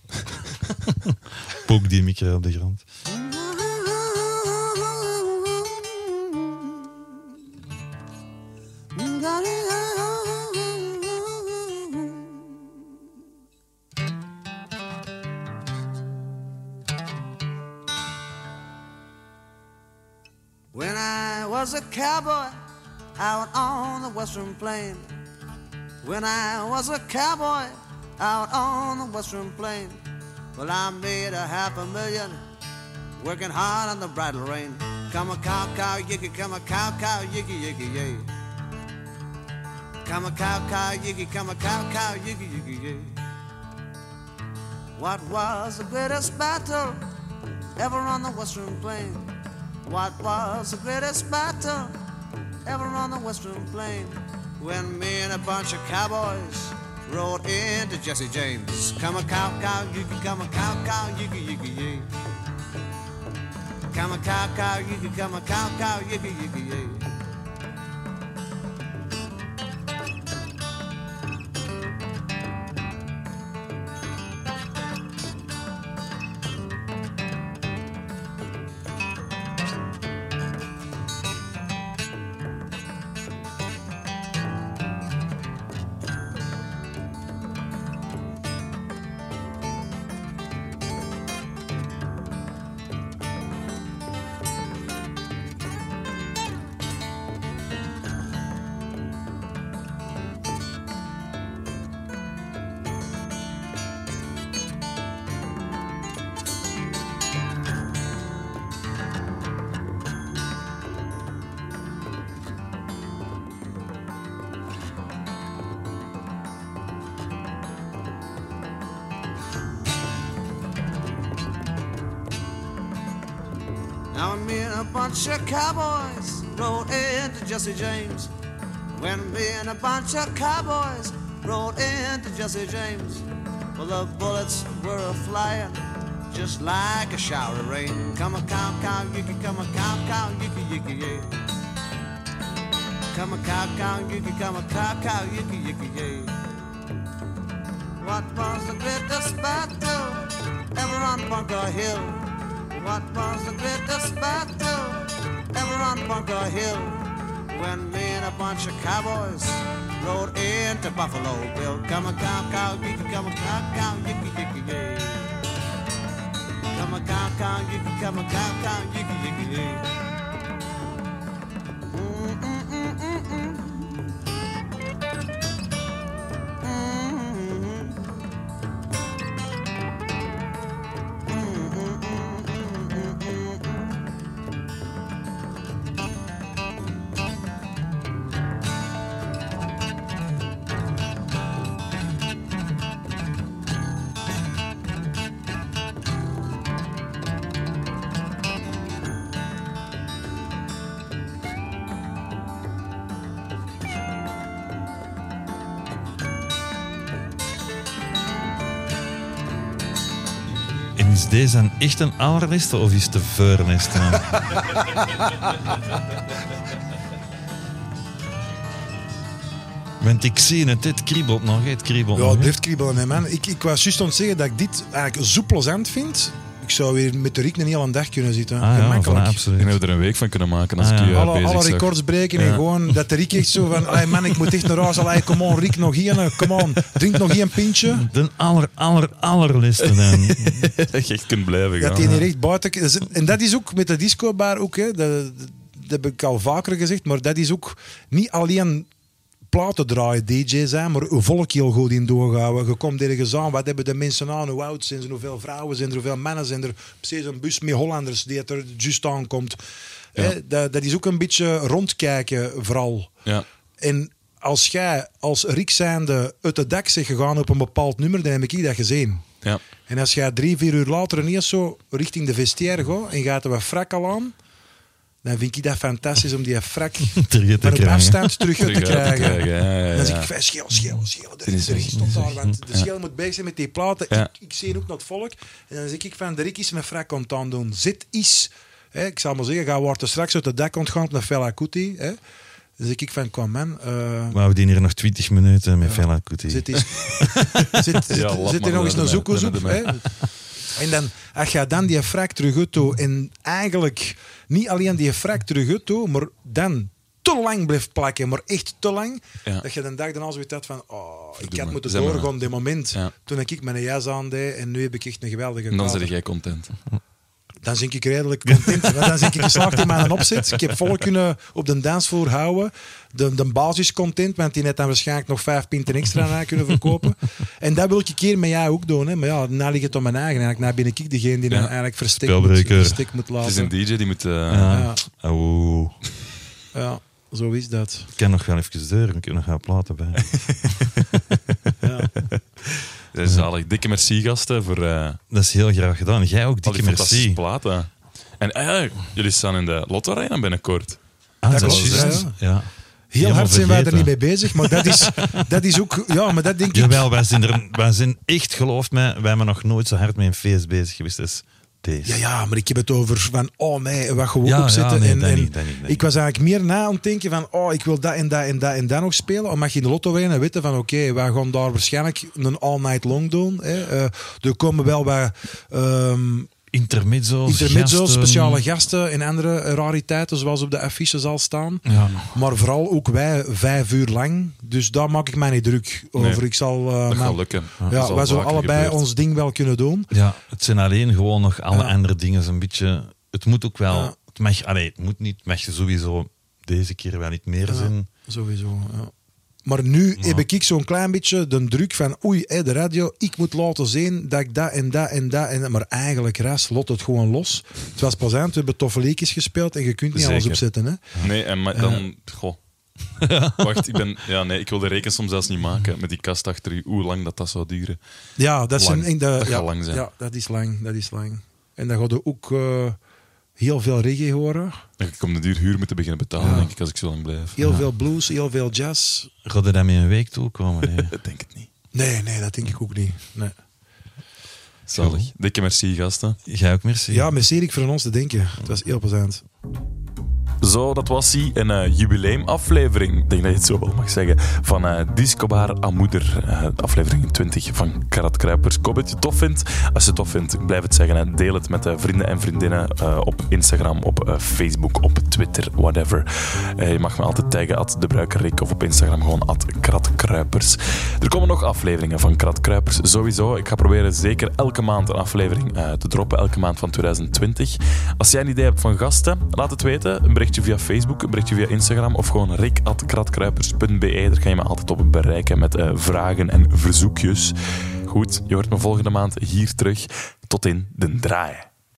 Pook die micro op de grond. When I was a cowboy out on the western plain. When I was a cowboy out on the western plain. Well, I made a half a million working hard on the bridle rein. Come a cow, cow, yiggy, come a cow, cow, yiggy, yiggy, yay. Come a cow, cow, yiggy, come a cow, cow, yiggy, yiggy, yay. What was the greatest battle ever on the Western Plain? What was the greatest battle ever on the Western Plain? When me and a bunch of cowboys rode into Jesse James. Come a cow, cow, yiggy, come a cow, cow, yiggy, yiggy, yay. Come a cow, cow, yiggy, come a cow, cow, yiggy, yiggy, yay. Now me and a bunch of cowboys rode into Jesse James. When me and a bunch of cowboys rode into Jesse James. Well, the bullets were a-flying just like a shower of rain. Come a cow, cow, yiggy, come a cow, cow, yiggy, yiggy, yeah. Come a cow, cow, yiggy, come a cow, cow, yiggy, yiggy, yeah. What was the greatest battle ever on Bunker Hill? What was the greatest battle ever on Bunker Hill? When me and a bunch of cowboys rode into Buffalo Bill. Come a cow, cow, yiggy, come a cow, cow, yiggy, yiggy, yeah. Come a cow, cow, yiggy, come a cow, cow, yiggy, yiggy, yeah. Is deze een echt een allerliste of is het de veurliste? Want ik zie het, het kriebelt nog, het kriebelt Ja, nog. het hè. blijft kriebelen, hè, man. Ik, ik was juist aan het zeggen dat ik dit eigenlijk zo plezant vind. Ik zou weer met de Rick een hele dag kunnen zitten. Ah ja, Gemakkelijk. voilà, absoluut. Ik denk dat we er een week van kunnen maken als Ah, ja. ik je alle, bezig alle zag. records breken en Ja. gewoon dat de Rick echt zo van "Allee, man, ik moet echt naar huis. Allee, come on, Rick, nog hier. Come on, drink nog hier een pintje. De aller, aller, allerliste dan. Dat je echt kunt blijven gaan. Dat hij niet echt buiten... En dat is ook met de discobar ook, hè. Dat, dat heb ik al vaker gezegd, maar dat is ook niet alleen platen draaien, D J zijn, maar een volk heel goed in doorgaan. Je komt ergens aan, wat hebben de mensen aan, hoe oud zijn ze, hoeveel vrouwen zijn er, hoeveel mannen zijn er. Precies een bus met Hollanders die er juist aankomt. Ja. Hè, dat, dat is ook een beetje rondkijken, vooral. Ja. En als jij als Rick zijnde uit het dak zegt gegaan op een bepaald nummer, dan heb ik dat gezien. Ja. En als jij drie, vier uur later ineens zo richting de vestiaire gaat en gaat er wat frak al aan, dan vind ik dat fantastisch om die frak Terug te van op krijgen. afstand terug te Terug uit te krijgen. krijgen, ja, ja, ja. Dan zeg ik, van, scheel, scheel, scheel. De, is de Rick echt- stond daar, want de scheel moet bezig zijn met die platen. Ja. Ik, ik zie ook naar het volk. En dan zeg ik van, de Rick is mijn frak aan het aandoen. Zit is, hè, ik zal maar zeggen, ga wordt er straks uit de dak ontgaan op naar Fela Kuti. Hè. Dan zeg ik van, kom man. Uh, Maar we dienen hier nog twintig minuten met Fela Kuti. Zit is, zit, zit, Ja, laat zit maar, er nog eens laat een maar, zoekers laat op. maar. Hè. En dan, als je dan die frak terug uit doet, en eigenlijk niet alleen die frak terug uit doet, maar dan te lang blijft plakken, maar echt te lang, Ja. dat je de dag daarna zoiets had van, oh, ik Doe had maar. moeten Zeg maar. doorgaan op dit moment, Ja. toen ik mijn jas aan deed, en nu heb ik echt een geweldige En dan kader. zeg jij content. dan ben ik redelijk content. Dan ben ik geslaagd in mijn opzet. Ik heb vol kunnen op de dansvloer houden. De, de basis content, want die net dan waarschijnlijk nog vijf pinten extra na kunnen verkopen. En dat wil ik een keer met jou ook doen. Hè. Maar ja, nou ligt het om mijn eigen. Eigenlijk, nou ben ik degene die Ja. dan eigenlijk verstek moet, verstek moet laten. Het is een D J die moet... Uh... Ja. Ja. Oh. Ja, zo is dat. Ik kan nog wel even deuren, ik kan nog gaan platen bij. Ja. Dat is zalig. Dikke merci, gasten, voor uh, Dat is heel graag gedaan. Jij ook, al dikke die fantastische merci. platen. En uh, jullie staan in de Lotto Arena binnenkort. Ah, Dat dat is klopt, juist. ja. Ja. Heel Helemaal hard zijn wij er vergeten. niet mee bezig, maar dat is, dat is ook... Ja, maar dat denk ik... Jawel, wij zijn, er, wij zijn echt, geloof mij, wij hebben nog nooit zo hard met een feest bezig geweest als deze. Ja, ja, maar ik heb het over van, oh nee, wat gewoon Ja, opzetten. ja, nee, en, dat en niet, dat niet, dat niet. ik was eigenlijk meer na aan het denken van, oh, ik wil dat en dat en dat en dat nog spelen. Omdat je in de Lotto winnen en weten van, oké, okay, wij gaan daar waarschijnlijk een all night long doen. Hè. Uh, er komen wel wat... Um, Intermezzo's, Intermezzo's, gasten. speciale gasten en andere rariteiten, zoals op de affiche zal staan. Ja. Maar vooral ook wij vijf uur lang. Dus daar maak ik mij niet druk over. Nee, ik zal, uh, dat maar- gaat lukken. Ja, Dat is al wij zullen vaker allebei gebeurd. ons ding wel kunnen doen. Ja, het zijn alleen gewoon nog alle Ja. andere dingen een beetje... Het moet ook wel... Ja. Het mag, allee, het moet niet, het mag sowieso deze keer wel niet meer Ja. zijn. Sowieso, ja. Maar nu Ja. heb ik zo'n klein beetje de druk van oei, hé, de radio, ik moet laten zien dat ik dat en dat en dat en dat. Maar eigenlijk, ras, lot het gewoon los. Het was plezant, we hebben toffe liedjes gespeeld en je kunt niet alles Zeker. opzetten. Hè? Nee, en maar dan... Goh. Wacht, ik ben... Ja, nee, ik wil de rekensom zelfs niet maken met die kast achter u. Hoe lang dat, dat zou duren. Ja, dat, Lang. zijn, de, Dat ja, gaat lang zijn. Ja, dat is lang, dat is lang. En dan gaat er ook uh, heel veel reggae horen. Ik kom de duur huur moeten beginnen betalen, Ja. denk ik, als ik zo lang blijf. Heel Ja. veel blues, heel veel jazz. Gaat er dan met een week toekomen? Nee. Ik denk het niet. Nee, nee, dat denk ik ook niet. Nee. Zalig. Dikke merci, gasten. Jij ook, merci. Ja, met Erik voor ons te denken. Het was heel plezant. Zo, dat was hij, een uh, jubileumaflevering, ik denk dat je het zo wel mag zeggen, van uh, Disco Bar aan Moeder, uh, aflevering twintig van Karat Kruipers. Ik hoop dat je het tof vindt. Als je het tof vindt, blijf het zeggen. Hè. Deel het met uh, vrienden en vriendinnen uh, op Instagram, op uh, Facebook, op Twitter, whatever. Uh, je mag me altijd taggen, at de Bruiker Rick, of op Instagram gewoon at Karat Kruipers. Er komen nog afleveringen van Karat Kruipers, sowieso. Ik ga proberen zeker elke maand een aflevering uh, te droppen, elke maand van twintig twintig. Als jij een idee hebt van gasten, laat het weten. Een berichtje via Facebook, een berichtje via Instagram of gewoon rick at kratkruipers punt b e. Daar kan je me altijd op bereiken met uh, vragen en verzoekjes. Goed, je hoort me volgende maand hier terug. Tot in de draai.